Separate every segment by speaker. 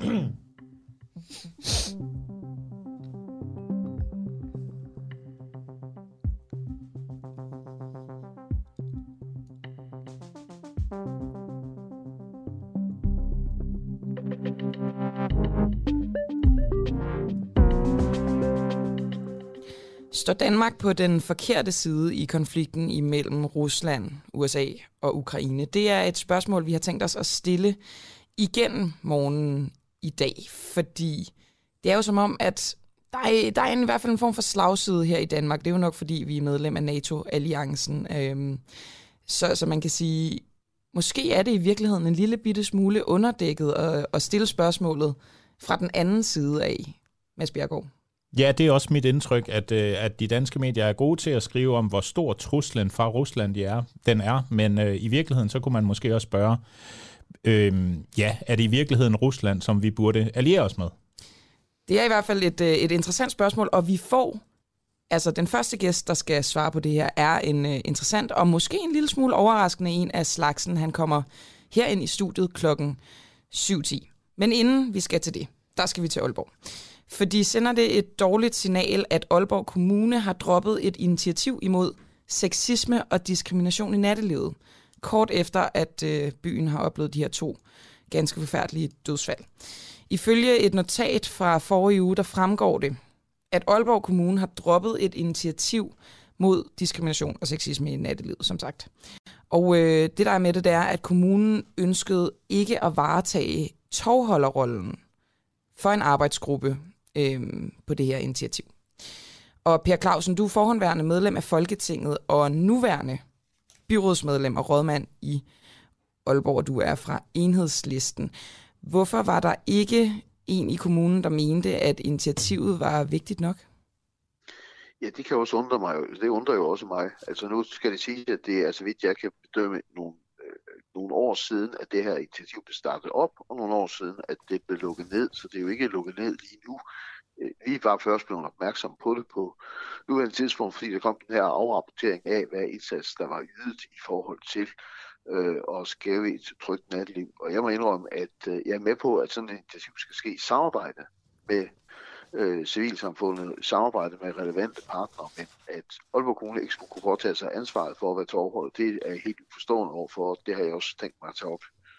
Speaker 1: Står Danmark på den forkerte side i konflikten imellem Rusland, USA og Ukraine? Det er et spørgsmål, vi har tænkt os at stille igennem morgenen i dag, fordi det er jo som om, at der er i hvert fald en form for slagside her i Danmark. Det er jo nok, fordi vi er medlem af NATO-alliancen. Så man kan sige, måske er det i virkeligheden en lille bitte smule underdækket at stille spørgsmålet fra den anden side af, Mads Bjerregaard.
Speaker 2: Ja, det er også mit indtryk, at de danske medier er gode til at skrive om, hvor stor truslen fra Rusland den er. Men i virkeligheden, så kunne man måske også spørge, er det i virkeligheden Rusland, som vi burde alliere os med?
Speaker 1: Det er i hvert fald et interessant spørgsmål, og vi får, altså den første gæst, der skal svare på det her, er en interessant og måske en lille smule overraskende en af slagsen. Han kommer herind i studiet klokken 7:10. Men inden vi skal til det, der skal vi til Aalborg. Fordi sender det et dårligt signal, at Aalborg Kommune har droppet et initiativ imod sexisme og diskrimination i nattelivet, kort efter at byen har oplevet de her 2 ganske forfærdelige dødsfald. Ifølge et notat fra forrige uge, der fremgår det, at Aalborg Kommune har droppet et initiativ mod diskrimination og sexisme i nattelivet, som sagt. Og det der er med det, er, at kommunen ønskede ikke at varetage tovholderrollen for en arbejdsgruppe på det her initiativ. Og Per Clausen, du er forhåndværende medlem af Folketinget og nuværende byrådsmedlem og rådmand i Aalborg. Du er fra Enhedslisten. Hvorfor var der ikke en i kommunen, der mente, at initiativet var vigtigt nok?
Speaker 3: Ja, det kan også undre mig. Det undrer jo også mig. Altså nu skal det sige, at det er, så vidt jeg kan bedømme, nogle år siden, at det her initiativ blev startet op, og nogle år siden, at det blev lukket ned. Så det er jo ikke lukket ned lige nu. Vi var først blevet opmærksomme på det på nuværende tidspunkt, fordi der kom den her afrapportering af, hvad indsats der var ydet i forhold til at skabe et trygt natteliv. Og jeg må indrømme, at jeg er med på, at sådan et initiativ skal ske i samarbejde med civilsamfundet, samarbejde med relevante partnere, men at Aalborg Kommune ikke skulle kunne påtage sig ansvaret for at være tovholder, det er helt uforstående overfor. Det har jeg også tænkt mig at tage op.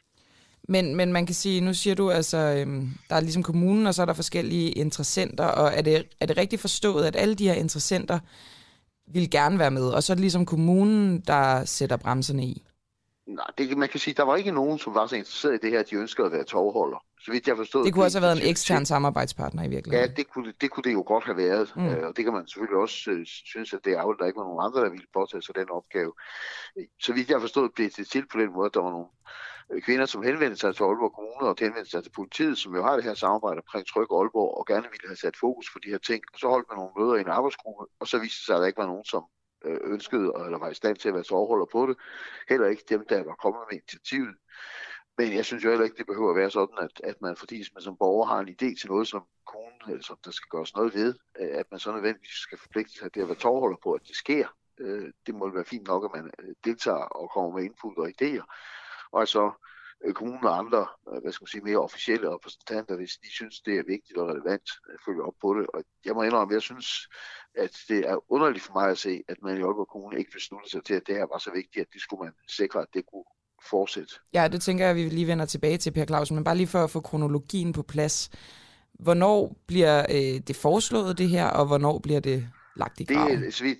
Speaker 1: Men man kan sige, nu siger du altså, der er ligesom kommunen, og så er der forskellige interessenter, og er det rigtigt forstået, at alle de her interessenter vil gerne være med, og så er det ligesom kommunen, der sætter bremserne i?
Speaker 3: Nej, man kan sige, der var ikke nogen, som var så interesseret i det her, at de ønskede at være tovholder. Så vidt jeg forstod,
Speaker 1: det kunne også have været en ekstern samarbejdspartner i virkeligheden.
Speaker 3: Ja, det kunne det jo godt have været. Og det kan man selvfølgelig også synes, at det er ærgerligt, at der ikke var nogen andre, der ville påtage sig den opgave. Så vidt jeg forstod, blev det til på den måde, at der var nogle kvinder, som henvendte sig til Aalborg Kommune og henvendte sig til politiet, som jo har det her samarbejde omkring Tryg Aalborg, og gerne ville have sat fokus på de her ting. Og så holdt man nogle møder i en arbejdsgruppe, og så viste det sig, at der ikke var nogen, som ønskede eller var i stand til at være tovholder på det. Heller ikke dem, der var kommet med initiativet. Men jeg synes jo heller ikke, det behøver at være sådan, at man, fordi man som borger har en idé til noget, som kommunen, eller som der skal gøres noget ved, at man så nødvendigvis skal forpligte sig til at være tovholder på, at det sker. Det må være fint nok, at man deltager og kommer med input og idéer. Og altså kommunen og andre, mere officielle repræsentanter, hvis de synes, det er vigtigt og relevant, følger op på det. Og jeg må indrømme, at jeg synes, at det er underligt for mig at se, at man i Aalborg Kommune ikke besluttede sig til, at det her var så vigtigt, at det skulle man sikre, at det kunne fortsætte.
Speaker 1: Ja, det tænker jeg, at vi lige vender tilbage til, Per Clausen, men bare lige for at få kronologien på plads. Hvornår bliver det foreslået, det her, og hvornår bliver det lagt i graven?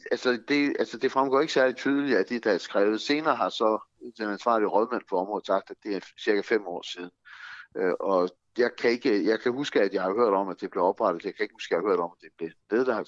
Speaker 3: Det fremgår ikke særlig tydeligt af det, der er skrevet. Senere har så den ansvarlige rådmand for området sagt, at det er cirka 5 år siden. Og jeg kan huske, at jeg har hørt om, at det blev oprettet. Jeg kan ikke huske, at jeg har hørt om, at det blev nedlagt.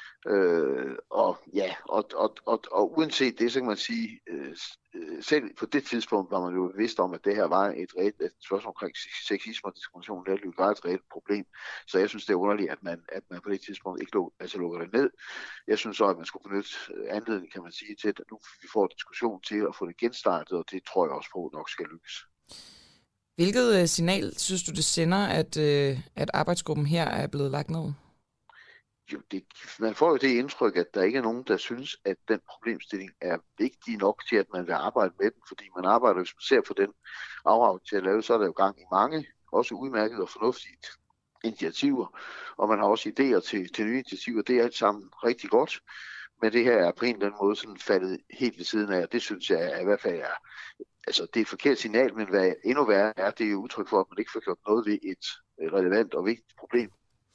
Speaker 3: Og uanset det, så kan man sige, selv på det tidspunkt var man jo bevidst om, at det her var et spørgsmål omkring sexisme og diskrimination, det var et reelt problem. Så jeg synes, det er underligt, at man på det tidspunkt ikke lukker det ned. Jeg synes så, at man skulle benytte anledning, kan man sige, til at nu vi får diskussion til at få det genstartet, og det tror jeg også på nok skal lykkes.
Speaker 1: Hvilket signal synes du, det sender, at arbejdsgruppen her er blevet lagt ned?
Speaker 3: Jo, man får jo det indtryk, at der ikke er nogen, der synes, at den problemstilling er vigtig nok til, at man vil arbejde med den, fordi man arbejder, hvis man ser på den afrapport til at lave, så er der jo gang i mange også udmærket og fornuftige initiativer, og man har også idéer til nye initiativer. Det er alt sammen rigtig godt, men det her er på en eller anden måde sådan faldet helt ved siden af, og det synes jeg er, i hvert fald er, altså det er et forkert signal, men hvad endnu værre er, det er jo udtryk for, at man ikke får gjort noget ved et relevant og vigtigt problem.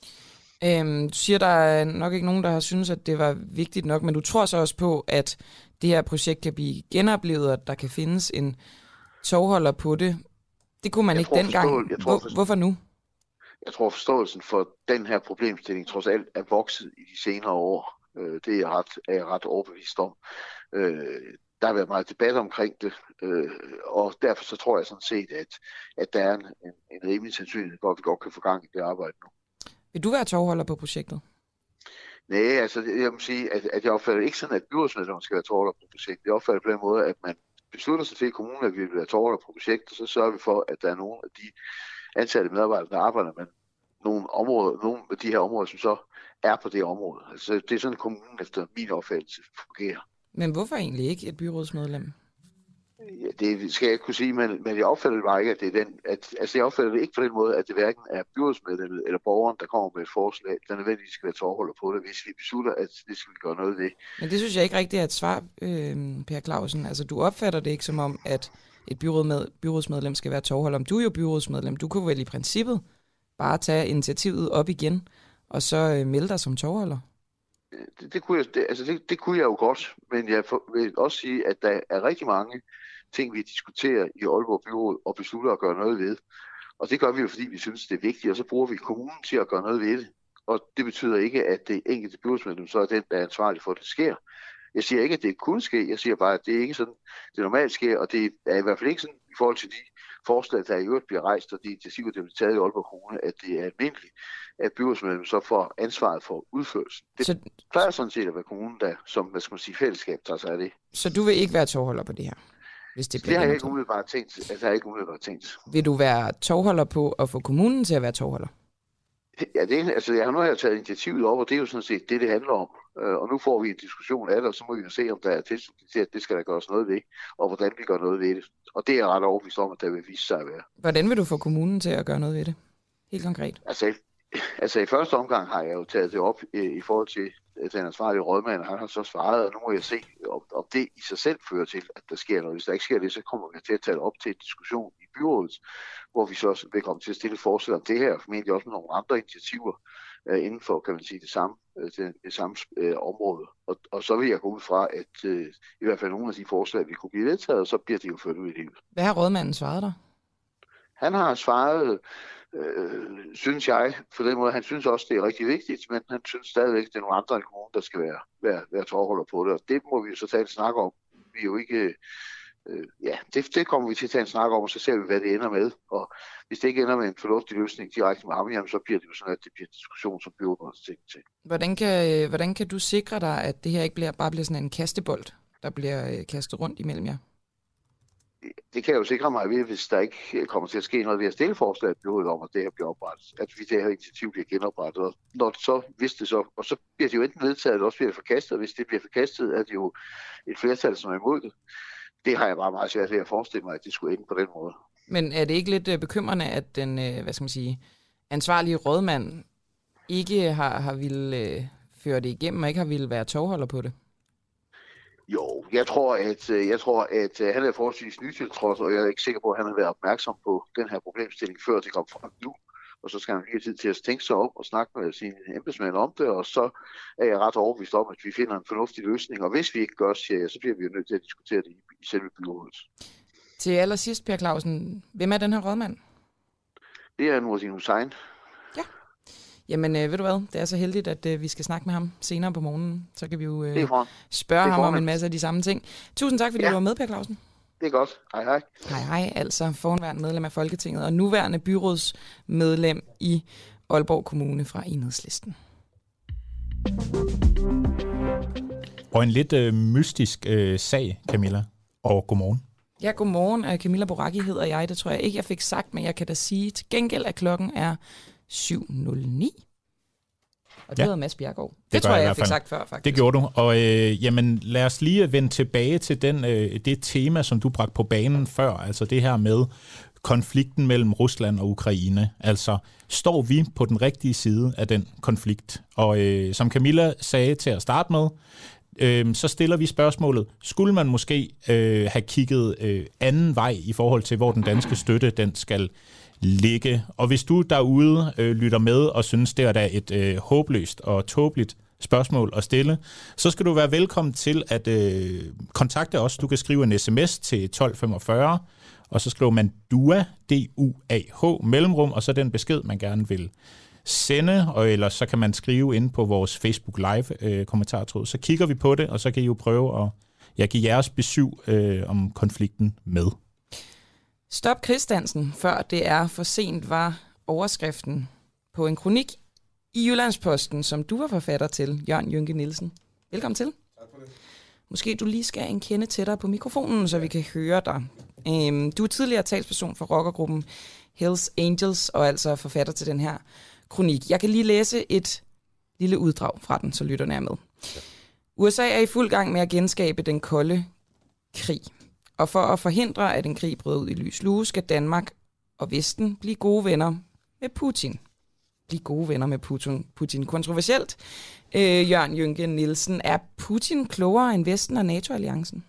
Speaker 1: Du siger, der er nok ikke nogen, der har syntes, at det var vigtigt nok, men du tror så også på, at det her projekt kan blive genoplevet, og at der kan findes en tovholder på det. Det kunne man ikke dengang. Hvorfor nu?
Speaker 3: Jeg tror, forståelsen for den her problemstilling trods alt er vokset i de senere år. Det er jeg ret overbevist om. Der har været meget debat omkring det, og derfor så tror jeg sådan set, at der er en rimelig sandsynlighed for, at vi godt kan få gang i det arbejde nu.
Speaker 1: Vil du være tovholder på projektet?
Speaker 3: Nej, altså jeg må sige, at jeg opfatter ikke sådan, at byrådsmedlemmer skal være tovholder på projektet. Jeg opfatter på den måde, at man beslutter sig til i kommunen, at vi vil være tovholder på projektet, og så sørger vi for, at der er nogle af de ansatte medarbejdere, der arbejder med nogle af de her områder, som så er på det område. Altså det er sådan, at kommunen efter min opfattelse fungerer.
Speaker 1: Men hvorfor egentlig ikke et byrådsmedlem?
Speaker 3: Ja, det skal jeg ikke kunne sige, men jeg opfatter det bare ikke, at det er altså jeg opfatter det ikke på den måde, at det hverken er byrådsmedlemmet eller borgeren, der kommer med et forslag, der nødvendigvis skal være tovholder på det, hvis vi beslutter, at det skal vi gøre noget ved.
Speaker 1: Men det synes jeg ikke rigtig er et svar, Per Clausen. Altså du opfatter det ikke som om, at et byrådsmedlem skal være tovholder. Du er jo byrådsmedlem. Du kunne vel i princippet bare tage initiativet op igen, og så melde dig som tovholder.
Speaker 3: Det kunne jeg jo godt, men jeg vil også sige, at der er rigtig mange ting, vi diskuterer i Aalborg Byråd og beslutter at gøre noget ved. Og det gør vi jo, fordi vi synes, det er vigtigt, og så bruger vi kommunen til at gøre noget ved det. Og det betyder ikke, at det enkelte byrådsmedlem så er den, der er ansvarlig for, at det sker. Jeg siger ikke, at det kunne ske. Jeg siger bare, at det ikke sådan, det normalt sker, og det er i hvert fald ikke sådan i forhold til de forslag, der i øvrigt bliver rejst, og de initiativer, der bliver taget i Aalborg Kommune, at det er almindeligt, at byrådsmedlemmen så får ansvaret for udførelsen. Det plejer sådan set at være kommunen, der som, fællesskab tager sig af det.
Speaker 1: Så du vil ikke være tovholder på det her? Hvis det
Speaker 3: har jeg ikke umiddelbart tænkt.
Speaker 1: Vil du være tovholder på at få kommunen til at være tovholder?
Speaker 3: Ja, jeg har nu taget initiativet op, og det er jo sådan set det handler om. Og nu får vi en diskussion af det, og så må vi jo se, om der er tilslutning til, at det skal der gøres noget ved, og hvordan vi gør noget ved det. Og det er jeg ret overbevist om, at der vil vise sig at være.
Speaker 1: Hvordan vil du få kommunen til at gøre noget ved det? Helt konkret.
Speaker 3: Altså i første omgang har jeg jo taget det op i forhold til den ansvarlige rådmand, og han har så svaret, og nu må jeg se, om det i sig selv fører til, at der sker noget. Hvis der ikke sker det, så kommer vi til at tage det op til en diskussion i byrådet, hvor vi så vil komme til at stille forslag om det her, og formentlig også med nogle andre initiativer inden for, kan man sige, det samme område. Og så vil jeg gå ud fra, at i hvert fald nogle af de forslag, vi kunne blive vedtaget, og så bliver de jo ført ud i livet.
Speaker 1: Hvad har rådmanden svaret dig?
Speaker 3: Han har svaret, synes jeg, på den måde, han synes også, det er rigtig vigtigt, men han synes stadigvæk, det er nogle andre end kommunen, der skal være tovholder på det, og det må vi jo så tage en snak om. Vi er jo ikke, det kommer vi til at tage en snak om, og så ser vi, hvad det ender med, og hvis det ikke ender med en fornuftig løsning direkte med ham, jamen, så bliver det jo sådan, at det bliver en diskussion, som byrådet også tænker til.
Speaker 1: Hvordan kan du sikre dig, at det her ikke bare bliver sådan en kastebold, der bliver kastet rundt imellem jer?
Speaker 3: Det kan jeg jo sikre mig ved, hvis der ikke kommer til at ske noget ved at stille forslag i byrådet om, at det her bliver oprettet. At det her initiativ bliver genoprettet. Og når det så, hvis det så, og så bliver det jo enten vedtaget, eller også bliver det forkastet. Og hvis det bliver forkastet, er det jo et flertal, som er imod det. Det har jeg bare meget svært ved at forestille mig, at det skulle ende på den måde.
Speaker 1: Men er det ikke lidt bekymrende, at den, ansvarlige rådmand ikke har ville føre det igennem, og ikke har ville være tovholder på det?
Speaker 3: Jo, jeg tror, at han er forholdsvis nytiltrådt, og jeg er ikke sikker på, at han har været opmærksom på den her problemstilling, før det kom frem nu. Og så skal han have tid til at tænke sig om og snakke med sine embedsmænd om det, og så er jeg ret overbevist om, at vi finder en fornuftig løsning. Og hvis vi ikke gør, så bliver vi jo nødt til at diskutere det i selve byrådet.
Speaker 1: Til allersidst, Per Clausen, hvem er den her rådmand?
Speaker 3: Det er Nordin Hussein.
Speaker 1: Ja. Jamen, ved du hvad? Det er så heldigt, at vi skal snakke med ham senere på morgenen. Så kan vi jo spørge ham om en masse af de samme ting. Tusind tak, fordi du var med, Per Clausen.
Speaker 3: Det er godt. Hej, hej.
Speaker 1: Hej, hej. Altså forhenværende medlem af Folketinget og nuværende byrådsmedlem i Aalborg Kommune fra Enhedslisten.
Speaker 2: Og en lidt mystisk sag, Camilla. Og godmorgen.
Speaker 1: Ja, godmorgen. Camilla Boracchi hedder jeg. Det tror jeg ikke, jeg fik sagt, men jeg kan da sige til gengæld, at klokken er 7:09. Og det hedder Mads Bjerregaard. Det tror jeg fik sagt før, faktisk.
Speaker 2: Det gjorde du. Og jamen, lad os lige vende tilbage til det tema, som du bragte på banen før. Altså det her med konflikten mellem Rusland og Ukraine. Altså, står vi på den rigtige side af den konflikt? Og som Camilla sagde til at starte med, så stiller vi spørgsmålet, skulle man måske have kigget anden vej i forhold til, hvor den danske støtte den skal ligge? Og hvis du derude lytter med og synes, det er da et håbløst og tåbeligt spørgsmål at stille, så skal du være velkommen til at kontakte os. Du kan skrive en sms til 1245, og så skriver man DUAH, D-U-A-H, mellemrum, og så den besked, man gerne vil sende, og ellers så kan man skrive ind på vores Facebook Live kommentartråd. Så kigger vi på det, og så kan I jo prøve at give jeres besøg om konflikten med.
Speaker 1: Stop krigsdansen, før det er for sent, var overskriften på en kronik i Jyllandsposten, som du var forfatter til, Jørgen Jynke Nielsen. Velkommen til.
Speaker 4: Tak for det.
Speaker 1: Måske du lige skal en kende tættere på mikrofonen, så vi kan høre dig. Du er tidligere talsperson for rockergruppen Hells Angels, og altså forfatter til den her kronik. Jeg kan lige læse et lille uddrag fra den, så lytterne er med. USA er i fuld gang med at genskabe den kolde krig. Og for at forhindre, at en krig bryder ud i lys lue, skal Danmark og Vesten blive gode venner med Putin. Blive gode venner med Putin. Kontroversielt, Jørgen Jynke Nielsen. Er Putin klogere end Vesten og NATO-alliancen?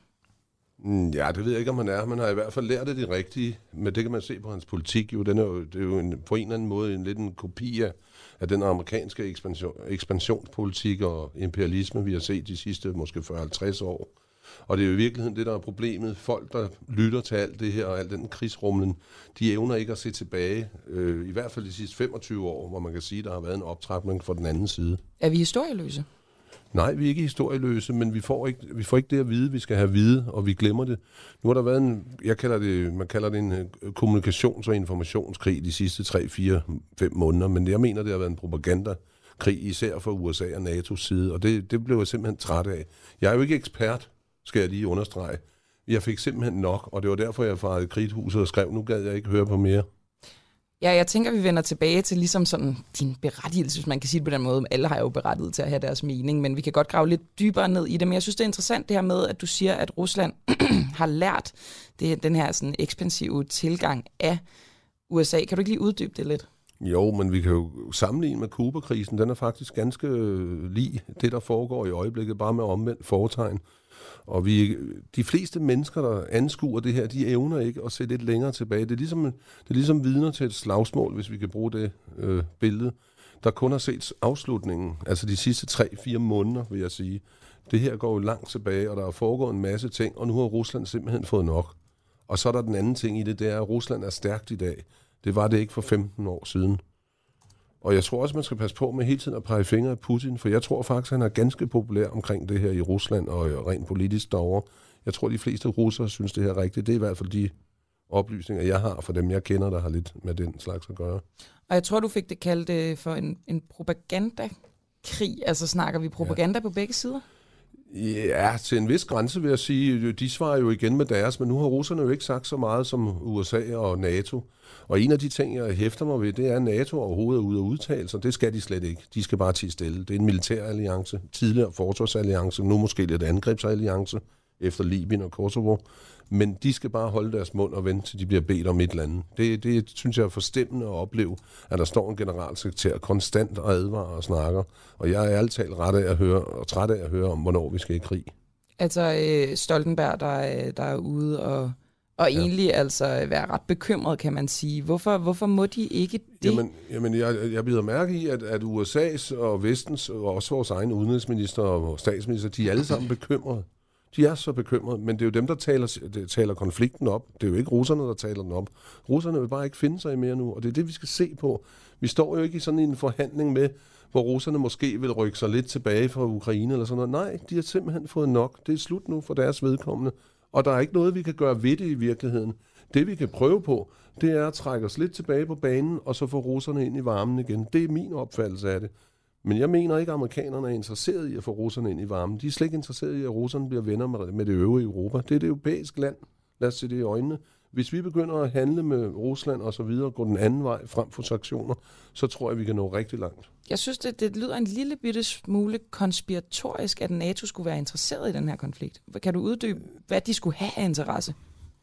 Speaker 4: Ja, det ved jeg ikke, om han er. Man har i hvert fald lært det rigtige, men det kan man se på hans politik. Jo, det er jo på en eller anden måde lidt en kopi af den amerikanske ekspansionspolitik og imperialisme, vi har set de sidste måske 40-50 år. Og det er jo i virkeligheden det, der er problemet. Folk, der lytter til alt det her og al den krigsrumlen, de evner ikke at se tilbage, i hvert fald de sidste 25 år, hvor man kan sige, der har været en optrapning fra den anden side.
Speaker 1: Er vi historieløse?
Speaker 4: Nej, vi er ikke historieløse, men vi får ikke det at vide, vi skal have at vide, og vi glemmer det. Nu har der været man kalder det en kommunikations- og informationskrig de sidste 3, 4, 5 måneder, men jeg mener, det har været en propagandakrig, især fra USA og NATO's side, og det blev jeg simpelthen træt af. Jeg er jo ikke ekspert, skal jeg lige understrege. Jeg fik simpelthen nok, og det var derfor, jeg farede i Kridthuset og skrev, nu gad jeg ikke høre på mere.
Speaker 1: Ja, jeg tænker, vi vender tilbage til ligesom sådan din berettigelse, hvis man kan sige det på den måde. Alle har jo berettiget til at have deres mening, men vi kan godt grave lidt dybere ned i det. Men jeg synes, det er interessant det her med, at du siger, at Rusland har lært den her sådan ekspansive tilgang af USA. Kan du ikke lige uddybe det lidt?
Speaker 4: Jo, men vi kan jo sammenligne med Cuba-krisen. Den er faktisk ganske lig det, der foregår i øjeblikket, bare med omvendt foretegn. Og de fleste mennesker, der anskuer det her, de evner ikke at se lidt længere tilbage. Det er ligesom vidner til et slagsmål, hvis vi kan bruge det billede, der kun har set afslutningen, altså de sidste 3-4 måneder, vil jeg sige. Det her går jo langt tilbage, og der er foregået en masse ting, og nu har Rusland simpelthen fået nok. Og så er der den anden ting i det, det er, at Rusland er stærkt i dag. Det var det ikke for 15 år siden. Og jeg tror også, man skal passe på med hele tiden at pege fingre af Putin, for jeg tror faktisk, han er ganske populær omkring det her i Rusland og rent politisk derovre. Jeg tror, de fleste russere synes, det her er rigtigt. Det er i hvert fald de oplysninger, jeg har for dem, jeg kender, der har lidt med den slags at gøre.
Speaker 1: Og jeg tror, du fik det kaldt for en propagandakrig. Altså snakker vi propaganda på begge sider?
Speaker 4: Ja, til en vis grænse vil jeg sige. De svarer jo igen med deres, men nu har russerne jo ikke sagt så meget som USA og NATO. Og en af de ting, jeg hæfter mig ved, det er, at NATO overhovedet er ude at udtale sig. Det skal de slet ikke. De skal bare tie stille. Det er en militæralliance, tidligere forsvarsalliance, nu måske lidt angrebsalliance efter Libyen og Kosovo. Men de skal bare holde deres mund og vente, til de bliver bedt om et eller andet. Det synes jeg er forstemmende at opleve, at der står en generalsekretær konstant og advarer og snakker. Og jeg er ærligt talt træt af at høre om, hvornår vi skal i krig. Altså
Speaker 1: Stoltenberg, der er ude og egentlig altså være ret bekymret, kan man sige. Hvorfor må de ikke det?
Speaker 4: Jamen jeg bider mærke i, at USA's og Vestens, og også vores egen udenrigsminister og statsminister, de er alle sammen bekymrede. De er så bekymrede, men det er jo dem, der taler konflikten op. Det er jo ikke russerne, der taler den op. Russerne vil bare ikke finde sig mere nu, og det er det, vi skal se på. Vi står jo ikke i sådan en forhandling med, hvor russerne måske vil rykke sig lidt tilbage fra Ukraine eller sådan noget. Nej, de har simpelthen fået nok. Det er slut nu for deres vedkommende. Og der er ikke noget, vi kan gøre ved det i virkeligheden. Det, vi kan prøve på, det er at trække os lidt tilbage på banen, og så få russerne ind i varmen igen. Det er min opfattelse af det. Men jeg mener ikke, at amerikanerne er interesserede i at få russerne ind i varmen. De er slet ikke interesserede i, at russerne bliver venner med det øvrige Europa. Det er det europæiske land. Lad os se det i øjnene. Hvis vi begynder at handle med Rusland og så videre, gå den anden vej frem for sanktioner, så tror jeg, vi kan nå rigtig langt.
Speaker 1: Jeg synes, det lyder en lille bitte smule konspiratorisk, at NATO skulle være interesseret i den her konflikt. Kan du uddybe, hvad de skulle have af interesse?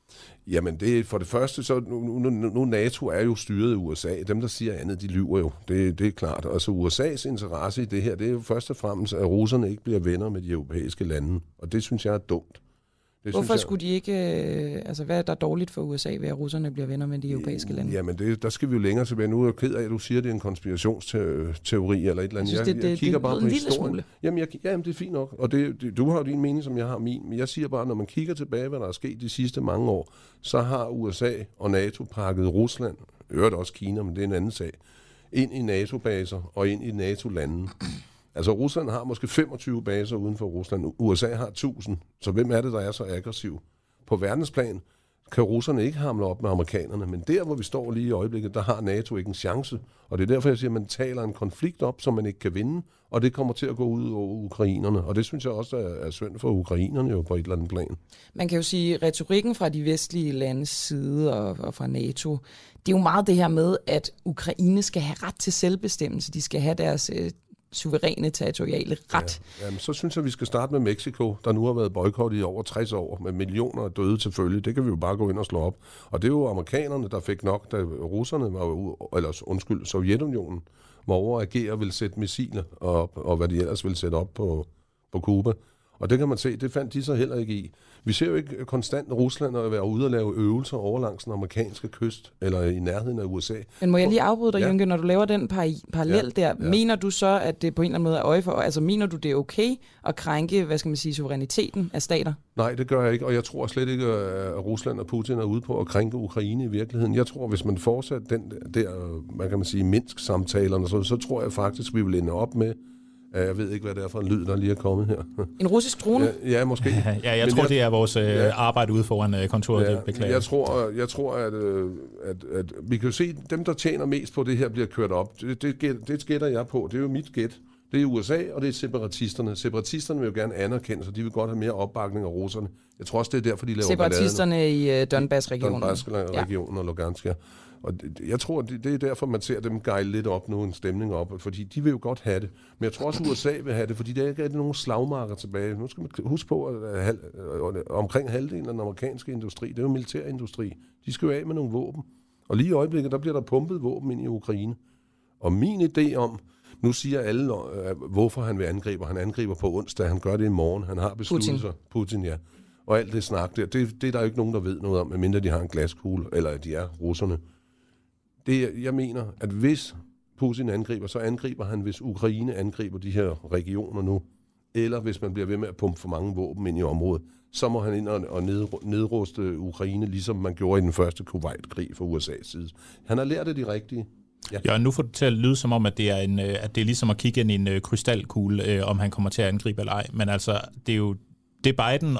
Speaker 4: Jamen, det for det første, så nu NATO er jo styret af USA. Dem, der siger andet, de lyver jo. Det er klart. Altså, USA's interesse i det her, det er jo først og fremmest, at russerne ikke bliver venner med de europæiske lande. Og det synes jeg er dumt.
Speaker 1: Hvorfor skulle de ikke... altså, hvad er der dårligt for USA ved, at russerne bliver venner med de europæiske lande?
Speaker 4: Jamen, der skal vi jo længere tilbage. Nu er jeg ked af, at du siger, at det er en konspirationsteori eller et eller andet.
Speaker 1: Jeg synes,
Speaker 4: jeg kigger bare på historien.
Speaker 1: Smule.
Speaker 4: Jamen, det er fint nok. Og du har jo din mening, som jeg har min. Men jeg siger bare, når man kigger tilbage, hvad der er sket de sidste mange år, så har USA og NATO pakket Rusland, øvrigt også Kina, men det er en anden sag, ind i NATO-baser og ind i NATO-lande. Altså, Rusland har måske 25 baser uden for Rusland. USA har 1000. Så hvem er det, der er så aggressiv? På verdensplan kan russerne ikke hamle op med amerikanerne, men der, hvor vi står lige i øjeblikket, der har NATO ikke en chance. Og det er derfor, jeg siger, at man taler en konflikt op, som man ikke kan vinde, og det kommer til at gå ud over ukrainerne. Og det synes jeg også er synd for ukrainerne jo på et eller andet plan.
Speaker 1: Man kan jo sige, at retorikken fra de vestlige landes side og fra NATO, det er jo meget det her med, at Ukraine skal have ret til selvbestemmelse. De skal have deres suveræne territoriale ret.
Speaker 4: Ja, men så synes jeg, vi skal starte med Mexico, der nu har været boykottet i over 60 år, med millioner af døde til følge. Det kan vi jo bare gå ind og slå op. Og det er jo amerikanerne, der fik nok, da russerne var jo, Sovjetunionen var over at agere og ville sætte missiler op, og hvad de ellers ville sætte op på Cuba. Og det kan man se, det fandt de så heller ikke i. Vi ser jo ikke konstant Rusland at være ude og lave øvelser over langs den amerikanske kyst, eller i nærheden af USA.
Speaker 1: Men må jeg lige afbryde dig, Jynke, når du laver den parallel der, mener du så, at det på en eller anden måde er øje for, altså mener du, det er okay at krænke, hvad skal man sige, suveræniteten af stater?
Speaker 4: Nej, det gør jeg ikke, og jeg tror slet ikke, at Rusland og Putin er ude på at krænke Ukraine i virkeligheden. Jeg tror, hvis man fortsætter den der, hvad kan man sige, Minsk-samtalerne, så tror jeg faktisk, vi vil ende op med. Jeg ved ikke, hvad det er for en lyd, der lige er kommet her.
Speaker 1: En russisk drone?
Speaker 4: Ja, måske.
Speaker 2: Ja, jeg tror, det er vores arbejde ude foran kontoret, det beklager.
Speaker 4: Jeg tror, at vi kan jo se, at dem, der tjener mest på det her, bliver kørt op. Det gætter jeg på. Det er jo mit gæt. Det er USA, og det er separatisterne. Separatisterne vil jo gerne anerkende, så de vil godt have mere opbakning af russerne. Jeg tror også, det er derfor, de laver
Speaker 1: separatisterne i Donbass-regionen.
Speaker 4: Donbass-regionen og Lugansk, ja. Og jeg tror, det er derfor, man ser dem gejle lidt op nu, en stemning op, fordi de vil jo godt have det. Men jeg tror også, USA vil have det, fordi der ikke er nogen slagmarker tilbage. Nu skal man huske på, at omkring halvdelen af den amerikanske industri, det er jo militærindustri. De skal jo af med nogle våben. Og lige i øjeblikket, der bliver der pumpet våben ind i Ukraine. Og min idé om, nu siger alle, hvorfor han vil angribe. Han angriber på onsdag, han gør det i morgen. Han har besluttet sig. Putin, ja. Og alt det snak der, det er der jo ikke nogen, der ved noget om, medmindre de har en glaskugle, eller de er russerne. Jeg mener, at hvis Putin angriber, så angriber han, hvis Ukraine angriber de her regioner nu, eller hvis man bliver ved med at pumpe for mange våben ind i området, så må han ind og nedruste Ukraine, ligesom man gjorde i den første Kuwait-krig fra USA's side. Han har lært af de rigtige.
Speaker 2: Ja, nu får det til at lyde som om, at det er ligesom at kigge ind i en krystalkugle, om han kommer til at angribe eller ej. Men altså, det er jo det Biden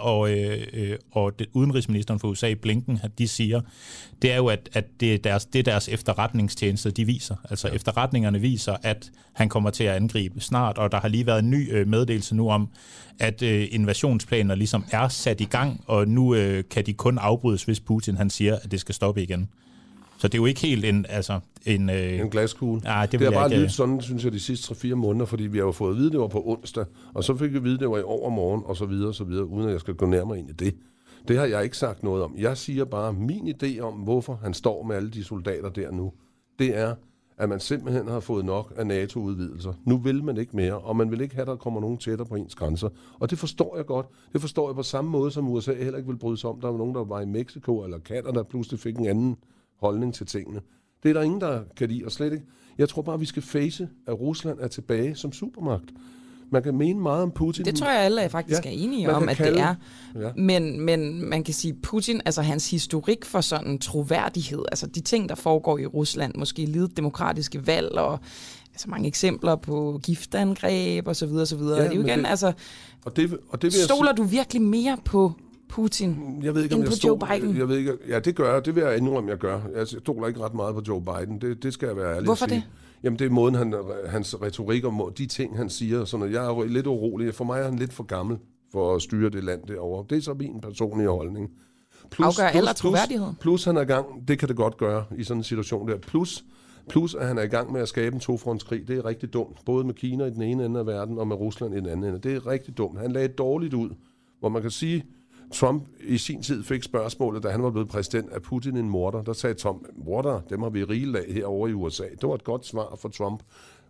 Speaker 2: og udenrigsministeren for USA, Blinken, at de siger, det er jo, at det er deres efterretningstjenester, de viser. Altså efterretningerne viser, at han kommer til at angribe snart, og der har lige været en ny meddelelse nu om, at invasionsplaner ligesom er sat i gang, og nu kan de kun afbrydes, hvis Putin han siger, at det skal stoppe igen. Så det er jo ikke helt en
Speaker 4: glaskugle.
Speaker 2: Ja, det
Speaker 4: har bare lyttet sådan, synes jeg, de sidste 3-4 måneder, fordi vi har jo fået at vide, det var på onsdag, og så fik vi at vide, det var i overmorgen, og så videre, uden at jeg skal gå nærmere ind i det. Det har jeg ikke sagt noget om. Jeg siger bare, min idé om, hvorfor han står med alle de soldater der nu, det er, at man simpelthen har fået nok af NATO-udvidelser. Nu vil man ikke mere, og man vil ikke have, at der kommer nogen tættere på ens grænser. Og det forstår jeg godt. Det forstår jeg på samme måde, som USA heller ikke vil bryde sig om. Der var nogen, der var i Mexico eller Canada, der pludselig fik en anden holdning til tingene. Det er der ingen, der kan lide, og slet ikke. Jeg tror bare, vi skal face, at Rusland er tilbage som supermagt. Man kan mene meget om Putin.
Speaker 1: Det tror jeg alle er faktisk er enige om, at det er. Ja. Men man kan sige, Putin, altså hans historik for sådan troværdighed, altså de ting, der foregår i Rusland, måske lidt demokratiske valg, og altså mange eksempler på giftangreb og så videre, så videre. Ja, det er jo igen, stoler du virkelig mere på Putin
Speaker 4: jeg ved ikke, om
Speaker 1: end på Joe Biden?
Speaker 4: Jeg ved ikke, ja, det gør jeg. Det vil jeg indrømme, jeg gør. Jeg stoler ikke ret meget på Joe Biden. Det skal jeg være ærlig.
Speaker 1: Hvorfor det?
Speaker 4: Jamen, det er måden, hans retorik og de ting, han siger. Sådan, jeg er lidt urolig. For mig er han lidt for gammel for at styre det land derovre. Det er så min personlige holdning.
Speaker 1: Afgør alder troværdighed?
Speaker 4: Plus han er i gang, det kan det godt gøre i sådan en situation der. Plus at han er i gang med at skabe en tofrontskrig. Det er rigtig dumt. Både med Kina i den ene ende af verden og med Rusland i den anden ende. Det er rigtig dumt. Han lagde dårligt ud, hvor man kan sige, Trump i sin tid fik spørgsmålet, da han var blevet præsident, af Putin en morder. Der sagde Trump, morder, dem har vi rigeligt af herovre i USA. Det var et godt svar for Trump,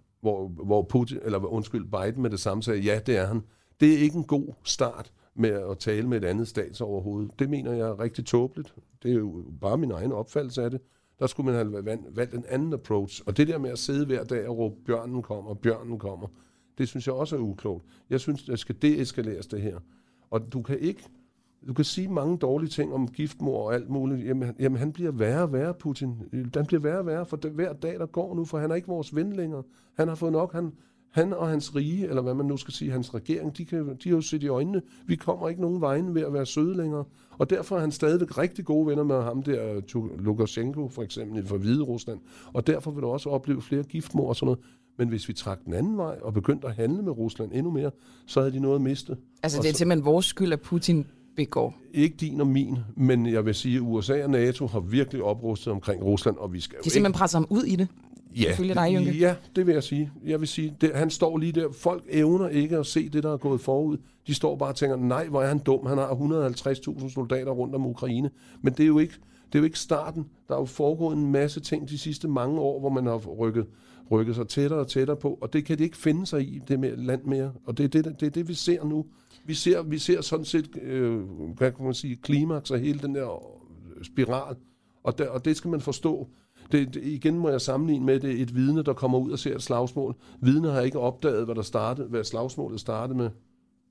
Speaker 4: hvor Biden med det samme sagde, ja, det er han. Det er ikke en god start med at tale med et andet statsoverhoved. Det mener jeg er rigtig tåbeligt. Det er jo bare min egen opfattelse af det. Der skulle man have valgt en anden approach. Og det der med at sidde hver dag og råbe, bjørnen kommer, det synes jeg også er uklogt. Jeg synes, det skal deeskaleres det her. Og du kan sige mange dårlige ting om giftmord og alt muligt. Jamen han bliver værre og værre, Putin. Han bliver værre og værre for hver dag, der går nu, for han er ikke vores ven længere. Han har fået nok, han og hans rige, eller hvad man nu skal sige, hans regering, de har jo set i øjnene. Vi kommer ikke nogen vejen ved at være søde længere. Og derfor er han stadig rigtig gode venner med ham der, Lukashenko for eksempel, fra Hvide Rusland. Og derfor vil du også opleve flere giftmord og sådan noget. Men hvis vi trak den anden vej og begyndte at handle med Rusland endnu mere, så havde de noget at miste.
Speaker 1: Altså det er simpelthen vores skyld, at Putin begår.
Speaker 4: Ikke din og min, men jeg vil sige, at USA og NATO har virkelig oprustet omkring Rusland, og vi skal
Speaker 1: de simpelthen presser ham ud i det?
Speaker 4: Ja, det vil jeg sige. Jeg vil sige, han står lige der. Folk evner ikke at se det, der er gået forud. De står bare og tænker, nej, hvor er han dum. Han har 150.000 soldater rundt om Ukraine. Men det er jo ikke starten. Der er jo foregået en masse ting de sidste mange år, hvor man har rykket sig tættere og tættere på, og det kan de ikke finde sig i, det med land mere. Og det er det, vi ser nu. Vi ser sådan set, hvad kan man sige, klimaks af hele den der spiral, og det skal man forstå. Igen må jeg sammenligne med det et vidne, der kommer ud og ser et slagsmål. Vidner har ikke opdaget, hvad slagsmålet startede med.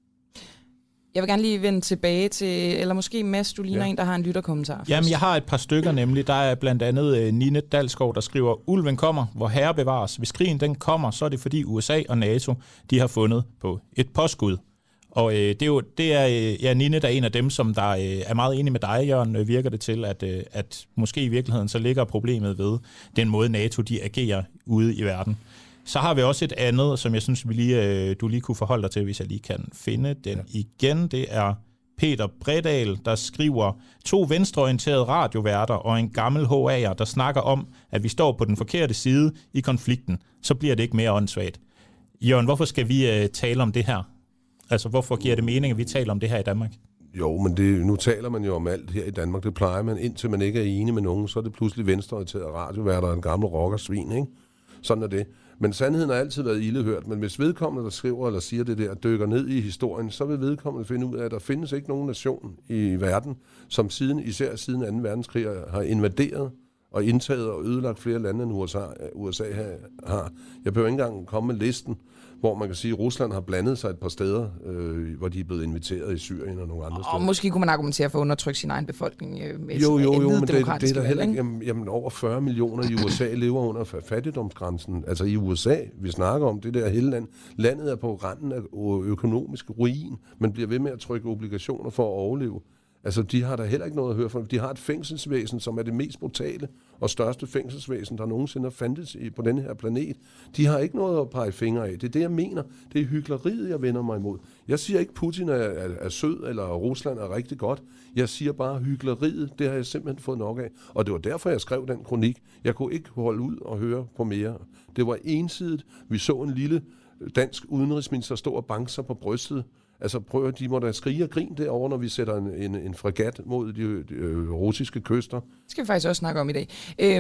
Speaker 1: Jeg vil gerne lige vende tilbage til, eller måske Mads, du ligner en, der har en lytterkommentar.
Speaker 2: Jamen, jeg har et par stykker nemlig. Der er blandt andet Nine Dalsgaard, der skriver, ulven kommer, hvor herre bevares. Hvis krigen den kommer, så er det fordi USA og NATO, de har fundet på et påskud. Og det er Nine, der er en af dem, som der er meget enig med dig, Jørgen, virker det til, at måske i virkeligheden så ligger problemet ved den måde NATO de agerer ude i verden. Så har vi også et andet, som jeg synes, du lige kunne forholde dig til, hvis jeg lige kan finde den igen. Det er Peter Bredal, der skriver, 2 venstreorienterede radioværter og en gammel HA'er, der snakker om, at vi står på den forkerte side i konflikten. Så bliver det ikke mere åndssvagt. Jørgen, hvorfor skal vi tale om det her? Altså, hvorfor giver det mening, at vi taler om det her i Danmark?
Speaker 4: Jo, men nu taler man jo om alt her i Danmark. Det plejer man, indtil man ikke er enig med nogen, så er det pludselig venstreorienteret radioværter og en gammel rockersvin, ikke? Sådan er det. Men sandheden har altid været ildehørt. Men hvis vedkommende, der skriver eller siger det der, dykker ned i historien, så vil vedkommende finde ud af, at der findes ikke nogen nation i verden, som især siden 2. verdenskrig har invaderet og indtaget og ødelagt flere lande, end USA har. Jeg behøver ikke engang komme med listen, hvor man kan sige, at Rusland har blandet sig et par steder, hvor de er blevet inviteret i Syrien og nogle andre steder.
Speaker 1: Og måske kunne man argumentere for at undertrykke sin egen befolkning med
Speaker 4: jo, men det er der heller ikke. Jamen, over 40 millioner i USA lever under fattigdomsgrænsen. Altså i USA, vi snakker om det der hele land. Landet er på randen af økonomisk ruin, men bliver ved med at trykke obligationer for at overleve. Altså, de har da heller ikke noget at høre fra. De har et fængselsvæsen, som er det mest brutale og største fængselsvæsen, der nogensinde har fandtes på denne her planet. De har ikke noget at pege fingre af. Det er det, jeg mener. Det er hykleriet, jeg vender mig imod. Jeg siger ikke, Putin er sød, eller Rusland er rigtig godt. Jeg siger bare, hykleriet, det har jeg simpelthen fået nok af. Og det var derfor, jeg skrev den kronik. Jeg kunne ikke holde ud og høre på mere. Det var ensidigt. Vi så en lille dansk udenrigsminister stå og banke sig på brystet. Altså prøv at de må da skrige og grine derovre, når vi sætter en fregat mod de russiske kyster.
Speaker 1: Det skal vi faktisk også snakke om i dag.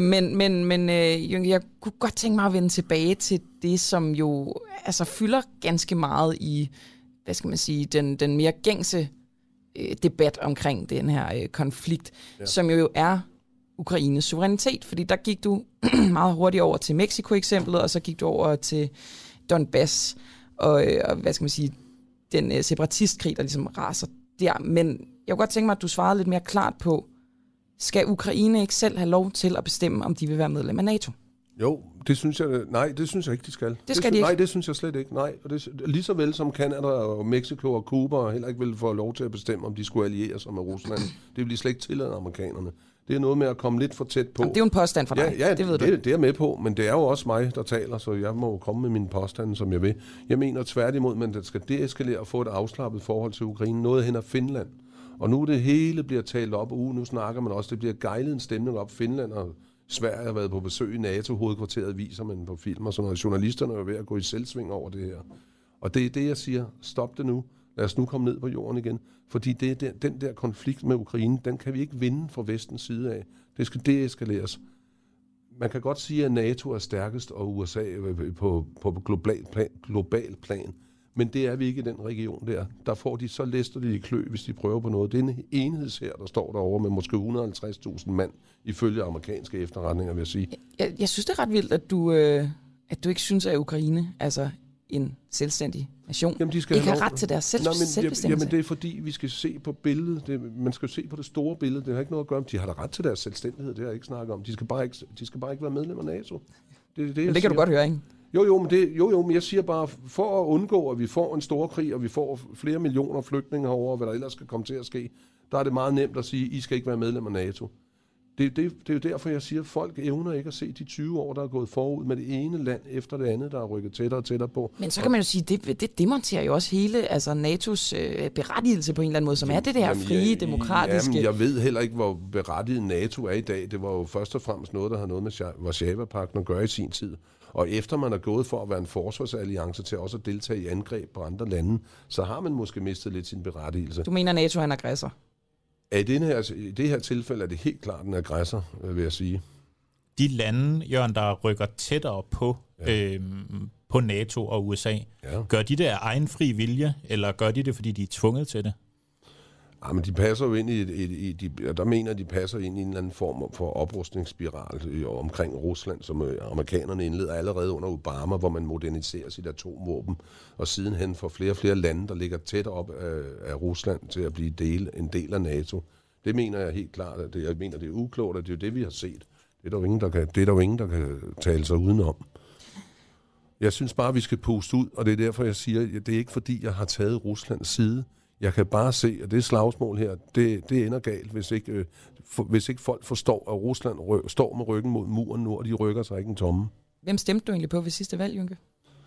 Speaker 1: Men jeg kunne godt tænke mig at vende tilbage til det, som jo altså fylder ganske meget i, hvad skal man sige, den mere gængse debat omkring den her konflikt, som jo er Ukraines suverænitet. Fordi der gik du meget hurtigt over til Mexico-eksemplet, og så gik du over til Donbass, og hvad skal man sige, den separatistkrig, der ligesom raser der. Men jeg kunne godt tænke mig, at du svarede lidt mere klart på, skal Ukraine ikke selv have lov til at bestemme, om de vil være medlem af NATO?
Speaker 4: Jo, det synes jeg ikke, de skal.
Speaker 1: Det skal de ikke?
Speaker 4: Nej, det synes jeg slet ikke. Nej, og det, lige så vel som Canada og Mexico og Cuba heller ikke ville få lov til at bestemme, om de skulle alliere sig med Rusland. Det vil de slet ikke tillade amerikanerne. Det er noget med at komme lidt for tæt på.
Speaker 1: Jamen, det er jo en påstand for dig,
Speaker 4: ja,
Speaker 1: det ved du.
Speaker 4: Det er jeg med på, men det er jo også mig, der taler, så jeg må komme med mine påstande, som jeg vil. Jeg mener tværtimod, men det skal deeskalere og få et afslappet forhold til Ukraine, noget hen ad Finland. Og nu det hele bliver talt op, nu snakker man også, det bliver gejlet en stemning op. Finland og Sverige har været på besøg i NATO-hovedkvarteret, viser man på film og sådan noget. Journalisterne er ved at gå i selvsving over det her. Og det er det, jeg siger. Stop det nu. Lad os nu komme ned på jorden igen. Fordi den der konflikt med Ukraine, den kan vi ikke vinde fra vestens side af. Det skal deeskaleres. Man kan godt sige, at NATO er stærkest, og USA på global plan. Men det er vi ikke i den region der. Der får de så læster de i klø, hvis de prøver på noget. Det er en enhedshær, der står derovre med måske 150.000 mand, ifølge amerikanske efterretninger, vil jeg sige.
Speaker 1: Jeg synes, det er ret vildt, at du ikke synes, at Ukraine, altså en selvstændig nation, jamen, de skal ikke have ret til deres selvbestemmelse.
Speaker 4: Jamen, det er fordi, vi skal se på billedet. Man skal se på det store billede. Det har ikke noget at gøre om. De har da ret til deres selvstændighed. Det har jeg ikke snakket om. De skal bare ikke være medlem af NATO.
Speaker 1: Det kan du godt høre, ikke?
Speaker 4: Men jeg siger bare, for at undgå, at vi får en stor krig, og vi får flere millioner flygtninge herovre, hvad der ellers skal komme til at ske, der er det meget nemt at sige, I skal ikke være medlem af NATO. Det er jo derfor, jeg siger, at folk evner ikke at se de 20 år, der er gået forud med det ene land efter det andet, der er rykket tættere og tættere på.
Speaker 1: Men så kan man jo sige, det demonterer jo også hele NATO's berettigelse på en eller anden måde, som er det der frie, demokratiske...
Speaker 4: Jamen, jeg ved heller ikke, hvor berettiget NATO er i dag. Det var jo først og fremmest noget, der har noget med Warszava-pagten at gøre i sin tid. Og efter man er gået for at være en forsvarsalliance til også at deltage i angreb på andre lande, så har man måske mistet lidt sin berettigelse.
Speaker 1: Du mener, NATO er en aggressor?
Speaker 4: I det her tilfælde er det helt klart en aggressor, vil jeg sige.
Speaker 2: De lande, Jørgen, der rykker tættere på NATO og USA, gør de det af egen fri vilje, eller gør de det, fordi de er tvunget til det?
Speaker 4: Ja, men de passer jo ind de passer ind i en eller anden form for oprustningsspiral omkring Rusland, som amerikanerne indleder allerede under Obama, hvor man moderniserer sit atomvåben, og sidenhen får flere og flere lande, der ligger tæt op af Rusland til at blive en del af NATO. Det mener jeg helt klart, jeg mener, det er uklogt, og det er jo det, vi har set. Det er der jo ingen, der kan tale sig udenom. Jeg synes bare, vi skal puste ud, og det er derfor, jeg siger, at det er ikke fordi, jeg har taget Ruslands side. Jeg kan bare se, at det slagsmål her, det ender galt, hvis ikke folk forstår, at Rusland står med ryggen mod muren nu, og de rykker sig ikke en tomme.
Speaker 1: Hvem stemte du egentlig på ved sidste valg, Jynke?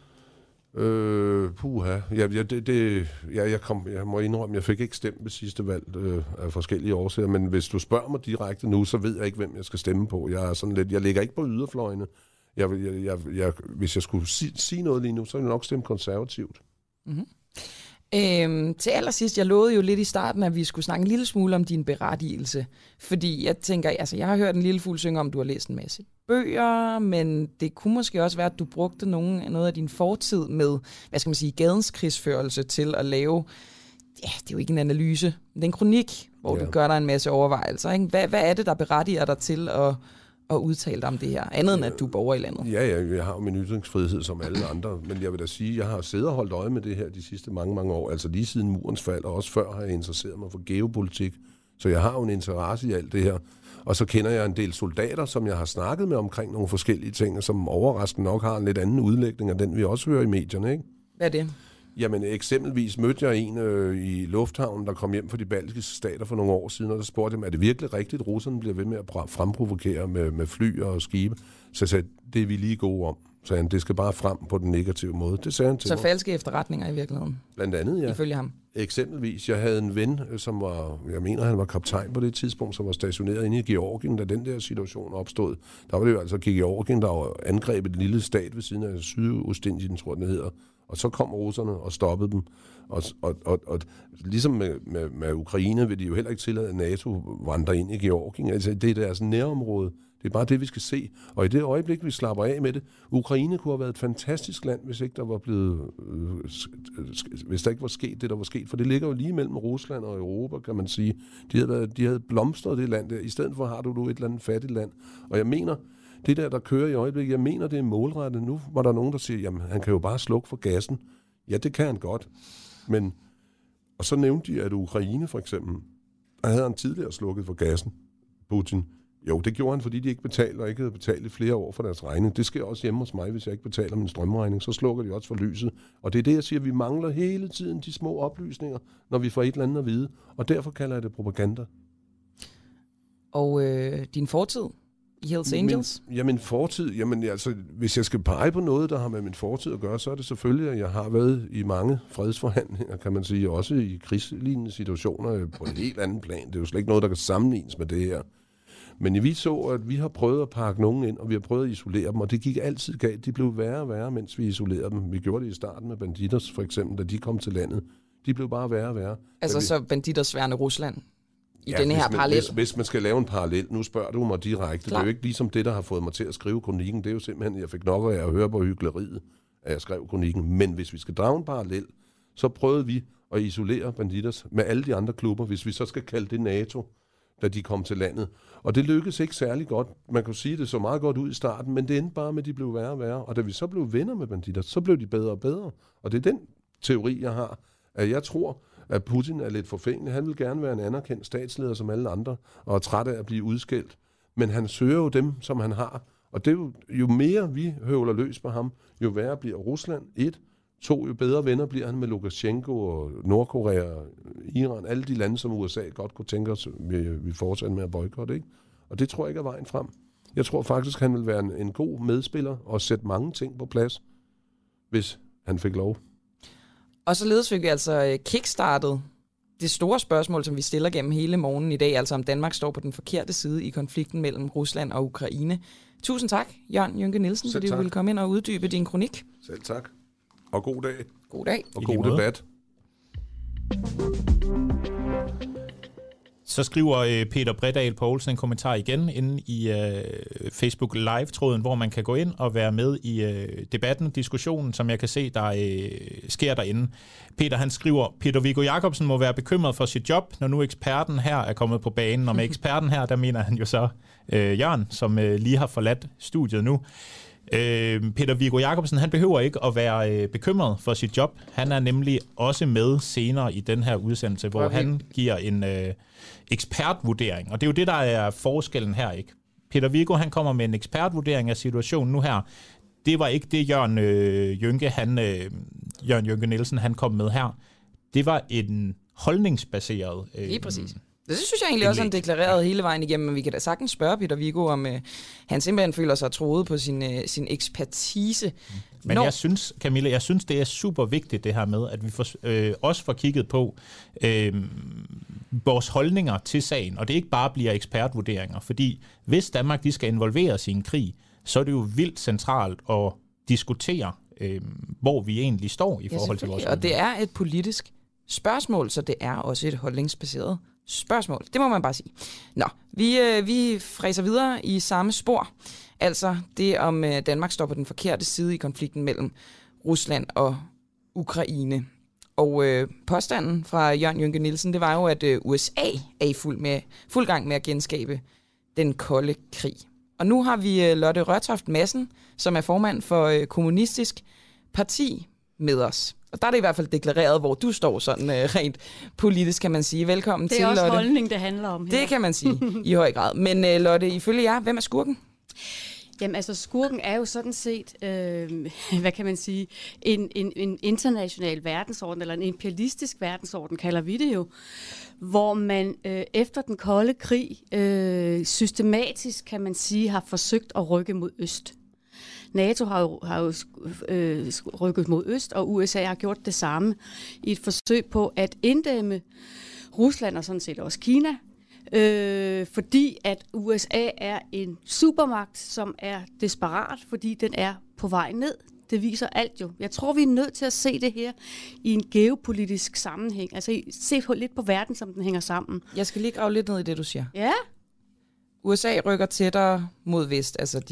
Speaker 4: Jeg må indrømme, jeg fik ikke stemt ved sidste valg af forskellige årsager, men hvis du spørger mig direkte nu, så ved jeg ikke, hvem jeg skal stemme på. Jeg ligger ikke på yderfløjene. Hvis jeg skulle sige noget lige nu, så ville jeg nok stemme konservativt.
Speaker 1: Mm-hmm. Til allersidst, jeg lovede jo lidt i starten, at vi skulle snakke en lille smule om din berettigelse. Fordi jeg tænker, altså jeg har hørt en lille fugl synge om, du har læst en masse bøger, men det kunne måske også være, at du brugte noget af din fortid med, gadens krigsførelse til at lave, det er jo ikke en analyse, det er en kronik, hvor du gør dig en masse overvejelser. Ikke? Hvad er det, der berettiger dig til at udtale dig om det her, andet end at du er borger i landet?
Speaker 4: Ja, jeg har jo min ytringsfrihed som alle andre, men jeg vil da sige, at jeg har siddet og holdt øje med det her de sidste mange år, altså lige siden murens fald, og også før har jeg interesseret mig for geopolitik, så jeg har jo en interesse i alt det her. Og så kender jeg en del soldater, som jeg har snakket med omkring nogle forskellige ting, som overraskende nok har en lidt anden udlægning af den, vi også hører i medierne, ikke?
Speaker 1: Hvad er det?
Speaker 4: Jamen eksempelvis mødte jeg en i lufthavnen, der kom hjem fra de baltiske stater for nogle år siden, og der spurgte dem, er det virkelig rigtigt, at russerne bliver ved med at fremprovokere med fly og skibe? Så jeg sagde, det er vi lige gode om. Så han, det skal bare frem på den negative måde. Det sagde han til mig.
Speaker 1: Så falske efterretninger i virkeligheden?
Speaker 4: Blandt andet, ja.
Speaker 1: Ifølge ham?
Speaker 4: Eksempelvis, jeg havde en ven, som han var kaptajn på det tidspunkt, som var stationeret inde i Georgien, da den der situation opstod. Der var det jo altså Georgien, der var angrebet et lille stat ved siden af Sydostindien, tror jeg, den hedder. Og så kom russerne og stoppede dem. Og ligesom med Ukraine vil de jo heller ikke tillade, at NATO vandrer ind i Georgien. Altså, det er deres nærområde. Det er bare det, vi skal se. Og i det øjeblik, vi slapper af med det, Ukraine kunne have været et fantastisk land, hvis ikke der var hvis der ikke var sket det, der var sket. For det ligger jo lige mellem Rusland og Europa, kan man sige. De havde blomstret det land der. I stedet for har du et eller andet fattigt land. Og jeg mener, det der kører i øjeblikket, jeg mener, det er målrettet. Nu var der nogen, der siger, jamen, han kan jo bare slukke for gassen. Ja, det kan han godt. Men, og så nævnte de, at Ukraine for eksempel, havde han tidligere slukket for gassen, Putin. Jo, det gjorde han, fordi de ikke betalte, og ikke havde betalt i flere år for deres regning. Det sker også hjemme hos mig, hvis jeg ikke betaler min strømregning. Så slukker de også for lyset. Og det er det, jeg siger, vi mangler hele tiden de små oplysninger, når vi får et eller andet at vide. Og derfor kalder jeg det propaganda.
Speaker 1: Og din fortid i Hells Angels?
Speaker 4: Min fortid, altså, hvis jeg skal pege på noget, der har med min fortid at gøre, så er det selvfølgelig, at jeg har været i mange fredsforhandlinger, kan man sige, også i krigslignende situationer på et helt andet plan. Det er jo slet ikke noget, der kan sammenlignes med det her. Men vi så, at vi har prøvet at pakke nogen ind, og vi har prøvet at isolere dem, og det gik altid galt. De blev værre og værre, mens vi isolerede dem. Vi gjorde det i starten med Bandidos, for eksempel, da de kom til landet. De blev bare værre og værre.
Speaker 1: Altså så Bandidos værende Rusland i denne her parallel.
Speaker 4: Hvis man skal lave en parallel, nu spørger du mig direkte,
Speaker 1: Klar.
Speaker 4: Det er jo ikke ligesom det, der har fået mig til at skrive kronikken. Det er jo simpelthen, jeg fik nok af at høre på hykleriet, at jeg skrev kronikken. Men hvis vi skal drage en parallel, så prøvede vi at isolere Bandidos med alle de andre klubber, hvis vi så skal kalde det NATO, da de kom til landet. Og det lykkedes ikke særlig godt. Man kunne sige, det så meget godt ud i starten, men det endte bare med, at de blev værre og værre. Og da vi så blev venner med Bandidos, så blev de bedre og bedre. Og det er den teori, jeg har, at jeg tror, at Putin er lidt forfængelig. Han vil gerne være en anerkendt statsleder som alle andre, og er træt af at blive udskældt. Men han søger jo dem, som han har. Og det er jo mere vi høvler løs på ham, jo værre bliver Rusland. 1. 2. Jo bedre venner bliver han med Lukashenko og Nordkorea og Iran. Alle de lande, som USA godt kunne tænke os, vi fortsætter med at boykotte, ikke? Og det tror jeg ikke er vejen frem. Jeg tror faktisk, han vil være en god medspiller og sætte mange ting på plads, hvis han fik lov.
Speaker 1: Og således fik vi altså kickstartet det store spørgsmål, som vi stiller gennem hele morgenen i dag, altså om Danmark står på den forkerte side i konflikten mellem Rusland og Ukraine. Tusind tak, Jørgen Jynke Nielsen, fordi du ville komme ind og uddybe din kronik.
Speaker 4: Selv tak. Og god dag.
Speaker 1: God dag.
Speaker 4: Og god debat.
Speaker 2: Så skriver Peter Bredal Poulsen en kommentar igen inde i Facebook Live-tråden, hvor man kan gå ind og være med i debatten, diskussionen, som jeg kan se, der sker derinde. Peter, han skriver, Peter Viggo Jacobsen må være bekymret for sit job, når nu eksperten her er kommet på banen. Og med eksperten her, der mener han jo så Jørgen, som lige har forladt studiet nu. Peter Viggo Jacobsen, han behøver ikke at være bekymret for sit job. Han er nemlig også med senere i den her udsendelse, hvor han giver en ekspertvurdering. Og det er jo det, der er forskellen her, ikke? Peter Viggo, han kommer med en ekspertvurdering af situationen nu her. Det var ikke det, Jørgen Jynke Nielsen, han kom med her. Det var en holdningsbaseret...
Speaker 1: Lige præcis. Det synes jeg egentlig også, han deklarerede hele vejen igennem, men vi kan da sagtens spørge Peter Viggo, om han simpelthen føler sig troet på sin ekspertise.
Speaker 2: Men jeg synes, Camilla, det er super vigtigt det her med, at vi også får kigget på vores holdninger til sagen, og det ikke bare bliver ekspertvurderinger, fordi hvis Danmark de skal involveres i en krig, så er det jo vildt centralt at diskutere, hvor vi egentlig står i forhold til vores holdninger.
Speaker 1: Og det er et politisk spørgsmål, så det er også et holdningsbaseret spørgsmål. Det må man bare sige. Nå, vi fræser videre i samme spor. Altså det, om Danmark står på den forkerte side i konflikten mellem Rusland og Ukraine. Og påstanden fra Jørgen Jynke Nielsen, det var jo, at USA er i fuld gang med at genskabe den kolde krig. Og nu har vi Lotte Rørtoft Madsen, som er formand for Kommunistisk Parti, med os. Og der er det i hvert fald deklareret, hvor du står sådan rent politisk, kan man sige. Velkommen til, Lotte.
Speaker 5: Det er også holdning, det handler om her.
Speaker 1: Det kan man sige i høj grad. Men Lotte, ifølge jer, hvem er skurken?
Speaker 5: Jamen altså, skurken er jo sådan set, hvad kan man sige, en international verdensorden, eller en imperialistisk verdensorden, kalder vi det jo, hvor man efter den kolde krig systematisk, kan man sige, har forsøgt at rykke mod øst. NATO har jo rykket mod øst, og USA har gjort det samme i et forsøg på at inddæmme Rusland og sådan set også Kina, fordi at USA er en supermagt, som er desperat, fordi den er på vej ned. Det viser alt jo. Jeg tror, vi er nødt til at se det her i en geopolitisk sammenhæng. Altså se lidt på verden, som den hænger sammen.
Speaker 1: Jeg skal lige grave lidt ned i det, du siger.
Speaker 5: Ja.
Speaker 1: USA rykker tættere mod vest, altså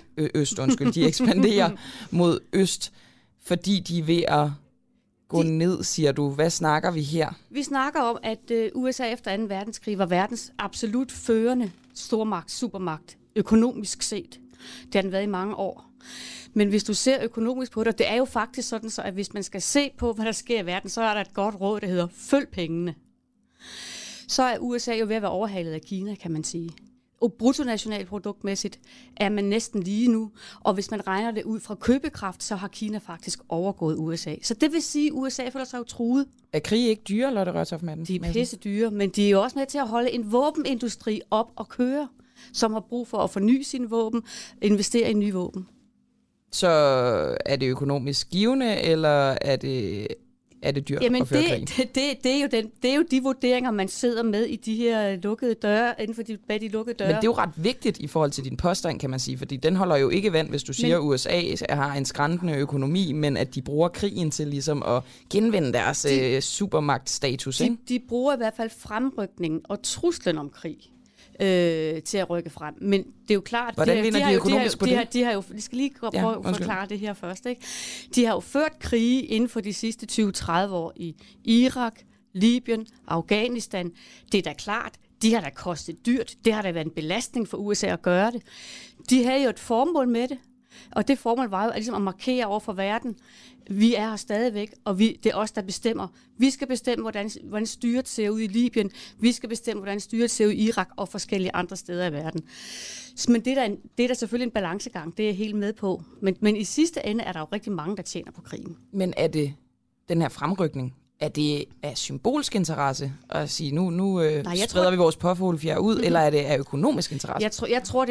Speaker 1: de ekspanderer mod øst, fordi de er ved at gå ned, siger du. Hvad snakker vi her?
Speaker 5: Vi snakker om, at USA efter 2. verdenskrig var verdens absolut førende stormagt, supermagt, økonomisk set. Det har den været i mange år. Men hvis du ser økonomisk på det, det er jo faktisk sådan, så at hvis man skal se på, hvad der sker i verden, så er der et godt råd, der hedder følg pengene. Så er USA jo ved at være overhalet af Kina, kan man sige. Og bruttonationalproduktmæssigt er man næsten lige nu, og hvis man regner det ud fra købekraft, så har Kina faktisk overgået USA. Så det vil sige, at USA føler sig jo truet.
Speaker 1: Er krig ikke dyre, Lotte Rørtoft Madsen?
Speaker 5: De er pisse dyre, men de er jo også med til at holde en våbenindustri op og køre, som har brug for at forny sine våben, investere i nye våben.
Speaker 1: Så er det økonomisk givende, eller er er det dyrt
Speaker 5: Jamen
Speaker 1: at føre krig.
Speaker 5: det er jo de vurderinger, man sidder med i de her lukkede døre, inden for bag de lukkede døre.
Speaker 1: Men det er jo ret vigtigt i forhold til din påstand, kan man sige, fordi den holder jo ikke vand, hvis du siger, at USA har en skrantende økonomi, men at de bruger krigen til ligesom at genvinde deres supermagtstatus.
Speaker 5: De bruger i hvert fald fremrykningen og truslen om krig til at rykke frem. Men det er jo klart...
Speaker 1: Hvordan vinder de økonomisk på det?
Speaker 5: Vi skal lige prøve at forklare det her først. Ikke? De har jo ført krige inden for de sidste 20-30 år i Irak, Libyen, Afghanistan. Det er da klart, de har da kostet dyrt. Det har da været en belastning for USA at gøre det. De havde jo et formål med det, og det formål var jo ligesom at markere over for verden, vi er her stadigvæk, og det er os, der bestemmer. Vi skal bestemme, hvordan styret ser ud i Libyen. Vi skal bestemme, hvordan styret ser ud i Irak og forskellige andre steder i verden. Men det er der selvfølgelig en balancegang, det er jeg helt med på. Men i sidste ende er der jo rigtig mange, der tjener på krigen.
Speaker 1: Men er det den her fremrykning, er det af symbolsk interesse at sige, nu spreder vi vores påfuglefjer ud, eller er det af økonomisk interesse?
Speaker 5: Jeg tror,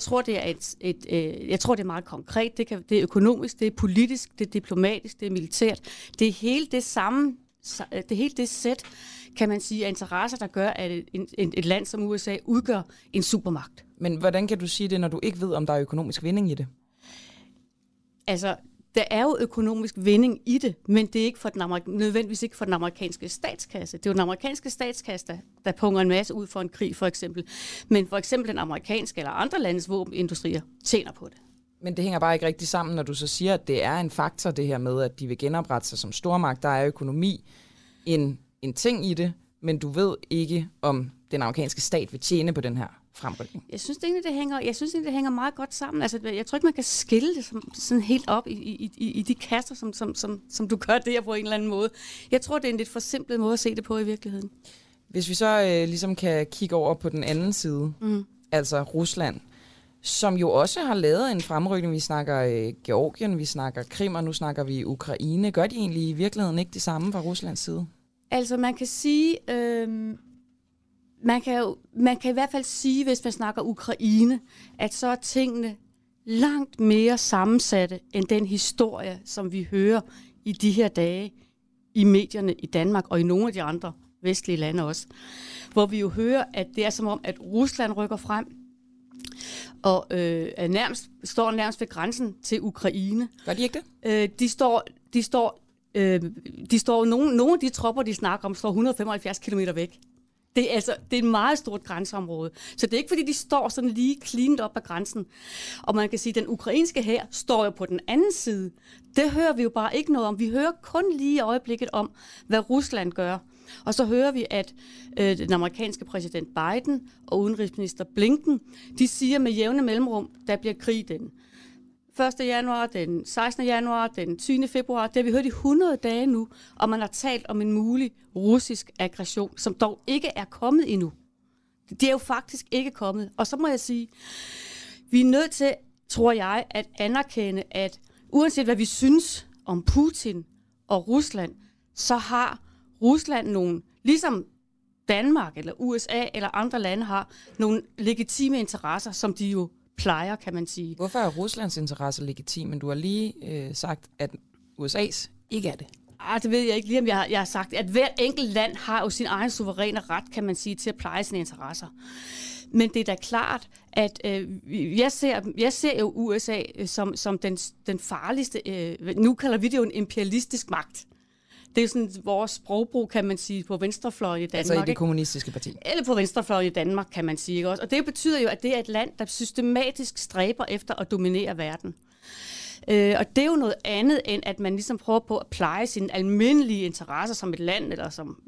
Speaker 5: det er meget konkret. Det er økonomisk, det er politisk, det er diplomatisk, det er militært. Det er hele det samme, det er hele det sæt, kan man sige, af interesser, der gør, at et land som USA udgør en supermagt.
Speaker 1: Men hvordan kan du sige det, når du ikke ved, om der er økonomisk vinding i det?
Speaker 5: Altså, der er jo økonomisk vinding i det, men det er ikke nødvendigvis ikke for den amerikanske statskasse. Det er jo den amerikanske statskasse, der punger en masse ud for en krig, for eksempel. Men for eksempel den amerikanske eller andre landes våbenindustrier tjener på det.
Speaker 1: Men det hænger bare ikke rigtig sammen, når du så siger, at det er en faktor, det her med, at de vil genoprette sig som stormagt. Der er økonomi en ting i det, men du ved ikke, om den amerikanske stat vil tjene på den her fremrykning.
Speaker 5: Jeg synes egentlig, det hænger meget godt sammen. Altså, jeg tror ikke, man kan skille det sådan helt op i de kasser, som du gør det her på en eller anden måde. Jeg tror, det er en lidt forsimplet måde at se det på i virkeligheden.
Speaker 1: Hvis vi så ligesom kan kigge over på den anden side, altså Rusland, som jo også har lavet en fremrykning. Vi snakker Georgien, vi snakker Krim, og nu snakker vi Ukraine. Gør de egentlig i virkeligheden ikke det samme fra Ruslands side?
Speaker 5: Altså, man kan sige... Man kan i hvert fald sige, hvis man snakker Ukraine, at så er tingene langt mere sammensatte end den historie, som vi hører i de her dage i medierne i Danmark og i nogle af de andre vestlige lande også. Hvor vi jo hører, at det er som om, at Rusland rykker frem og står nærmest ved grænsen til Ukraine.
Speaker 1: Gør de ikke det?
Speaker 5: Nogle af de tropper, de snakker om, står 175 kilometer væk. Det er et meget stort grænseområde. Så det er ikke, fordi de står sådan lige cleaned op ad grænsen. Og man kan sige, at den ukrainske hær står jo på den anden side. Det hører vi jo bare ikke noget om. Vi hører kun lige i øjeblikket om, hvad Rusland gør. Og så hører vi, at den amerikanske præsident Biden og udenrigsminister Blinken, de siger med jævne mellemrum, der bliver krig den 1. januar, den 16. januar, den 20. februar. Det har vi hørt i 100 dage nu, og man har talt om en mulig russisk aggression, som dog ikke er kommet endnu. Det er jo faktisk ikke kommet. Og så må jeg sige, vi er nødt til, tror jeg, at anerkende, at uanset hvad vi synes om Putin og Rusland, så har Rusland nogle, ligesom Danmark eller USA eller andre lande har, nogle legitime interesser, som de jo plejer, kan man sige.
Speaker 1: Hvorfor er Ruslands interesse legitim? Men du har lige sagt, at USA's ikke er det.
Speaker 5: Det ved jeg ikke lige, om jeg har sagt, at hvert enkelt land har jo sin egen suveræne ret, kan man sige, til at pleje sine interesser. Men det er da klart, at jeg ser jo USA som den farligste, nu kalder vi det jo en imperialistisk magt. Det er sådan vores sprogbrug, kan man sige, på venstrefløjen i Danmark.
Speaker 1: Altså i det kommunistiske parti.
Speaker 5: Eller på venstrefløjen i Danmark, kan man sige. Ikke også? Og det betyder jo, at det er et land, der systematisk stræber efter at dominere verden. Og det er jo noget andet, end at man ligesom prøver på at pleje sine almindelige interesser som et land, eller som...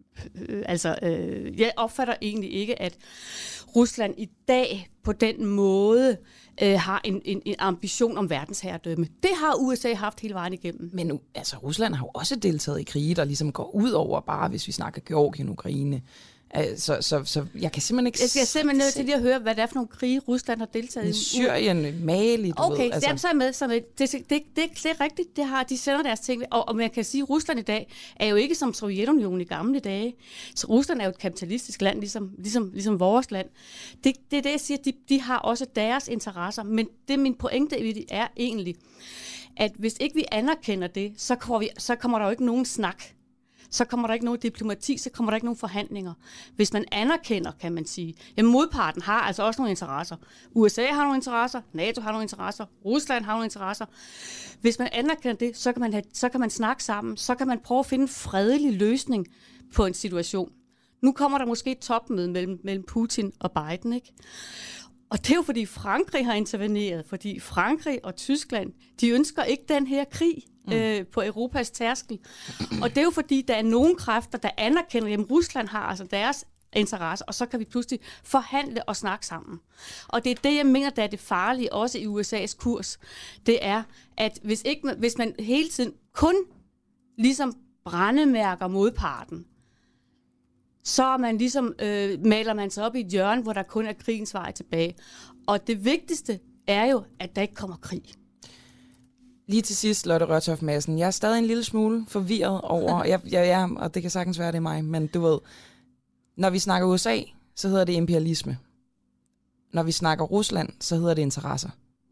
Speaker 5: jeg opfatter egentlig ikke, at Rusland i dag på den måde har en ambition om verdensherredømme. Det har USA haft hele vejen igennem.
Speaker 1: Men Rusland har jo også deltaget i krige, der ligesom går ud over bare, hvis vi snakker Georgien, Ukraine. Så jeg kan simpelthen ikke...
Speaker 5: Jeg skal simpelthen nødt til lige at høre, hvad det er for nogle krige, Rusland har deltaget i.
Speaker 1: Syrien, Mali, du ved.
Speaker 5: Okay, så er med. Det er rigtigt, det har, de sender deres ting. Og man kan sige, at Rusland i dag er jo ikke som Sovjetunionen i gamle dage. Så Rusland er jo et kapitalistisk land, ligesom vores land. Det er det, jeg siger, de har også deres interesser. Men det min pointe er egentlig, at hvis ikke vi anerkender det, så kommer der jo ikke nogen snak. Så kommer der ikke nogen diplomati, så kommer der ikke nogen forhandlinger. Hvis man anerkender, kan man sige, at modparten har altså også nogle interesser. USA har nogle interesser, NATO har nogle interesser, Rusland har nogle interesser. Hvis man anerkender det, så kan man snakke sammen, så kan man prøve at finde en fredelig løsning på en situation. Nu kommer der måske et topmøde mellem Putin og Biden, ikke? Og det er jo fordi Frankrig har interveneret, fordi Frankrig og Tyskland, de ønsker ikke den her krig på Europas tærskel. Og det er jo fordi, der er nogle kræfter, der anerkender, at Rusland har altså deres interesser, og så kan vi pludselig forhandle og snakke sammen. Og det er det, jeg mener, der er det farlige også i USA's kurs. Det er, at hvis man hele tiden kun ligesom brændemærker modparten, så er man ligesom, maler man sig op i et hjørne, hvor der kun er krigens vej tilbage. Og det vigtigste er jo, at der ikke kommer krig.
Speaker 1: Lige til sidst, Lotte Rørtoft Madsen, jeg er stadig en lille smule forvirret over, og det kan sagtens være, det er mig, men du ved, når vi snakker USA, så hedder det imperialisme. Når vi snakker Rusland, så hedder det interesser.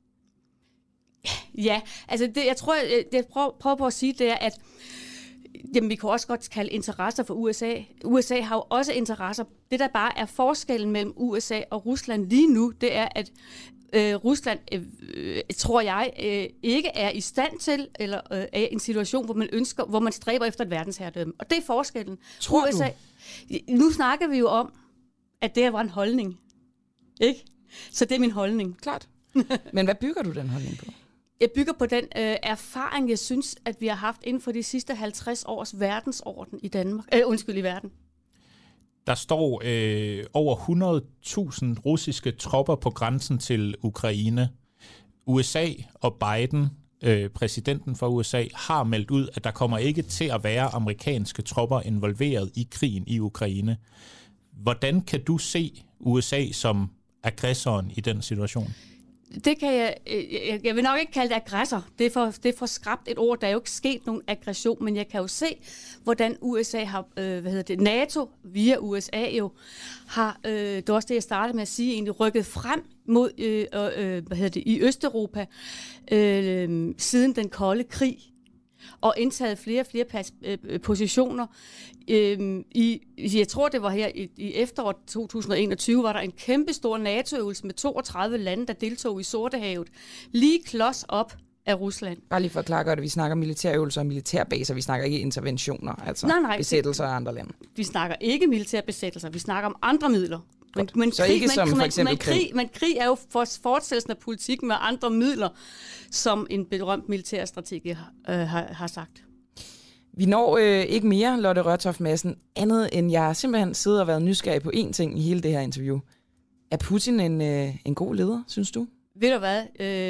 Speaker 5: Ja, altså det, jeg tror, jeg prøver på at sige, det er, at jamen, vi kan også godt kalde interesser for USA. USA har jo også interesser. Det, der bare er forskellen mellem USA og Rusland lige nu, det er, at Rusland, tror jeg, ikke er i stand til, eller er i en situation, hvor man stræber efter et verdensherredømme. Og det er forskellen.
Speaker 1: Tror USA,
Speaker 5: du? Nu snakker vi jo om, at det var en holdning. Ikke? Så det er min holdning.
Speaker 1: Klart. Men hvad bygger du den holdning på?
Speaker 5: Jeg bygger på den erfaring, jeg synes, at vi har haft inden for de sidste 50 års verdensorden i Danmark. I verden.
Speaker 2: Der står over 100.000 russiske tropper på grænsen til Ukraine. USA og Biden, præsidenten for USA, har meldt ud, at der kommer ikke til at være amerikanske tropper involveret i krigen i Ukraine. Hvordan kan du se USA som aggressoren i den situation?
Speaker 5: Det kan jeg vil nok ikke kalde det aggressor. Det er for skrapt et ord. Der er jo ikke sket nogen aggression, men jeg kan jo se, hvordan USA har, NATO via USA jo har, det var også det, jeg startede med at sige, egentlig rykket frem mod, i Østeuropa siden den kolde krig, og indtaget flere og flere positioner. Jeg tror, det var her i efteråret 2021, var der en kæmpe stor NATO-øvelse med 32 lande, der deltog i Sortehavet, lige klods op af Rusland.
Speaker 1: Bare lige for at klargøre det, vi snakker militærøvelser og militærbaser, vi snakker ikke interventioner, altså nej, besættelser af andre lande.
Speaker 5: Vi snakker ikke militærbesættelser, vi snakker om andre midler.
Speaker 1: Men så ikke som for eksempel krig.
Speaker 5: Men krig er jo fortsættelsen af politikken med andre midler, som en berømt militærstrategi har sagt.
Speaker 1: Vi når ikke mere, Lotte Rørtoft Madsen, andet end jeg simpelthen sidder og været nysgerrig på én ting i hele det her interview. Er Putin en god leder, synes du?
Speaker 5: Ved du hvad?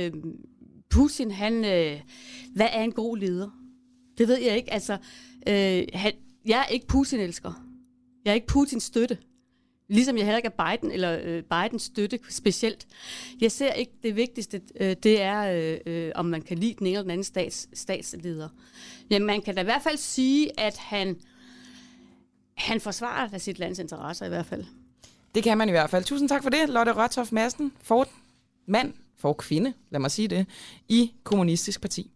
Speaker 5: Putin, hvad er en god leder? Det ved jeg ikke. Altså, jeg er ikke Putin-elsker. Jeg er ikke Putins støtte. Ligesom jeg heller ikke er Biden eller Bidens støtte specielt. Jeg ser ikke det vigtigste, det er, om man kan lide den ene eller den anden statsleder. Men man kan da i hvert fald sige, at han forsvarer sit lands interesser i hvert fald.
Speaker 1: Det kan man i hvert fald. Tusind tak for det, Lotte Rørtoft Madsen, for kvinde, lad mig sige det, i Kommunistisk Parti.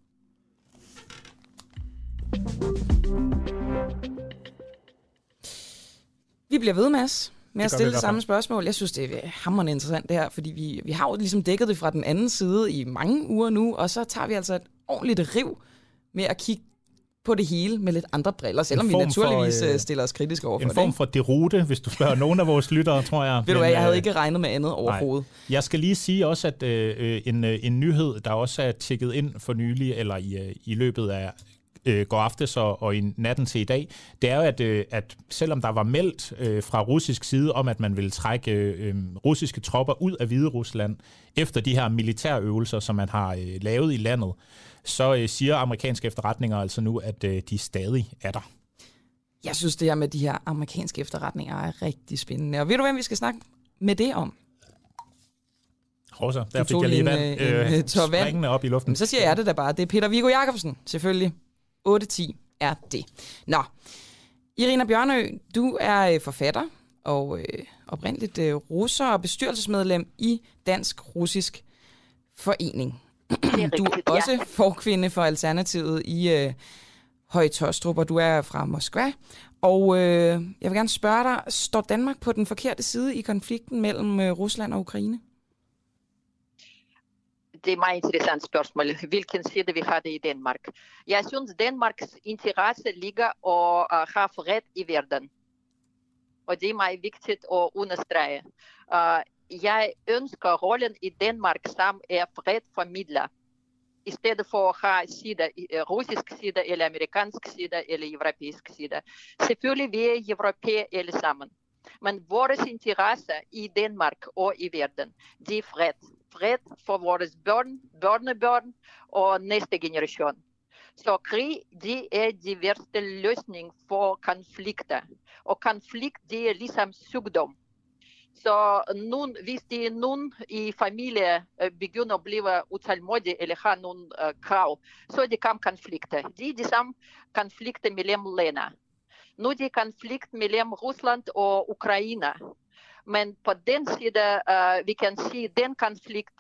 Speaker 1: Vi bliver ved, Mads, med at stille det samme spørgsmål. Jeg synes, det er hamrende interessant det her, fordi vi har jo ligesom dækket det fra den anden side i mange uger nu, og så tager vi altså et ordentligt riv med at kigge på det hele med lidt andre briller, selvom vi naturligvis stiller os kritisk over for det.
Speaker 2: En form for derute, hvis du spørger nogen af vores lyttere, tror jeg.
Speaker 1: Ved du hvad, jeg havde ikke regnet med andet overhovedet.
Speaker 2: Nej. Jeg skal lige sige også, at en nyhed, der også er tjekket ind for nylig, eller i løbet af går aftes og i natten til i dag, det er jo, at selvom der var meldt fra russisk side om, at man ville trække russiske tropper ud af Hviderusland efter de her militærøvelser, som man har lavet i landet, så siger amerikanske efterretninger altså nu, at de stadig er der.
Speaker 1: Jeg synes, det her med de her amerikanske efterretninger er rigtig spændende. Og ved du, hvem vi skal snakke med det om?
Speaker 2: Rosa, der fik jeg lige vand springende op i luften.
Speaker 1: Men så siger jeg det da bare. Det er Peter Viggo Jacobsen, selvfølgelig. 8-10 er det. Nå, Irina Bjørnø, du er forfatter og oprindeligt russer og bestyrelsesmedlem i Dansk Russisk Forening. Du er også forkvinde for Alternativet i Høje Taastrup, og du er fra Moskva. Og jeg vil gerne spørge dig, står Danmark på den forkerte side i konflikten mellem Rusland og Ukraine?
Speaker 6: Det er et meget interessant spørgsmål, hvilken side vi har det i Danmark. Jeg synes, Danmarks interesse ligger og have fred i verden. Og det er meget vigtigt at understrege. Jeg ønsker rollen i Danmark, som er fredformidler. I stedet for at have side, russisk side, eller amerikansk side, eller europæisk side. Selvfølgelig vi er europæere alle sammen. Men vores interesse i Danmark og i verden, det er fred. Fred for vores børn, børnebørn og næste generation. Så krig, det er de værste løsning for konflikter. Og konflikt, det er ligesom sygdom. Så hvis det er nogen i familie begynder at blive utålmodige eller har nogle krav, så er det konflikter. Det er de samme konflikter mellem lande. Nu er det konflikt mellem Rusland og Ukraine. Men på den side, vi kan sige, at den konflikt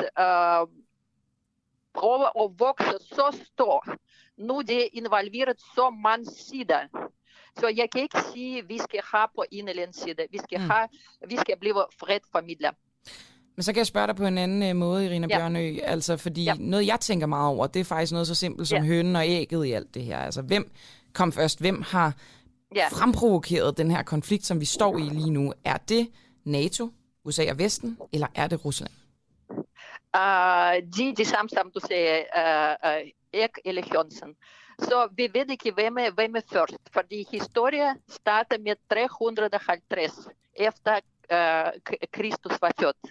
Speaker 6: prøver at vokse så stor. Nu er det involveret så mange sider. Så jeg kan ikke sige, at vi skal have på en eller anden side. Vi skal blive fredformidler.
Speaker 1: Men så kan jeg spørge dig på en anden måde, Irina Bjørnø. Altså, fordi noget, jeg tænker meget over, det er faktisk noget så simpelt som hønen og ægget i alt det her. Altså, hvem kom først? Hvem har fremprovokeret den her konflikt, som vi står i lige nu? Er det NATO, USA og Vesten, eller er det Rusland?
Speaker 6: Det samme, som du sagde, æg eller hønsen. Så vi ved ikke, hvem er først, fordi historien starter med 350 efter Kristus var født.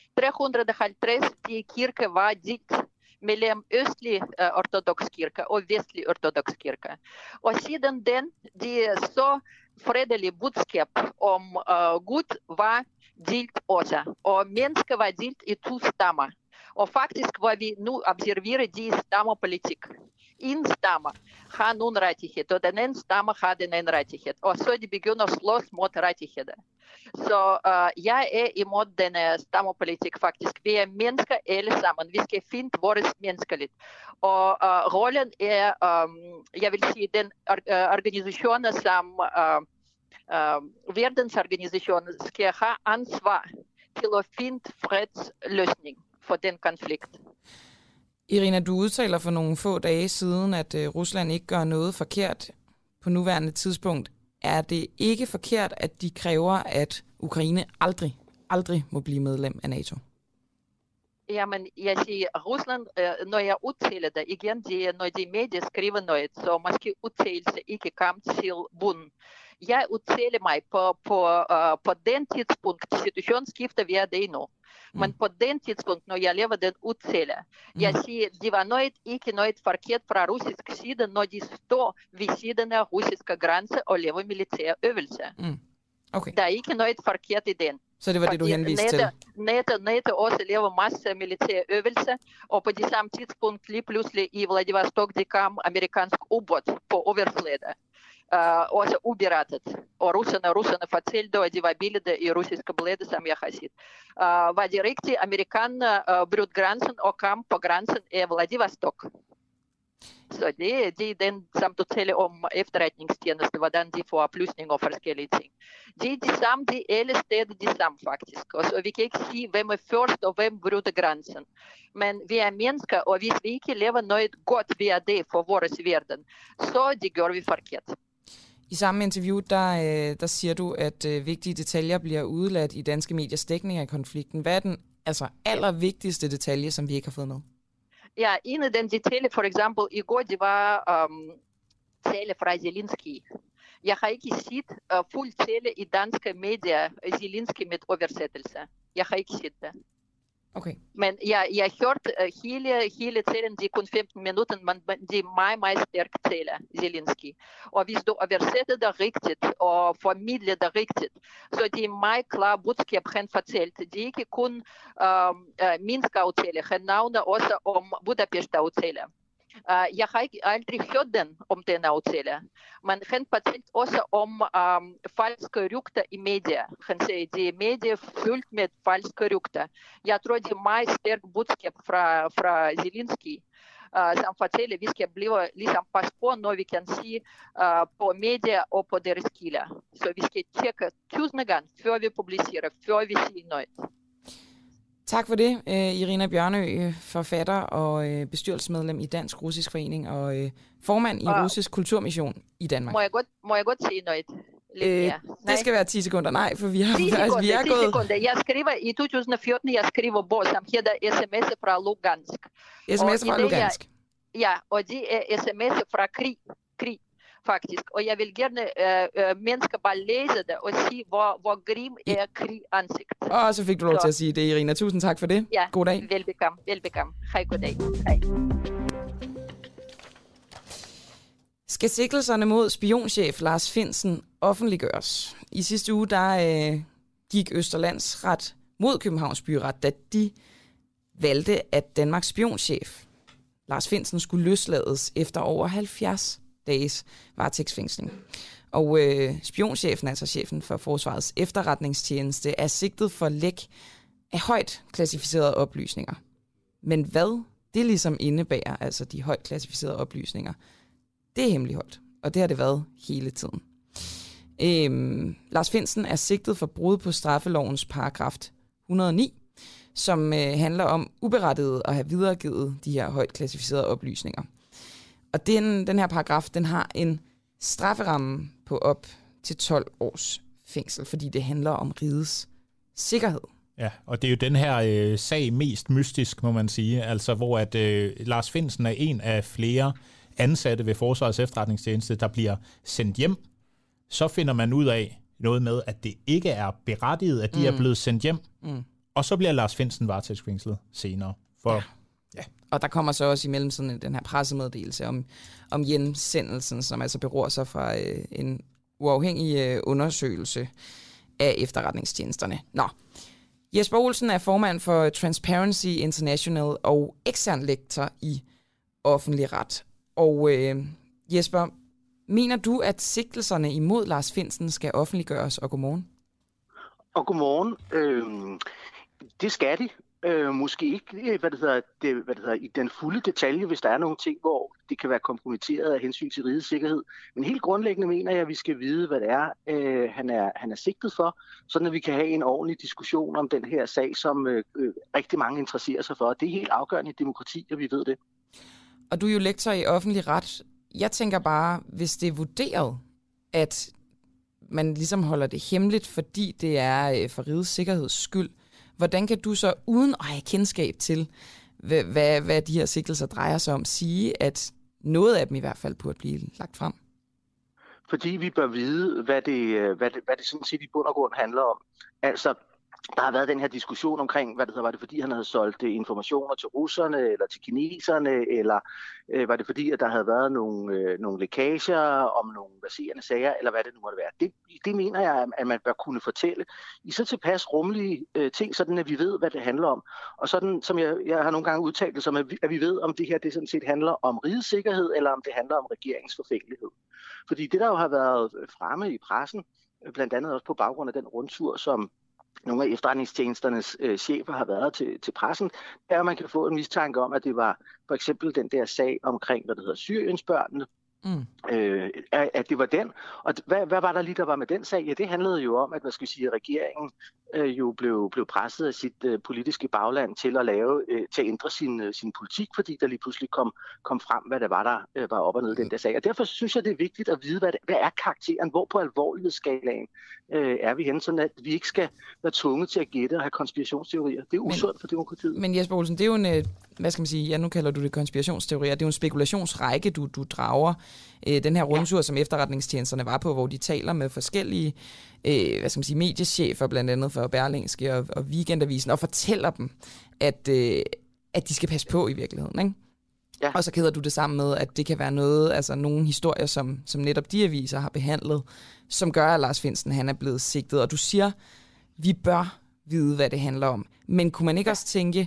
Speaker 6: 350, de kirke var delt mellem østlig ortodox kirke og vestlig ortodox kirke. Og siden den, de så fredelige budskab om Gud var delt også, og mennesker var delt i 2 stammer. Og faktisk, hvor vi nu observerer de stammepolitik. En stamme har nogle rettigheder, og den anden stamme har den anden rettighed. Og så de begynder at slås mod rettigheder. Så jeg er imod den stammepolitik faktisk. Vi er mennesker alle sammen. Vi skal finde vores menneskeligt. Og rollen er, jeg vil sige, den organisationer som verdensorganisationen skal have ansvar til at finde fredsløsning for den konflikt.
Speaker 1: Irina, du udtaler for nogle få dage siden, at Rusland ikke gør noget forkert på nuværende tidspunkt. Er det ikke forkert, at de kræver, at Ukraine aldrig må blive medlem af NATO?
Speaker 6: Jamen, jeg siger, Rusland, når jeg udtaler det igen, når de medier skriver noget, så måske udtalelse ikke kom til bunden. Jeg udtaler mig på den tidspunkt, situationsskifter vi er det nu. Men på den tidspunkt, når jeg laver den udtale, jeg siger, det var ikke noget forkert fra russisk side, når de står ved siden af russiske grænser og laver militære øvelser.
Speaker 1: Okay.
Speaker 6: Der er ikke noget forkert i den.
Speaker 1: Så det var det, du henviste til?
Speaker 6: NATO også laver masse militære øvelser, og på det samme tidspunkt lige pludselig i Vladivostok, der kom amerikansk ubåd på overfladen. Også uberettet. Og russerne fortalte, at de var billeder i russiske blade, som jeg har set. Var det rigtigt, amerikanerne brød grænsen og kom på grænsen af Vladivostok. Så det er den, som du taler om efterretningstjeneste, hvordan de får oplysninger og forskellige ting. Det er de samme, det er alle steder de samme faktisk. Og så vi kan ikke sige, hvem er først og hvem bryder grænsen. Men vi er mennesker, og hvis vi ikke laver noget godt ved det for vores verden, så det gør vi forkert.
Speaker 1: I samme interview, der siger du, at vigtige detaljer bliver udeladt i danske mediers dækning af konflikten. Hvad er den allervigtigste detalje, som vi ikke har fået med?
Speaker 6: Ja, en af den detalje, for eksempel, i går, det var tale fra Zelensky. Jeg har ikke set fuld tale i danske medier, Zelensky med oversættelse. Jeg har ikke set det.
Speaker 1: Okay.
Speaker 6: Men jeg hørte hele talen, de kun 15 minutter, men det er meget, meget stærk tale, Zelensky. Og hvis du oversætter det rigtigt og formidler det rigtigt, så det er meget klar budskab, han fortalte. Det er ikke kun Minsk-aftale, han nævner også om Budapest-aftale. Jeg har ikke aldrig hørt om den aftale. Men han fortalte også om falske rygter i medier. Han sagde, at det er medier fyldt med falske rygter. Jeg tror, det er meget stærkt budskab fra Zelensky, som fortæller, at vi skal blive ligesom pas på, når vi kan sige på medier og på deres kilder. Så vi skal tjekke 1000 gange, før vi publicerer, før vi siger noget.
Speaker 1: Tak for det, Irina Bjørnø, forfatter og bestyrelsesmedlem i Dansk Russisk Forening og formand i Russisk Kulturmission i Danmark.
Speaker 6: Må jeg godt sige noget?
Speaker 1: Det skal være 10 sekunder. Nej, for vi er
Speaker 6: 10 sekunder. Jeg skriver i 2014, jeg skriver bog, som hedder SMS fra Lugansk.
Speaker 1: SMS fra Lugansk?
Speaker 6: Ja, og det er SMS fra krig, faktisk. Og jeg vil gerne mennesker bare læse det og sige, hvor grim er krig ansigt.
Speaker 1: Og så fik du lov til at sige det, Irina. Tusind tak for det.
Speaker 6: Ja,
Speaker 1: god dag.
Speaker 6: Velbekomme. Hej, god dag. Hej.
Speaker 1: Skal sigtelserne mod spionchef Lars Findsen offentliggøres? I sidste uge gik Østerlandsret mod Københavns Byret, da de valgte, at Danmarks spionchef Lars Findsen skulle løslades efter over 70 dages varetægtsfængsling. Og spionchefen, altså chefen for Forsvarets efterretningstjeneste, er sigtet for læk af højt klassificerede oplysninger. Men hvad det ligesom indebærer, altså de højt klassificerede oplysninger, det er hemmeligholdt, og det har det været hele tiden. Lars Findsen er sigtet for brud på straffelovens paragraf 109, som handler om uberettiget at have videregivet de her højt klassificerede oplysninger. Og den her paragraf, den har en strafferamme på op til 12 års fængsel, fordi det handler om rigets sikkerhed.
Speaker 2: Ja, og det er jo den her sag mest mystisk, må man sige, altså hvor at Lars Findsen er en af flere ansatte ved Forsvarets efterretningstjeneste, der bliver sendt hjem. Så finder man ud af noget med, at det ikke er berettiget, at de er blevet sendt hjem. Og så bliver Lars Findsen varetægtsfængslet senere. Ja.
Speaker 1: Og der kommer så også imellem sådan den her pressemeddelelse om hjemsendelsen, som altså beror sig fra en uafhængig undersøgelse af efterretningstjenesterne. Jesper Olsen er formand for Transparency International og ekstern lektor i offentlig ret. Og Jesper, mener du, at sigtelserne imod Lars Findsen skal offentliggøres? Og godmorgen.
Speaker 7: Og godmorgen. Det skal de. Måske ikke i den fulde detalje, hvis der er nogle ting, hvor det kan være kompromitteret af hensyn til rigets sikkerhed. Men helt grundlæggende mener jeg, at vi skal vide, hvad det er, han er sigtet for, sådan at vi kan have en ordentlig diskussion om den her sag, som rigtig mange interesserer sig for. Det er helt afgørende i demokrati, at vi ved det.
Speaker 1: Og du er jo lektor i offentlig ret. Jeg tænker bare, hvis det er vurderet, at man ligesom holder det hemmeligt, fordi det er for rigets sikkerheds skyld, hvordan kan du så, uden at have kendskab til, hvad de her sigtelser drejer sig om, sige, at noget af dem i hvert fald burde blive lagt frem?
Speaker 7: Fordi vi bør vide, hvad det sådan set i bund og grund handler om. Altså, der har været den her diskussion omkring, var det fordi han havde solgt informationer til russerne eller til kineserne, eller var det fordi, at der havde været nogle lækager om nogle verserende sager, eller hvad det nu måtte være. Det mener jeg, at man bør kunne fortælle i så tilpas rummelige ting, sådan at vi ved, hvad det handler om. Og sådan, som jeg har nogle gange udtalt det, som at vi ved, om det her det sådan set handler om rigets sikkerhed, eller om det handler om regeringens forfængelighed. Fordi det, der jo har været fremme i pressen, blandt andet også på baggrund af den rundtur, som nogle af efterretningstjenesternes chefer har været til pressen, er, at man kan få en mistanke om, at det var for eksempel den der sag omkring, Syriensbørnene, at det var den. Og hvad var der lige, der var med den sag? Ja, det handlede jo om, at regeringen jo blev presset af sit politiske bagland til at ændre sin politik, fordi der lige pludselig kom frem, hvad det var, der var op og ned i den der sag. Og derfor synes jeg, det er vigtigt at vide, hvad er karakteren, hvor på alvorlighedsskalaen er vi henne, sådan at vi ikke skal være tvunget til at gætte og have konspirationsteorier. Det er usundt for demokratiet.
Speaker 1: Men Jesper Olsen, det er jo en, hvad skal man sige, nu kalder du det konspirationsteorier, det er jo en spekulationsrække, du drager. Den her rundtur, som efterretningstjenesterne var på, hvor de taler med forskellige mediechefer, blandt andet for Berlingske og Weekendavisen, og fortæller dem, at de skal passe på i virkeligheden, ikke? Ja. Og så kæder du det sammen med, at det kan være noget, altså nogle historier, som netop de aviser har behandlet, som gør, at Lars Findsen han er blevet sigtet. Og du siger, vi bør vide, hvad det handler om. Men kunne man ikke også tænke,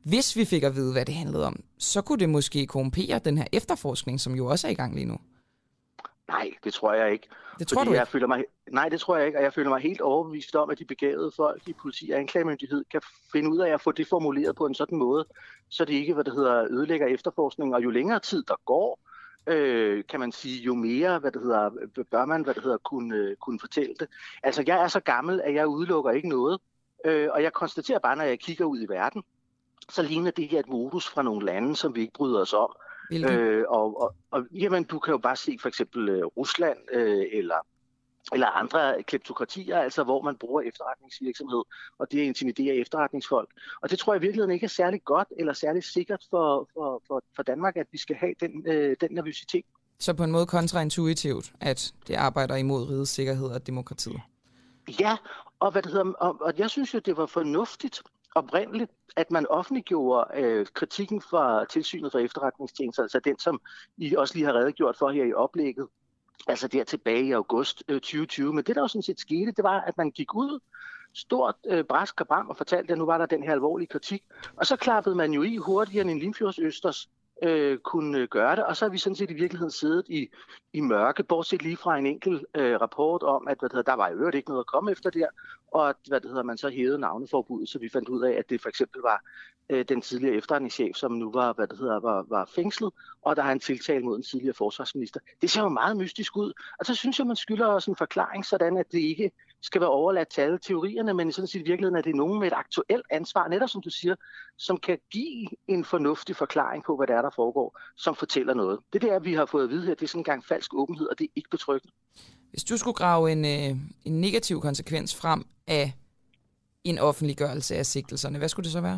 Speaker 1: hvis vi fik at vide, hvad det handlede om, så kunne det måske korrumpere den her efterforskning, som jo også er i gang lige nu.
Speaker 7: Nej, det tror jeg ikke.
Speaker 1: Det tror du ikke?
Speaker 7: Nej, det tror jeg ikke, og jeg føler mig helt overbevist om, at de begavede folk i politi og anklagemyndighed kan finde ud af at få det formuleret på en sådan måde, så det ikke, ødelægger efterforskningen. Og jo længere tid der går, kan man sige, jo mere, bør man, kunne fortælle det. Altså, jeg er så gammel, at jeg udelukker ikke noget, og jeg konstaterer bare, når jeg kigger ud i verden, så ligner det her et modus fra nogle lande, som vi ikke bryder os om. Jamen, du kan jo bare se for eksempel Rusland eller andre kleptokratier, altså hvor man bruger efterretningsvirksomhed, og det intimiderer efterretningsfolk. Og det tror jeg i virkeligheden ikke er særlig godt eller særlig sikkert for Danmark, at vi skal have den nervøsitet.
Speaker 1: Så på en måde kontraintuitivt, at det arbejder imod rigets sikkerhed og demokratiet?
Speaker 7: Ja, og jeg synes jo, det var fornuftigt oprindeligt, at man offentliggjorde kritikken fra Tilsynet for Efterretningstjenester, altså den, som I også lige har redegjort for her i oplægget, altså der tilbage i august 2020. Men det, der jo sådan set skete, det var, at man gik ud stort brask og bram og fortalte, at nu var der den her alvorlige kritik. Og så klappede man jo i hurtigere end en Limfjordsøsters kunne gøre det. Og så har vi sådan set i virkeligheden siddet i mørke, bortset lige fra en enkelt rapport om, at der var i øvrigt ikke noget at komme efter der, og at man så hævede navneforbuddet, så vi fandt ud af, at det for eksempel var den tidligere efterretningschef, som nu var fængslet, og der har en tiltale mod en tidligere forsvarsminister. Det ser jo meget mystisk ud, og så synes jeg, man skylder os en forklaring, sådan at det ikke skal være overladt til alle teorierne, men sådan set i virkeligheden er det nogen med et aktuelt ansvar, netop som du siger, som kan give en fornuftig forklaring på, hvad der foregår, som fortæller noget. Det der, vi har fået at vide her, det er sådan en gang falsk åbenhed, og det er ikke betryggende.
Speaker 1: Hvis du skulle grave en negativ konsekvens frem af en offentliggørelse af sigtelserne, hvad skulle det så være?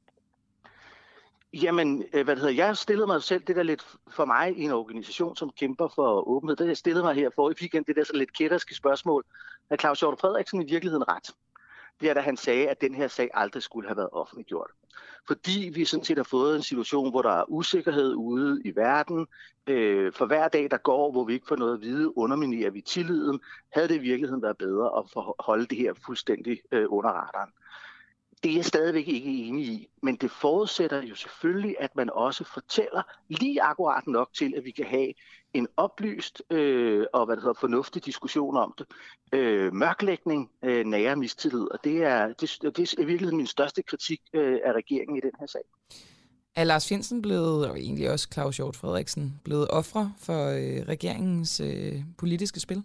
Speaker 7: Jamen, jeg stillede mig selv det der lidt for mig i en organisation, som kæmper for åbenhed. Det jeg stillede mig her for i weekend, det der så lidt kætterske spørgsmål. Er Claus Hjort Frederiksen i virkeligheden ret? Det er, da han sagde, at den her sag aldrig skulle have været offentliggjort. Fordi vi sådan set har fået en situation, hvor der er usikkerhed ude i verden. For hver dag, der går, hvor vi ikke får noget at vide, underminerer vi tilliden. Havde det i virkeligheden været bedre at holde det her fuldstændig under radaren? Det er jeg stadigvæk ikke enig i, men det forudsætter jo selvfølgelig, at man også fortæller lige akkurat nok til, at vi kan have en oplyst og fornuftig diskussion om det. Mørklægning, nære mistillid, og det er i virkeligheden min største kritik af regeringen i den her sag.
Speaker 1: Er Lars Findsen blevet, og egentlig også Claus Hjort Frederiksen, blevet ofre for regeringens politiske spil?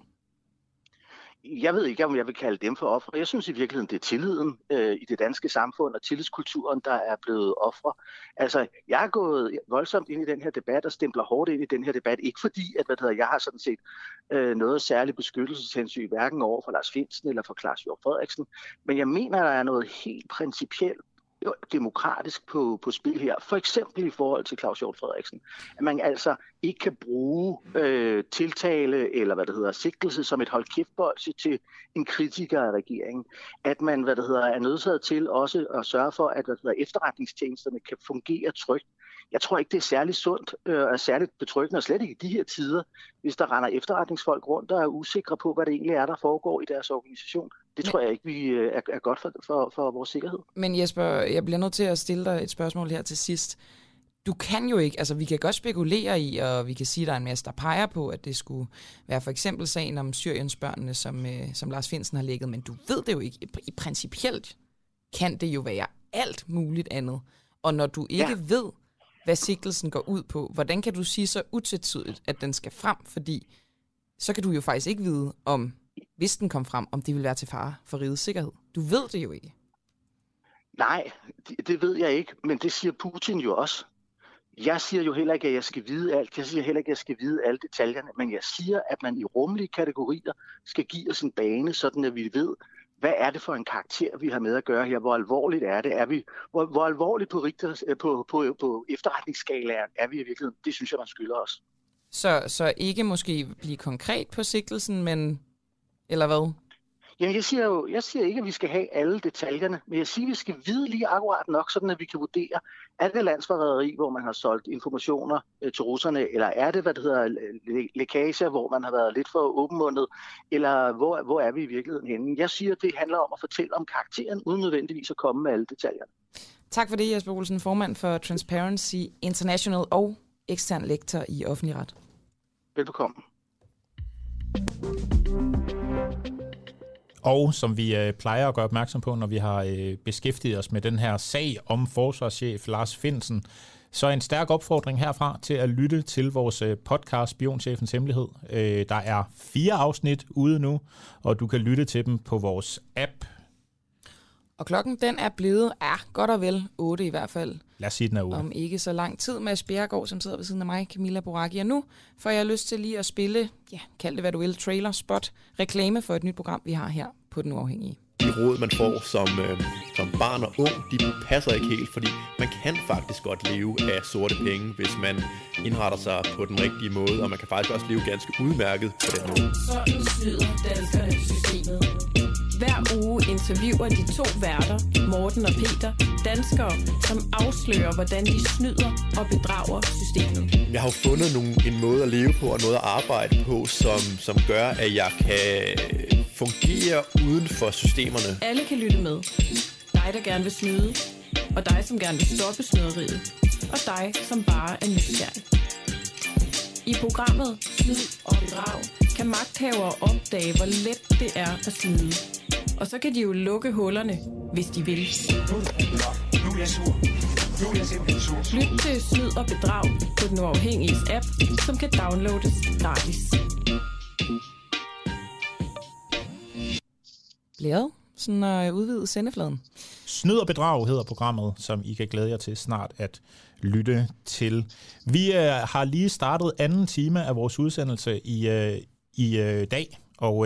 Speaker 7: Jeg ved ikke, om jeg vil kalde dem for ofre. Jeg synes i virkeligheden, det er tilliden i det danske samfund og tillidskulturen, der er blevet ofre. Altså, jeg er gået voldsomt ind i den her debat og stempler hårdt ind i den her debat. Ikke fordi, at jeg har sådan set noget særligt beskyttelseshensyn, hverken over for Lars Findsen eller for Claus Hjort Frederiksen. Men jeg mener, at der er noget helt principielt demokratisk på spil her. For eksempel i forhold til Claus Hjort Frederiksen. At man altså ikke kan bruge tiltale eller sigtelse som et holdkæftbolsje til en kritiker af regeringen. At man er nødsaget til også at sørge for, at efterretningstjenesterne kan fungere trygt. Jeg tror ikke, det er særlig sundt og særligt betryggende, og slet ikke i de her tider, hvis der render efterretningsfolk rundt og er usikre på, hvad det egentlig er, der foregår i deres organisation. Det tror jeg ikke, vi er godt for vores sikkerhed. Men
Speaker 1: Jesper, jeg bliver nødt til at stille dig et spørgsmål her til sidst. Du kan jo ikke, altså vi kan godt spekulere i, og vi kan sige, at der er en masse, der peger på, at det skulle være for eksempel sagen om Syriensbørnene, som Lars Findsen har lægget, men du ved det jo ikke. Principielt kan det jo være alt muligt andet. Og når du ikke ved, hvad sigtelsen går ud på, hvordan kan du sige så utvetydigt, at den skal frem? Fordi så kan du jo faktisk ikke vide, om hvis den kom frem, om det vil være til fare for rigets sikkerhed. Du ved det jo ikke.
Speaker 7: Nej, det ved jeg ikke, men det siger Putin jo også. Jeg siger jo heller ikke, at jeg skal vide alt. Jeg siger heller ikke, at jeg skal vide alle detaljerne, men jeg siger, at man i rumlige kategorier skal give os en bane, sådan at vi ved, hvad er det for en karakter, vi har med at gøre her? Hvor alvorligt er det? Hvor alvorligt på efterretningsskalaen er vi i virkeligheden? Det synes jeg, man skylder os.
Speaker 1: Så ikke måske blive konkret på sigtelsen, men eller hvad?
Speaker 7: Jamen, jeg siger ikke, at vi skal have alle detaljerne, men jeg siger, at vi skal vide lige akkurat nok, sådan at vi kan vurdere, er det landsforræderi, hvor man har solgt informationer til russerne, eller er det, lækager, hvor man har været lidt for åbenmundet, eller hvor er vi i virkeligheden henne? Jeg siger, at det handler om at fortælle om karakteren, uden nødvendigvis at komme med alle detaljerne.
Speaker 1: Tak for det, Jesper Olsen, formand for Transparency International og ekstern lektor i offentlig ret.
Speaker 7: Velbekomme.
Speaker 2: Og som vi plejer at gøre opmærksom på, når vi har beskæftiget os med den her sag om forsvarschef Lars Findsen, så en stærk opfordring herfra til at lytte til vores podcast Spionchefens Hemmelighed. Der er 4 afsnit ude nu, og du kan lytte til dem på vores app.
Speaker 1: Og klokken den er blevet, godt og vel 8 i hvert fald.
Speaker 2: Lad os sige, den er 8.
Speaker 1: Om ikke så lang tid med Bjerregaard, som sidder ved siden af mig, Camilla Boracchi. Og nu får jeg lyst til lige at spille, kald det hvad du vil, trailer, spot, reklame for et nyt program, vi har her på Den Uafhængige.
Speaker 8: De råd, man får som barn og ung, de passer ikke helt, fordi man kan faktisk godt leve af sorte penge, hvis man indretter sig på den rigtige måde, og man kan faktisk også leve ganske udmærket på den måde.
Speaker 9: Sådan snyder danskerne systemet. Hver uge interviewer de 2 værter, Morten og Peter, danskere, som afslører, hvordan de snyder og bedrager systemet.
Speaker 8: Jeg har jo fundet en måde at leve på og noget at arbejde på, som gør, at jeg kan fungere uden for systemerne.
Speaker 9: Alle kan lytte med. Dig, der gerne vil snyde, og dig, som gerne vil stoppe snyderiet, og dig, som bare er nysgerrig. I programmet Snyd og Bedrag kan magthavere opdage, hvor let det er at snyde. Og så kan de jo lukke hullerne, hvis de vil. Lyt til Snyd og Bedrag på Den Uafhængiges app, som kan downloades gratis.
Speaker 1: Blæret, sådan at udvide sendefladen.
Speaker 2: Snyd og Bedrag hedder programmet, som I kan glæde jer til snart at lytte til. Vi har lige startet anden time af vores udsendelse i dag, og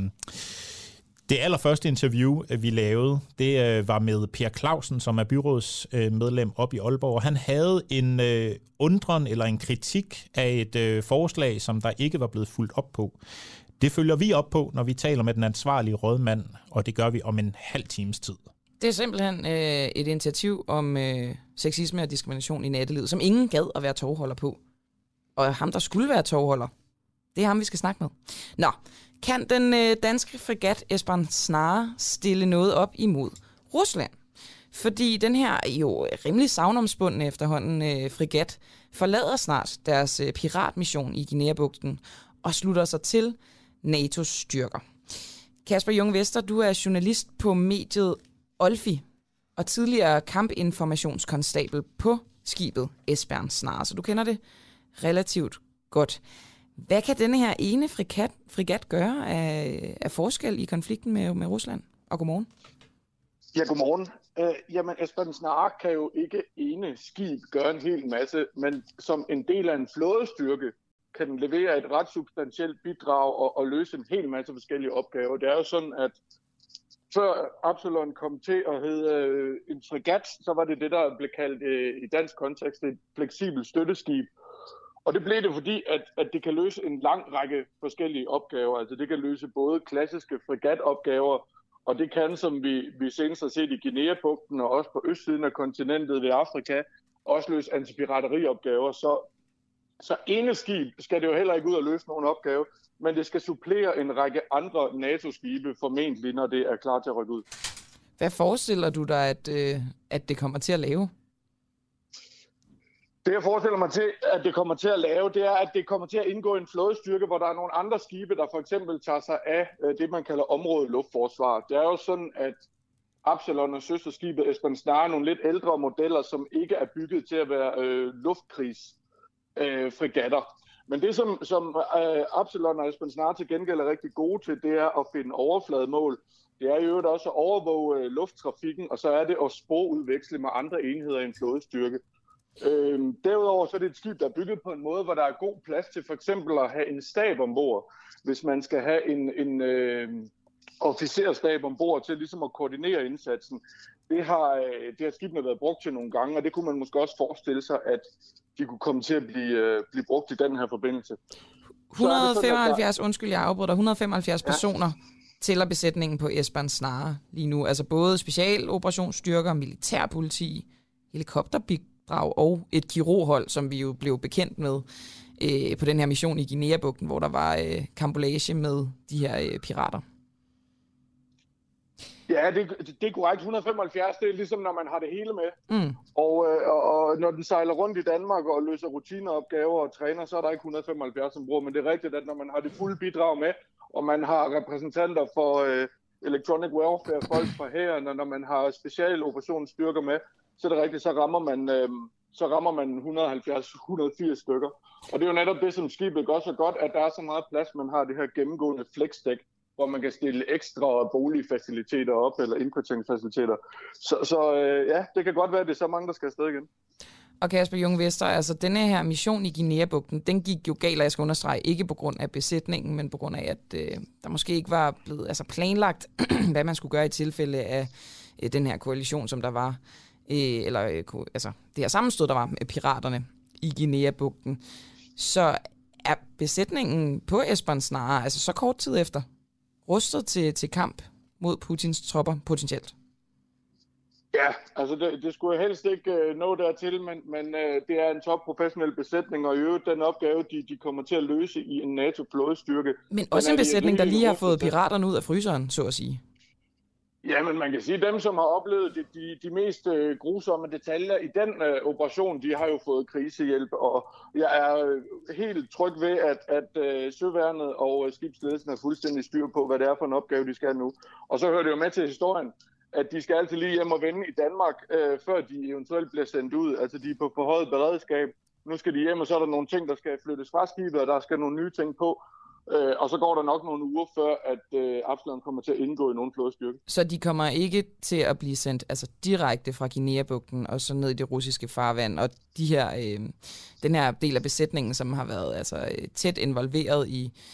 Speaker 2: det allerførste interview, vi lavede, det var med Per Clausen, som er byrådsmedlem op i Aalborg. Han havde en undren eller en kritik af et forslag, som der ikke var blevet fulgt op på. Det følger vi op på, når vi taler med den ansvarlige rådmand, og det gør vi om en halv times tid.
Speaker 1: Det er simpelthen et initiativ om sexisme og diskrimination i nattelivet, som ingen gad at være tovholder på. Og ham, der skulle være tovholder, det er ham, vi skal snakke med. Nå, kan den danske fregat Esbern Snare stille noget op imod Rusland? Fordi den her jo rimelig savnomspundne efterhånden fregat forlader snart deres piratmission i Guinea-bugten og slutter sig til NATO's styrker. Kasper Jung Vester, du er journalist på mediet Olfi og tidligere kampinformationskonstabel på skibet Esbern Snare, så du kender det relativt godt. Hvad kan denne her ene fregat gøre af forskel i konflikten med Rusland? Og godmorgen.
Speaker 10: Ja, godmorgen. Jamen, Esbern Snare kan jo ikke ene skib gøre en hel masse, men som en del af en flådestyrke kan den levere et ret substantielt bidrag og løse en hel masse forskellige opgaver. Det er jo sådan, at før Absalon kom til at hedde en fregat, så var det der blev kaldt i dansk kontekst et fleksibelt støtteskib. Og det blev det, fordi at det kan løse en lang række forskellige opgaver. Altså det kan løse både klassiske fregatopgaver, og det kan, som vi senest har set i Guinea-bugten og også på østsiden af kontinentet ved Afrika, også løse antipirateriopgaver. Så ene skib skal det jo heller ikke ud og løse nogen opgave, men det skal supplere en række andre NATO-skibe formentlig, når det er klar til at rykke ud.
Speaker 1: Hvad forestiller du dig, at det kommer til at lave?
Speaker 10: Det, jeg forestiller mig til, at det kommer til at lave, det er, at det kommer til at indgå en flådestyrke, hvor der er nogle andre skibe, der for eksempel tager sig af det, man kalder området luftforsvar. Det er jo sådan, at Absalon og søsterskibet Esbern Snare er nogle lidt ældre modeller, som ikke er bygget til at være luftkrigsfregatter. Men det, som Absalon og Esbern Snare til gengæld er rigtig gode til, det er at finde overflademål. Det er jo også at overvåge lufttrafikken, og så er det at sprogudveksle med andre enheder i en flådestyrke. Derudover så er det et skib, der er bygget på en måde, hvor der er god plads til for eksempel at have en stab ombord, hvis man skal have en officerstab ombord til ligesom at koordinere indsatsen. Det har skibene været brugt til nogle gange, og det kunne man måske også forestille sig, at de kunne komme til at blive brugt i den her forbindelse.
Speaker 1: 175 personer tæller besætningen på Esbern Snare lige nu. Altså både specialoperationsstyrker, militærpoliti, helikopterbidrag og et kirurghold, som vi jo blev bekendt med på den her mission i Guinea-bugten, hvor der var karambolage med de her pirater.
Speaker 10: Ja, det er korrekt. 175, det er ligesom, når man har det hele med. Og når den sejler rundt i Danmark og løser rutineopgaver og træner, så er der ikke 175 som bruger. Men det er rigtigt, at når man har det fulde bidrag med, og man har repræsentanter for Electronic Warfare, folk fra hæren, og når man har specialoperationsstyrker med, så er det rigtigt, så rammer man 170-180 stykker. Og det er jo netop det, som skibet gør så godt, at der er så meget plads, man har det her gennemgående flexdæk, hvor man kan stille ekstra boligfaciliteter op, eller indkvarteringsfaciliteter. Så ja, det kan godt være, at det er så mange, der skal afsted igen.
Speaker 1: Og Kasper Junge Vester, altså denne her mission i Guinea-bugten, den gik jo galt, og jeg skal understrege, ikke på grund af besætningen, men på grund af, at der måske ikke var blevet planlagt, hvad man skulle gøre i tilfælde af den her koalition, som der var, det her sammenstød, der var med piraterne i Guinea-bugten. Så er besætningen på Esbern Snare, altså så kort tid efter, rustet til kamp mod Putins tropper potentielt?
Speaker 10: Ja, altså det skulle jeg helst ikke nå dertil, men det er en topprofessionel besætning, og i øvrigt den opgave, de kommer til at løse i en NATO-flådestyrke.
Speaker 1: Men også en besætning, der lige har fået piraterne ud af fryseren, så at sige.
Speaker 10: Ja, men man kan sige, at dem, som har oplevet de mest grusomme detaljer i den operation, de har jo fået krisehjælp, og jeg er helt tryg ved, at søværnet og skibsledelsen er fuldstændig styr på, hvad det er for en opgave, de skal nu. Og så hører det jo med til historien, at de skal altid lige hjem og vende i Danmark, før de eventuelt bliver sendt ud. Altså, de er på forhøjet beredskab. Nu skal de hjem, og så er der nogle ting, der skal flyttes fra skibet, og der skal nogle nye ting på. Og så går der nok nogle uger før, at Absalon kommer til at indgå i nogle flådestyrke.
Speaker 1: Så de kommer ikke til at blive sendt direkte fra Guinea-bugten og så ned i det russiske farvand, og den her del af besætningen, som har været tæt involveret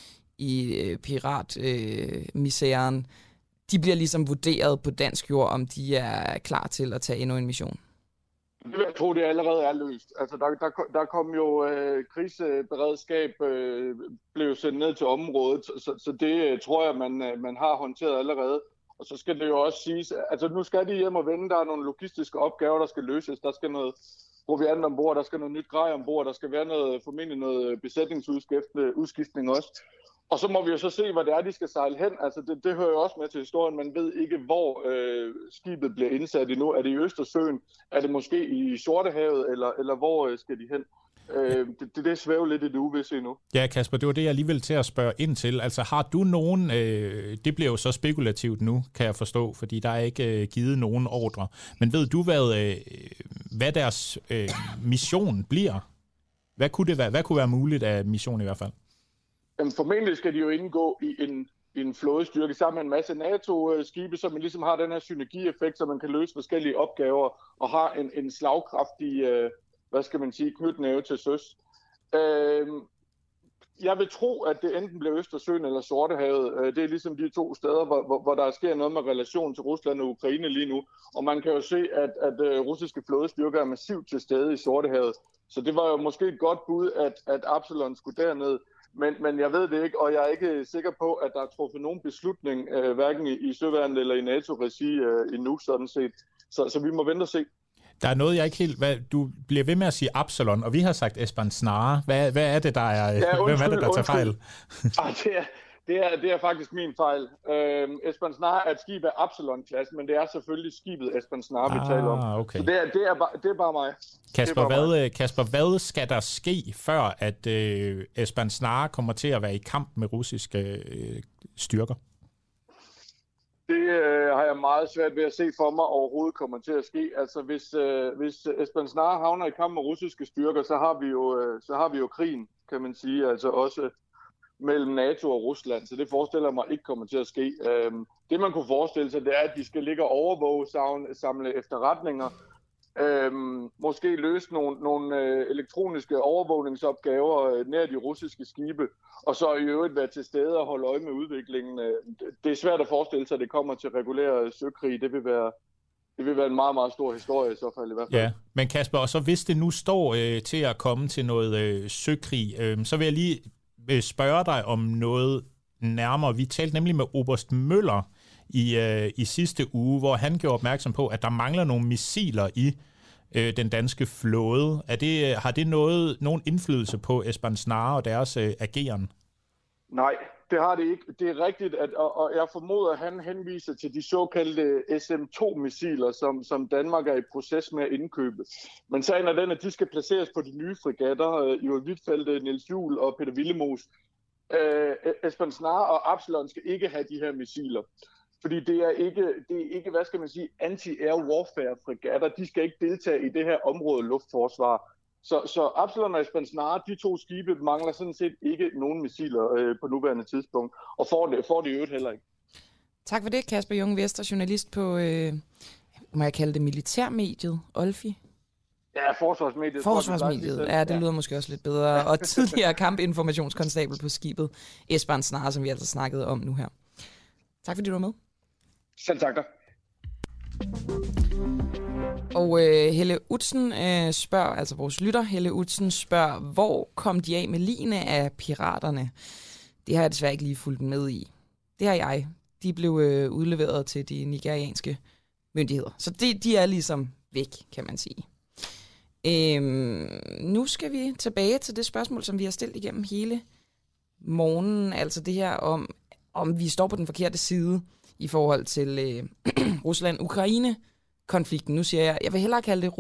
Speaker 1: i piratmisæren, de bliver ligesom vurderet på dansk jord, om de er klar til at tage endnu en mission.
Speaker 10: Jeg tror, det allerede er løst. Altså, der kom jo kriseberedskab, blev sendt ned til området, så det tror jeg, man har håndteret allerede. Og så skal det jo også siges, altså nu skal de hjem og vende, der er nogle logistiske opgaver, der skal løses. Der skal noget proviant ombord, der skal noget nyt grej ombord, der skal være formentlig noget besætningsudskiftning også. Og så må vi jo så se, hvad det er, de skal sejle hen. Altså det hører jo også med til historien. Man ved ikke, hvor skibet bliver indsat endnu. Er det i Østersøen? Er det måske i Sortehavet? Eller hvor skal de hen? Det svæver lidt i det uvisse endnu.
Speaker 2: Ja, Kasper, det var det, jeg lige ville til at spørge ind til. Altså har du nogen, det bliver jo så spekulativt nu, kan jeg forstå, fordi der er ikke givet nogen ordre. Men ved du, hvad deres mission bliver? Hvad kunne være muligt af mission i hvert fald?
Speaker 10: Jamen, formentlig skal de jo indgå i en flådestyrke sammen med en masse NATO-skibe, så man ligesom har den her synergieffekt, så man kan løse forskellige opgaver og har en slagkraftig, knytnæve til søs. Jeg vil tro, at det enten bliver Østersøen eller Sortehavet. Det er ligesom de to steder, hvor der sker noget med relation til Rusland og Ukraine lige nu. Og man kan jo se, at russiske flådestyrker er massivt til stede i Sortehavet. Så det var jo måske et godt bud, at Absalon skulle derned. Men jeg ved det ikke, og jeg er ikke sikker på, at der er truffet nogen beslutning, hverken i søværnet eller i NATO-regi endnu, sådan set. Så vi må vente og se.
Speaker 2: Der er noget, jeg ikke helt... Du bliver ved med at sige Absalon, og vi har sagt Esbern Snare. Hvad er det, der er... Ja, hvem er det, der tager fejl?
Speaker 10: Det er faktisk min fejl. Esbern Snare er et skib af Absalon-klassen, men det er selvfølgelig skibet Esbern Snare, vi taler om.
Speaker 2: Okay.
Speaker 10: Så det er bare mig.
Speaker 2: Kasper, hvad skal der ske, før at Esbern Snare kommer til at være i kamp med russiske styrker?
Speaker 10: Det har jeg meget svært ved at se for mig overhovedet kommer til at ske. Altså hvis Esbern Snare havner i kamp med russiske styrker, så har vi jo krigen, kan man sige, altså også mellem NATO og Rusland, så det forestiller mig ikke kommer til at ske. Det man kunne forestille sig, det er, at de skal ligge og overvåge, samle efterretninger, måske løse nogle elektroniske overvågningsopgaver nær de russiske skibe, og så i øvrigt være til stede og holde øje med udviklingen. Det er svært at forestille sig, at det kommer til regulær søkrig. Det vil være en meget, meget stor historie i så fald i hvert fald.
Speaker 2: Ja, men Kasper, og så hvis det nu står til at komme til noget søkrig, så vil jeg lige spørge dig om noget nærmere. Vi talte nemlig med Oberst Møller i sidste uge, hvor han gjorde opmærksom på, at der mangler nogle missiler i den danske flåde. Har det nogen indflydelse på Esbern Snare og deres ageren?
Speaker 10: Nej, det har det ikke. Det er rigtigt, og jeg formoder, at han henviser til de såkaldte SM-2-missiler, som Danmark er i proces med at indkøbe. Men sagen er den, at de skal placeres på de nye fregatter, Joel Huitfeldt, Niels Juel og Peter Willemoes. Esbern Snare og Absalon skal ikke have de her missiler. Fordi det er ikke, hvad skal man sige, anti-air warfare fregatter. De skal ikke deltage i det her område luftforsvar. Så Absalon og Esbern Snare, de 2 skibe, mangler sådan set ikke nogen missiler på nuværende tidspunkt, og får det i øvrigt heller ikke.
Speaker 1: Tak for det, Kasper Junge Vester, journalist på, må jeg kalde det militærmediet, Olfi?
Speaker 10: Ja, Forsvarsmediet.
Speaker 1: Forsvarsmediet, ja, det lyder måske også lidt bedre. Og tidligere kampinformationskonstabel på skibet, Esbern Snare, som vi altså snakkede om nu her. Tak fordi du var med.
Speaker 10: Selv tak da.
Speaker 1: Og Helle Utzen spørger, altså vores lytter, Helle Utzen spørger, hvor kom de af med ligene af piraterne? Det har jeg desværre ikke lige fulgt med i. Det har jeg. De blev udleveret til de nigerianske myndigheder. Så de er ligesom væk, kan man sige. Nu skal vi tilbage til det spørgsmål, som vi har stillet igennem hele morgenen. Altså det her om vi står på den forkerte side i forhold til Rusland-Ukraine-konflikten. Nu siger jeg vil hellere kalde det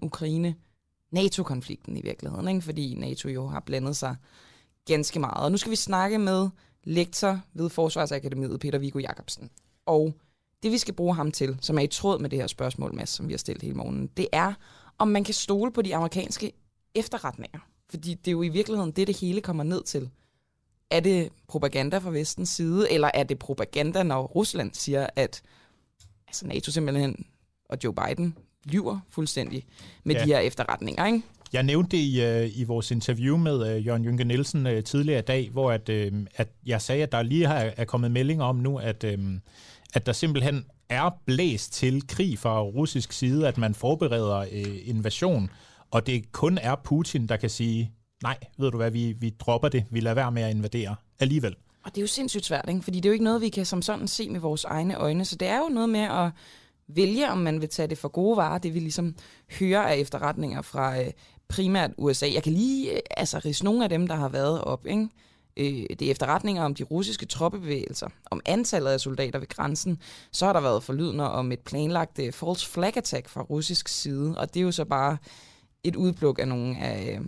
Speaker 1: Rusland-Ukraine-NATO-konflikten i virkeligheden, ikke? Fordi NATO jo har blandet sig ganske meget. Og nu skal vi snakke med lektor ved Forsvarsakademiet, Peter Viggo Jacobsen. Og det vi skal bruge ham til, som er i tråd med det her spørgsmål, Mads, som vi har stillet hele morgenen, det er, om man kan stole på de amerikanske efterretninger. Fordi det er jo i virkeligheden det hele kommer ned til. Er det propaganda fra vestens side, eller er det propaganda, når Rusland siger, at NATO simpelthen og Joe Biden lyver fuldstændig med de her efterretninger, ikke?
Speaker 2: Jeg nævnte det i vores interview med Jørgen Jynke Nielsen tidligere i dag, hvor at jeg sagde, at der lige er kommet meldinger om nu, at der simpelthen er blæst til krig fra russisk side, at man forbereder invasion, og det kun er Putin, der kan sige, nej, ved du hvad, vi dropper det, vi lader være med at invadere alligevel. Og
Speaker 1: det er jo sindssygt svært, ikke? Fordi det er jo ikke noget, vi kan som sådan se med vores egne øjne, så det er jo noget med at vælge, om man vil tage det for gode varer, det vi ligesom hører af efterretninger fra primært USA. Jeg kan lige ridse nogle af dem, der har været op, ikke? Det er efterretninger om de russiske troppebevægelser, om antallet af soldater ved grænsen. Så har der været forlydender om et planlagt false flag attack fra russisk side, og det er jo så bare et udpluk af nogle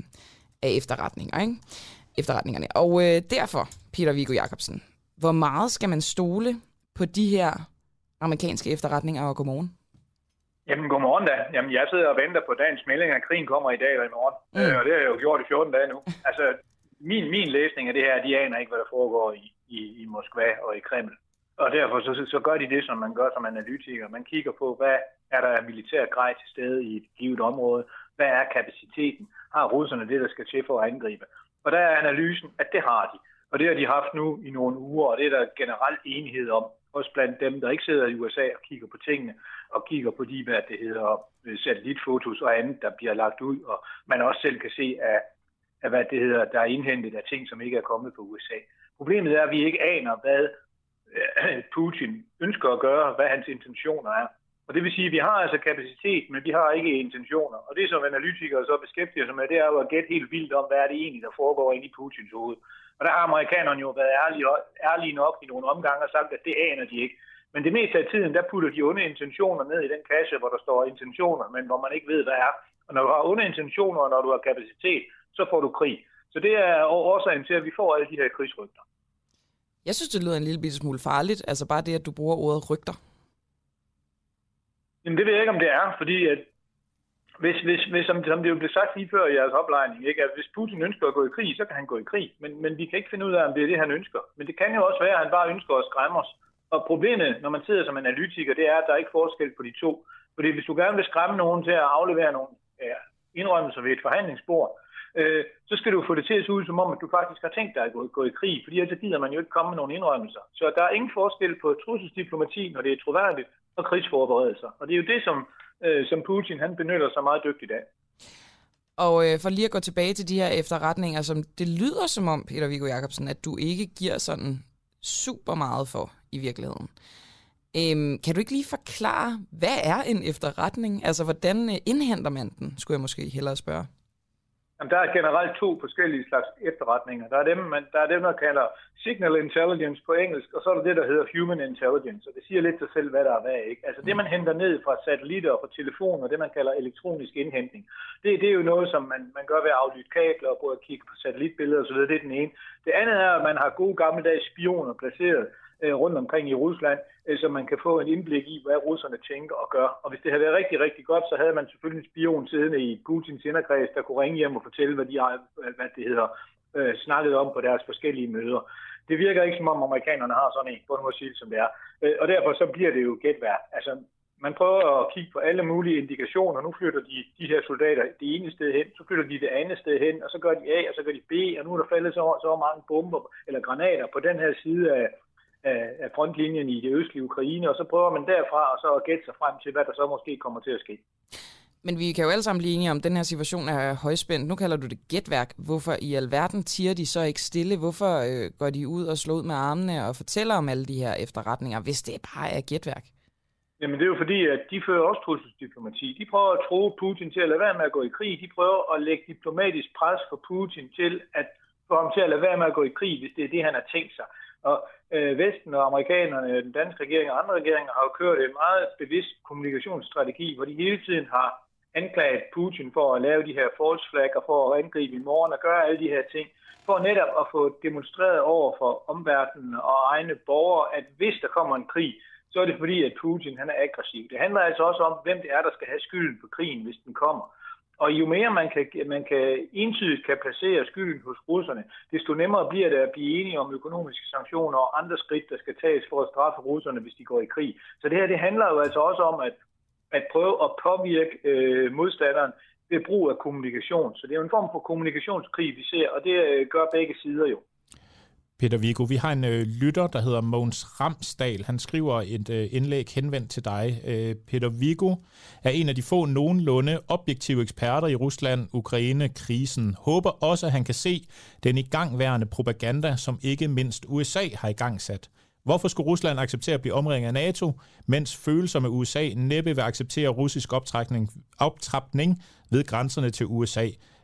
Speaker 1: af efterretningerne. Og derfor, Peter Viggo Jacobsen, hvor meget skal man stole på de her amerikanske efterretninger, og godmorgen?
Speaker 11: Jamen, godmorgen da. Jamen, jeg sidder og venter på dagens melding, at krigen kommer i dag eller i morgen. Og det har jeg jo gjort i 14 dage nu. Altså, min læsning af det her, de aner ikke, hvad der foregår i Moskva og i Kreml. Og derfor så gør de det, som man gør som analytiker. Man kigger på, hvad er der af militær grej til stede i et givet område? Hvad er kapaciteten? Har russerne det, der skal til for at angribe? Og der er analysen, at det har de. Og det har de haft nu i nogle uger, og det er der generelt enighed om. Også blandt dem, der ikke sidder i USA og kigger på tingene, og kigger på de, hvad det hedder, satellitfotos og andet, der bliver lagt ud, og man også selv kan se af hvad det hedder, der er indhentet af ting, som ikke er kommet fra USA. Problemet er, at vi ikke aner, hvad Putin ønsker at gøre, hvad hans intentioner er. Og det vil sige, at vi har altså kapacitet, men vi har ikke intentioner. Og det, som analytikere så beskæftiger sig med, det er jo at gætte helt vildt om, hvad er det egentlig, der foregår inde i Putins hoved. Og der har amerikanerne jo været ærlige nok i nogle omgange og sagt, at det aner de ikke. Men det meste af tiden, der putter de onde intentioner ned i den kasse, hvor der står intentioner, men hvor man ikke ved, hvad er. Og når du har onde intentioner, og når du har kapacitet, så får du krig. Så det er årsagen til, at vi får alle de her krigsrygter.
Speaker 1: Jeg synes, det lyder en lille smule farligt. Altså bare det, at du bruger ordet rygter.
Speaker 11: Jamen det ved jeg ikke, om det er, fordi at hvis som det jo blev sagt lige før i jeres oplejning, ikke, at hvis Putin ønsker at gå i krig, så kan han gå i krig. Men vi kan ikke finde ud af, om det er det, han ønsker. Men det kan jo også være, at han bare ønsker at skræmme os. Og problemet, når man sidder som analytiker, det er, at der er ikke forskel på de to. Fordi hvis du gerne vil skræmme nogen til at aflevere nogle indrømmelser ved et forhandlingsbord, så skal du få det til at se ud, som om at du faktisk har tænkt dig at gå i krig, fordi ellers gider man jo ikke komme med nogle indrømmelser. Så der er ingen forskel på trusselsdiplomati, når det er troværdigt, og krigsforberedelser. Og det er jo det, som Putin han benytter sig meget dygtigt af.
Speaker 1: Og for lige at gå tilbage til de her efterretninger, som det lyder som om, Peter Viggo Jacobsen, at du ikke giver sådan super meget for i virkeligheden. Kan du ikke lige forklare, hvad er en efterretning? Altså, hvordan indhenter man den, skulle jeg måske hellere spørge.
Speaker 11: Jamen, der er generelt 2 forskellige slags efterretninger. Der er dem, der kalder signal intelligence på engelsk, og så er der det, der hedder human intelligence, og det siger lidt sig selv, hvad der er hvad, ikke? Altså det, man henter ned fra satellitter og fra telefoner, det man kalder elektronisk indhentning, det er jo noget, som man gør ved at aflytte kabler og gå og kigge på satellitbilleder osv., det er den ene. Det andet er, at man har gode gammeldags spioner placeret rundt omkring i Rusland, så man kan få en indblik i, hvad russerne tænker og gør. Og hvis det havde været rigtig, rigtig godt, så havde man selvfølgelig en spion siddende i Putins inderkreds, der kunne ringe hjem og fortælle, hvad de har, snakket om på deres forskellige møder. Det virker ikke, som om amerikanerne har sådan en, på en måde sige, som det er. Og derfor så bliver det jo gætværk. Altså, man prøver at kigge på alle mulige indikationer. Nu flytter de her soldater det ene sted hen, så flytter de det andet sted hen, og så gør de A, og så gør de B, og nu er der faldet så mange bomber eller granater på den her side af frontlinjen i det østlige Ukraine, og så prøver man derfra og så at gætte sig frem til, hvad der så måske kommer til at ske.
Speaker 1: Men vi kan jo alle sammen blive enige om, at den her situation er højspændt. Nu kalder du det gætværk. Hvorfor i alverden tier de så ikke stille? Hvorfor går de ud og slår ud med armene og fortæller om alle de her efterretninger, hvis det bare er gætværk?
Speaker 11: Jamen det er jo fordi, at de fører også trusselsdiplomati. De prøver at true Putin til at lade være med at gå i krig. De prøver at lægge diplomatisk pres for Putin til at få ham til at lade være med at gå i krig, hvis det er det, han har tænkt sig. Og Vesten og amerikanerne, den danske regering og andre regeringer har jo kørt en meget bevidst kommunikationsstrategi, hvor de hele tiden har anklaget Putin for at lave de her false flag og for at angribe i morgen og gøre alle de her ting, for netop at få demonstreret over for omverdenen og egne borgere, at hvis der kommer en krig, så er det fordi, at Putin han er aggressiv. Det handler altså også om, hvem det er, der skal have skylden på krigen, hvis den kommer. Og jo mere man kan entydigt kan placere skylden hos russerne, desto nemmere bliver det at blive enige om økonomiske sanktioner og andre skridt, der skal tages for at straffe russerne, hvis de går i krig. Så det her det handler jo altså også om at prøve at påvirke modstanderen ved brug af kommunikation. Så det er jo en form for kommunikationskrig, vi ser, og det gør begge sider jo.
Speaker 2: Peter Viggo, vi har en lytter, der hedder Mogens Ramsdal. Han skriver et indlæg henvendt til dig. Peter Viggo er en af de få nogenlunde objektive eksperter i Rusland-Ukraine-krisen. Håber også, at han kan se den igangværende propaganda, som ikke mindst USA har igangsat. Hvorfor skulle Rusland acceptere at blive omringet af NATO, mens følsomme USA næppe vil acceptere russisk optrapning ved grænserne til USA?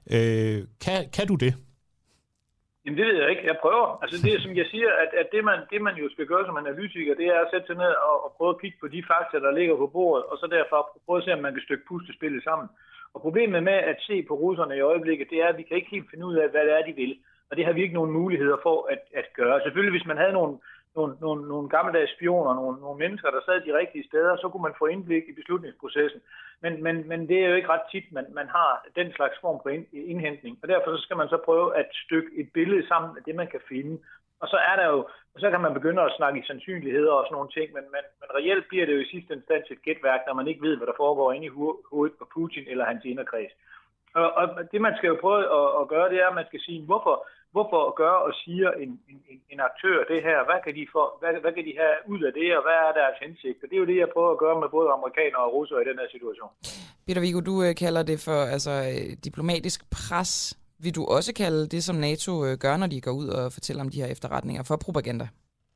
Speaker 2: Kan du det?
Speaker 11: Jamen det ved jeg ikke. Jeg prøver. Altså det som jeg siger, at det man jo skal gøre som analytiker, det er at sætte sig ned og prøve at kigge på de fakta, der ligger på bordet, og så derfra prøve at se, om man kan stykke puslespillet sammen. Og problemet med at se på russerne i øjeblikket, det er, at vi kan ikke helt finde ud af, hvad det er, de vil. Og det har vi ikke nogen muligheder for at gøre. Selvfølgelig, hvis man havde nogle gammeldags spioner, nogle mennesker, der sad de rigtige steder, så kunne man få indblik i beslutningsprocessen. Men det er jo ikke ret tit, man har den slags form for indhentning. Og derfor så skal man så prøve at stykke et billede sammen af det, man kan finde. Og så er der jo, så kan man begynde at snakke i sandsynligheder og sådan nogle ting, men reelt bliver det jo i sidste instans et gætværk, når man ikke ved, hvad der foregår inde i hovedet på Putin eller hans inderkreds. Og det, man skal jo prøve at gøre, det er, at man skal sige, hvorfor gøre og siger en aktør det her? Hvad kan de have ud af det, og hvad er deres hensigt? Og det er jo det, jeg prøver at gøre med både amerikanere og russere i den her situation.
Speaker 1: Peter Viggo, du kalder det for diplomatisk pres. Vil du også kalde det, som NATO gør, når de går ud og fortæller om de her efterretninger, for propaganda?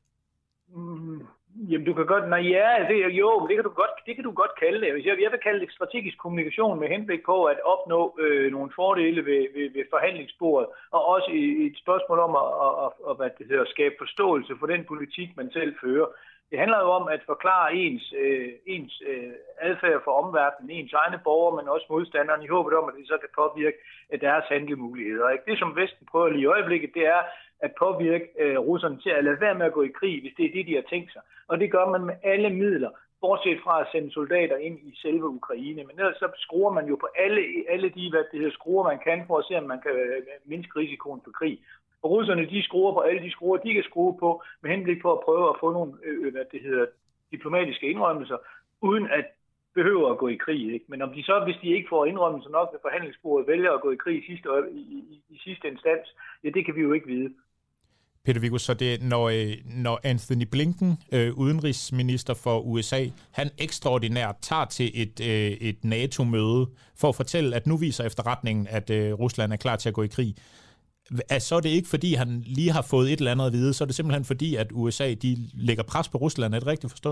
Speaker 11: Jamen, du kan godt... Nej, ja, det kan du godt kalde det. Jeg vil kalde det strategisk kommunikation med henblik på at opnå nogle fordele ved forhandlingsbordet, og også et spørgsmål om at skabe forståelse for den politik, man selv fører. Det handler jo om at forklare ens adfærd for omverdenen, ens egne borgere, men også modstanderen, i håbet om, at det så kan påvirke deres handlemuligheder. Ikke? Det, som Vesten prøver lige i øjeblikket, det er at påvirke russerne til at lade være med at gå i krig, hvis det er det, de har tænkt sig. Og det gør man med alle midler, bortset fra at sende soldater ind i selve Ukraine. Men ellers så skruer man jo på alle de skruer, man kan, for at se, om man kan mindske risikoen for krig. Og russerne, de skruer på alle de skruer, de kan skrue på, med henblik på at prøve at få nogle diplomatiske indrømmelser, uden at behøver at gå i krig. Ikke? Men om de så, hvis de ikke får indrømmelser nok ved forhandlingsbordet, vælger at gå i krig i sidste instans, ja, det kan vi jo ikke vide.
Speaker 2: Peter Viggo, så det når Antony Blinken, udenrigsminister for USA, han ekstraordinært tager til et NATO-møde for at fortælle, at nu viser efterretningen, at Rusland er klar til at gå i krig. Så er det ikke, fordi han lige har fået et eller andet at vide, så er det simpelthen fordi, at USA de lægger pres på Rusland. Er det rigtigt forstået?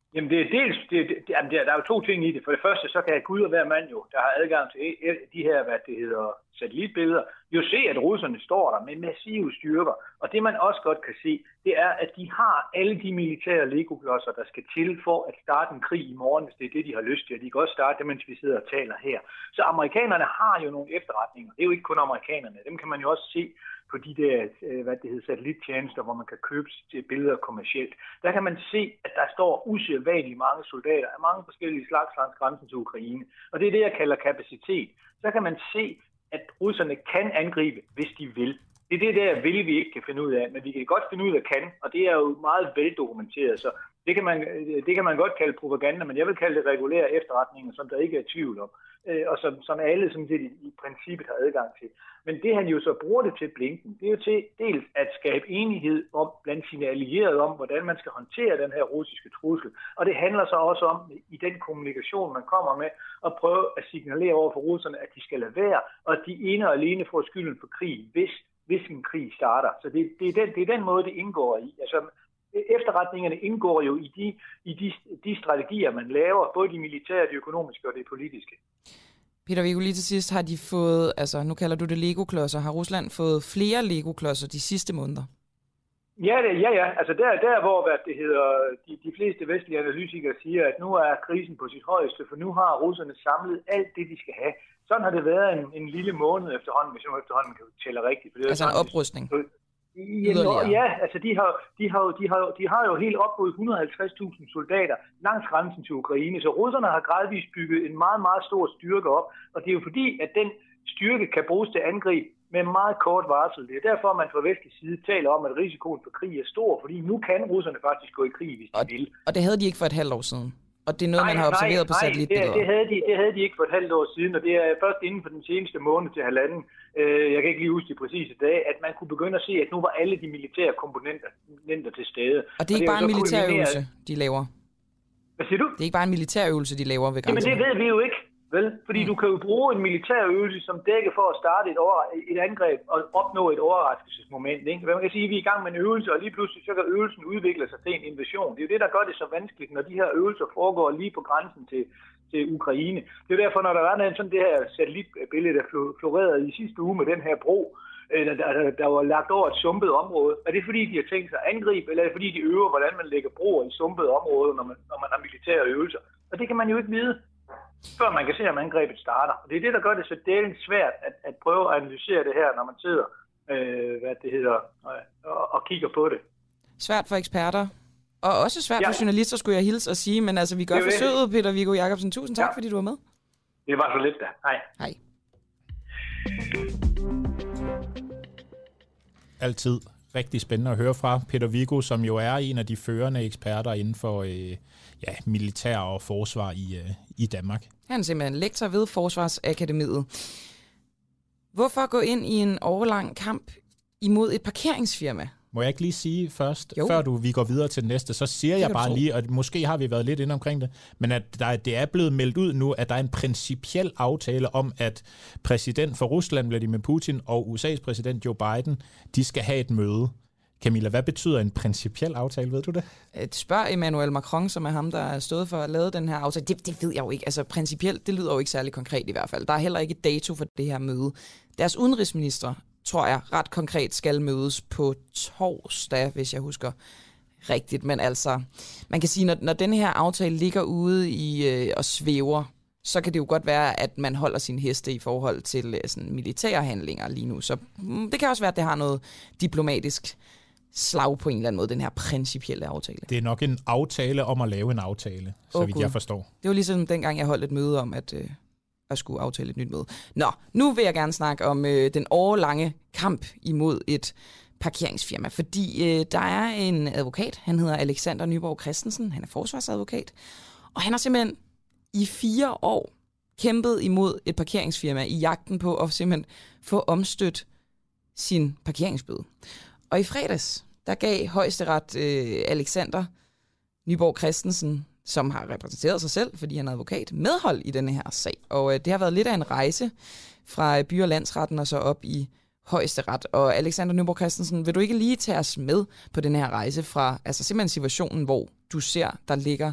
Speaker 11: Jamen, det er dels, der er jo 2 ting i det. For det første, så kan Gud og hver mand jo, der har adgang til de her, satellitbilleder, jo se, at russerne står der med massive styrker. Og det man også godt kan se, det er, at de har alle de militære legoklodser, der skal til for at starte en krig i morgen, hvis det er det, de har lyst til. Og de kan også starte det, mens vi sidder og taler her. Så amerikanerne har jo nogle efterretninger. Det er jo ikke kun amerikanerne. Dem kan man jo også se på de der, satellittjenester, hvor man kan købe billeder kommercielt. Der kan man se, at der står usædvanligt mange soldater af mange forskellige slags langs grænsen til Ukraine. Og det er det, jeg kalder kapacitet. Så kan man se, at russerne kan angribe, hvis de vil. Det er det der, vil vi ikke kan finde ud af, men vi kan godt finde ud af, kan, og det er jo meget veldokumenteret, så det kan man godt kalde propaganda, men jeg vil kalde det regulære efterretninger, som der ikke er tvivl om, og som alle sådan set i princippet har adgang til. Men det han jo så bruger det til, Blinken, det er jo til dels at skabe enighed om blandt sine allierede om, hvordan man skal håndtere den her russiske trussel. Og det handler så også om, i den kommunikation, man kommer med, at prøve at signalere over for russerne, at de skal lade være, og at de ene og alene får skylden for krig, hvis en krig starter. Så det er den måde, det indgår i. Altså, efterretningerne indgår jo i de strategier, man laver, både de militære, de økonomiske og det politiske.
Speaker 1: Peter Viggo, lige til sidst har de fået, altså nu kalder du det Lego-klodser, har Rusland fået flere Lego-klodser de sidste måneder?
Speaker 11: Ja. Altså der hvor de fleste vestlige analytikere siger, at nu er krisen på sit højeste, for nu har russerne samlet alt det, de skal have. Sådan har det været en lille måned efterhånden, hvis man efterhånden kan tælle rigtigt.
Speaker 1: Altså en oprustning?
Speaker 11: Ja, altså de har jo helt op mod 150.000 soldater langs grænsen til Ukraine, så russerne har gradvist bygget en meget, meget stor styrke op, og det er jo fordi, at den styrke kan bruges til angreb med meget kort varsel. Det er derfor, man fra vestlig side taler om, at risikoen for krig er stor, fordi nu kan russerne faktisk gå i krig, hvis de vil.
Speaker 1: Og det havde de ikke for et halvt år siden? Og det er noget, man har observeret på satellitbilleder?
Speaker 11: Det havde de ikke for et halvt år siden, og det er først inden for den seneste måned til halvanden, jeg kan ikke lige huske de præcise dage, at man kunne begynde at se, at nu var alle de militære komponenter til stede.
Speaker 1: Og det er ikke bare en militærøvelse, de laver?
Speaker 11: Hvad siger du?
Speaker 1: Det er ikke bare en militærøvelse, de laver ved grænsen?
Speaker 11: Jamen det ved vi jo ikke. Vel? Fordi du kan jo bruge en militærøvelse som dække for at starte et angreb og opnå et overraskelsesmoment. Ikke? Man kan sige, at vi er i gang med en øvelse, og lige pludselig så kan øvelsen udvikle sig til en invasion. Det er jo det, der gør det så vanskeligt, når de her øvelser foregår lige på grænsen til Ukraine. Det er derfor, når der var sådan det her satellitbillede, der florerede i sidste uge med den her bro, der var lagt over et sumpet område. Er det fordi, de har tænkt sig at angribe, eller er det fordi, de øver, hvordan man lægger broer i sumpet områder, når man har militære øvelser? Og det kan man jo ikke vide, før man kan se, om angrebet starter. Og det er det, der gør det så dælende svært at prøve at analysere det her, når man sidder og kigger på det.
Speaker 1: Svært for eksperter, og også svært for journalister, skulle jeg hilse og sige, men altså, vi gør forsøget, Peter Viggo Jacobsen. Tusind tak, fordi du var med.
Speaker 11: Det var så lidt da. Hej.
Speaker 1: Hej.
Speaker 2: Altid rigtig spændende at høre fra Peter Viggo, som jo er en af de førende eksperter inden for militær og forsvar i Danmark. Han
Speaker 1: er simpelthen lektor ved Forsvarsakademiet. Hvorfor gå ind i en årelang kamp imod et parkeringsfirma?
Speaker 2: Må jeg ikke lige sige først, før vi går videre til det næste, så siger jeg bare lige, og måske har vi været lidt inde omkring det, men at det er blevet meldt ud nu, at der er en principiel aftale om, at præsident for Rusland, Vladimir Putin, og USA's præsident Joe Biden, de skal have et møde. Camilla, hvad betyder en principiel aftale, ved du det?
Speaker 1: Spørg Emmanuel Macron, som er ham, der er stået for at lave den her aftale. Det ved jeg jo ikke. Altså principielt, det lyder jo ikke særlig konkret i hvert fald. Der er heller ikke et dato for det her møde. Deres udenrigsminister, tror jeg, ret konkret skal mødes på torsdag, hvis jeg husker rigtigt. Men altså, man kan sige, når den her aftale ligger ude og svæver, så kan det jo godt være, at man holder sin heste i forhold til sådan militære handlinger lige nu. Så det kan også være, at det har noget diplomatisk slag på en eller anden måde, den her principielle aftale.
Speaker 2: Det er nok en aftale om at lave en aftale, så vidt jeg forstår.
Speaker 1: Det var ligesom dengang, jeg holdt et møde om, at skulle aftale et nyt møde. Nå, nu vil jeg gerne snakke om den årelange kamp imod et parkeringsfirma, fordi der er en advokat, han hedder Alexander Nyborg Christensen, han er forsvarsadvokat, og han har simpelthen i 4 år kæmpet imod et parkeringsfirma i jagten på at simpelthen få omstødt sin parkeringsbøde. Og i fredags, der gav Højesteret Alexander Nyborg Christensen, som har repræsenteret sig selv, fordi han er advokat, medhold i denne her sag. Og det har været lidt af en rejse fra by- og landsretten og så op i Højesteret. Og Alexander Nyborg Christensen, vil du ikke lige tage os med på den her rejse fra simpelthen situationen, hvor du ser, der ligger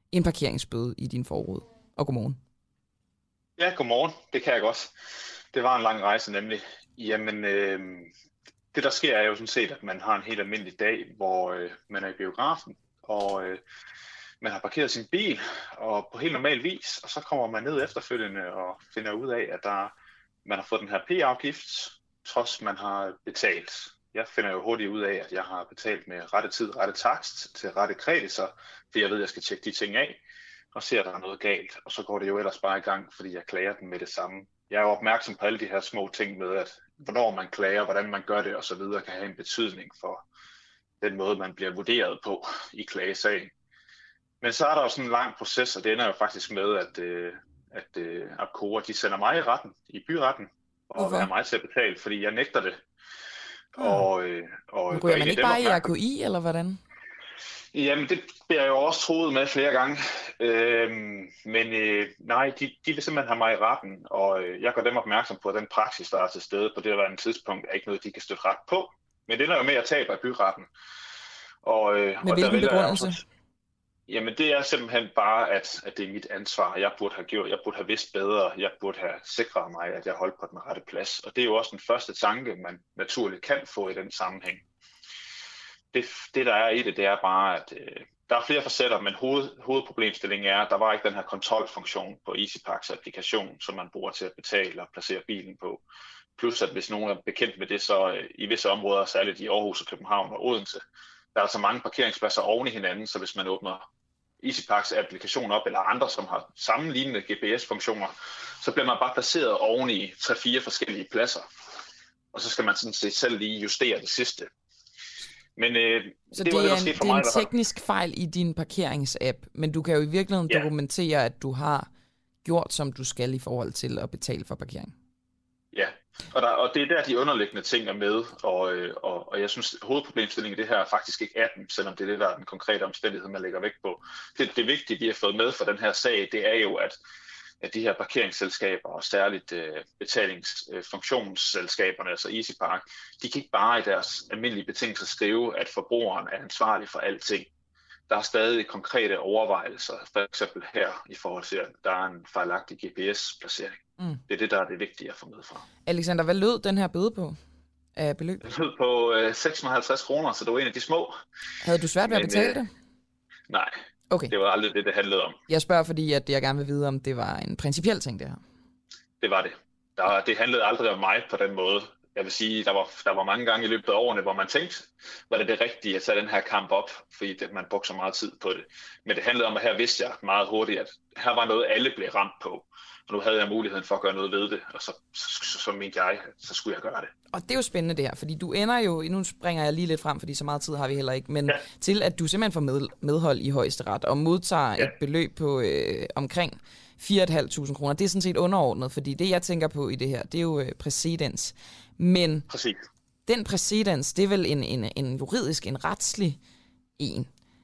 Speaker 1: en parkeringsbøde i din forrude. Og godmorgen.
Speaker 12: Ja, godmorgen. Det kan jeg godt. Det var en lang rejse nemlig. Jamen, det der sker er jo sådan set, at man har en helt almindelig dag, hvor man er i biografen, og man har parkeret sin bil, og på helt normal vis, og så kommer man ned efterfølgende og finder ud af, at man har fået den her P-afgift, trods man har betalt. Jeg finder jo hurtigt ud af, at jeg har betalt med rette tid, rette takst til rette kreditor, fordi jeg ved, at jeg skal tjekke de ting af, og ser, at der er noget galt, og så går det jo ellers bare i gang, fordi jeg klager den med det samme. Jeg er jo opmærksom på alle de her små ting med, at hvornår man klager, hvordan man gør det og så videre, kan have en betydning for den måde, man bliver vurderet på i klagesagen. Men så er der jo sådan en lang proces, og det ender jo faktisk med, at Apcora, de sender mig i retten, i byretten, og vil have mig til at betale, fordi jeg nægter det. Og
Speaker 1: ryger man ikke bare i RKI, eller hvordan?
Speaker 12: Jamen, det bliver jeg jo også troet med flere gange. Men nej, de vil simpelthen have mig i retten, og jeg gør dem opmærksom på, at den praksis, der er til stede på det her tidspunkt, er ikke noget, de kan støtte ret på. Men det er jo med at tabe i byretten.
Speaker 1: Med hvilken begrundelse?
Speaker 12: Jamen, det er simpelthen bare, at det er mit ansvar. Jeg burde have vidst bedre. Jeg burde have sikret mig, at jeg holdt på den rette plads. Og det er jo også den første tanke, man naturligt kan få i den sammenhæng. Det der er i det er bare, at der er flere facetter, men hovedproblemstillingen er, at der var ikke den her kontrolfunktion på EasyParks applikation, som man bruger til at betale og placere bilen på. Plus, at hvis nogen er bekendt med det, så i visse områder, særligt i Aarhus og København og Odense, der er så mange parkeringspladser oven i hinanden, så hvis man åbner EasyParks applikation op, eller andre, som har sammenlignende GPS-funktioner, så bliver man bare placeret oven i 3-4 forskellige pladser. Og så skal man sådan set selv lige justere det sidste. Men
Speaker 1: så det er en teknisk fejl i din parkeringsapp, men du kan jo i virkeligheden dokumentere, at du har gjort, som du skal i forhold til at betale for parkering.
Speaker 12: Ja, og det er der, de underliggende ting er med, og jeg synes, hovedproblemstillingen i det her er faktisk ikke 18, selvom det er det, der er den konkrete omstændighed, man lægger vægt på. Det vigtige, vi har fået med for den her sag, det er jo, at de her parkeringsselskaber, og særligt betalingsfunktionsselskaberne, altså EasyPark, de kan ikke bare i deres almindelige betingelser skrive, at forbrugeren er ansvarlig for alting. Der er stadig konkrete overvejelser, for eksempel her, i forhold til, at der er en fejlagtig GPS-placering. Det er det, der er det vigtige at få med fra.
Speaker 1: Alexander, hvad lød den her bøde på af beløb?
Speaker 12: Det lød på 650 kroner, så det var en af de små.
Speaker 1: Havde du svært ved at betale det?
Speaker 12: Nej.
Speaker 1: Okay.
Speaker 12: Det var aldrig det handlede om.
Speaker 1: Jeg spørger, fordi at jeg gerne vil vide, om det var en principiel ting, det her.
Speaker 12: Det var det. Det handlede aldrig om mig på den måde. Jeg vil sige, der var mange gange i løbet af årene, hvor man tænkte, var det rigtige at tage den her kamp op, fordi man brugte så meget tid på det. Men det handlede om, at her vidste jeg meget hurtigt, at her var noget, alle blev ramt på. Og nu havde jeg muligheden for at gøre noget ved det, og så mente jeg, så skulle jeg gøre det.
Speaker 1: Og det er jo spændende det her, fordi du ender jo, nu springer jeg lige lidt frem, fordi så meget tid har vi heller ikke, men til at du simpelthen får medhold i højesteret og modtager et beløb på omkring 4.500 kroner. Det er sådan set underordnet, fordi det jeg tænker på i det her, det er jo præcedens. Men den præcedens, det er vel en juridisk, en retslig en.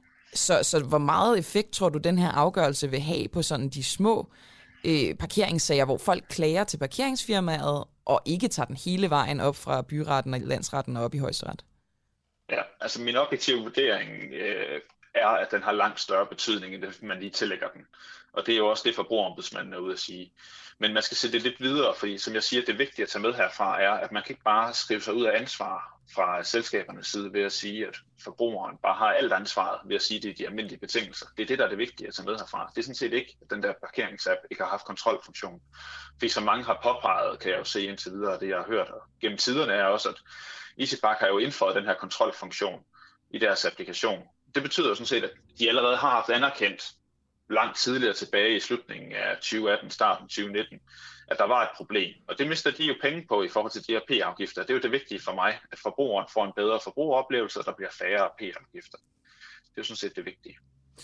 Speaker 1: Så hvor meget effekt tror du, den her afgørelse vil have på sådan de små parkeringssager, hvor folk klager til parkeringsfirmaet og ikke tager den hele vejen op fra byretten og landsretten og op i højesteret?
Speaker 12: Ja, altså min objektive vurdering er, at den har langt større betydning, end det, man lige tillægger den. Og det er jo også det, forbrugerombudsmanden er ude at sige. Men man skal se det lidt videre, fordi som jeg siger, det vigtige at tage med herfra er, at man kan ikke bare skrive sig ud af ansvar fra selskabernes side ved at sige, at forbrugeren bare har alt ansvaret ved at sige, at det er de almindelige betingelser. Det er det, der er det vigtige at tage med herfra. Det er sådan set ikke, at den der parkeringsapp ikke har haft kontrolfunktion. Fordi som mange har påpeget, kan jeg jo se indtil videre, det jeg har hørt. Og gennem tiderne er også, at EasyPark har jo indføjet den her kontrolfunktion i deres applikation. Det betyder jo sådan set, at de allerede har haft anerkendt langt tidligere tilbage i slutningen af 2018, starten 2019, at der var et problem. Og det mister de jo penge på i forhold til de her P-afgifter. Det er jo det vigtige for mig, at forbrugeren får en bedre forbrugeroplevelse, og der bliver færre P-afgifter. Det er jo sådan set det vigtige.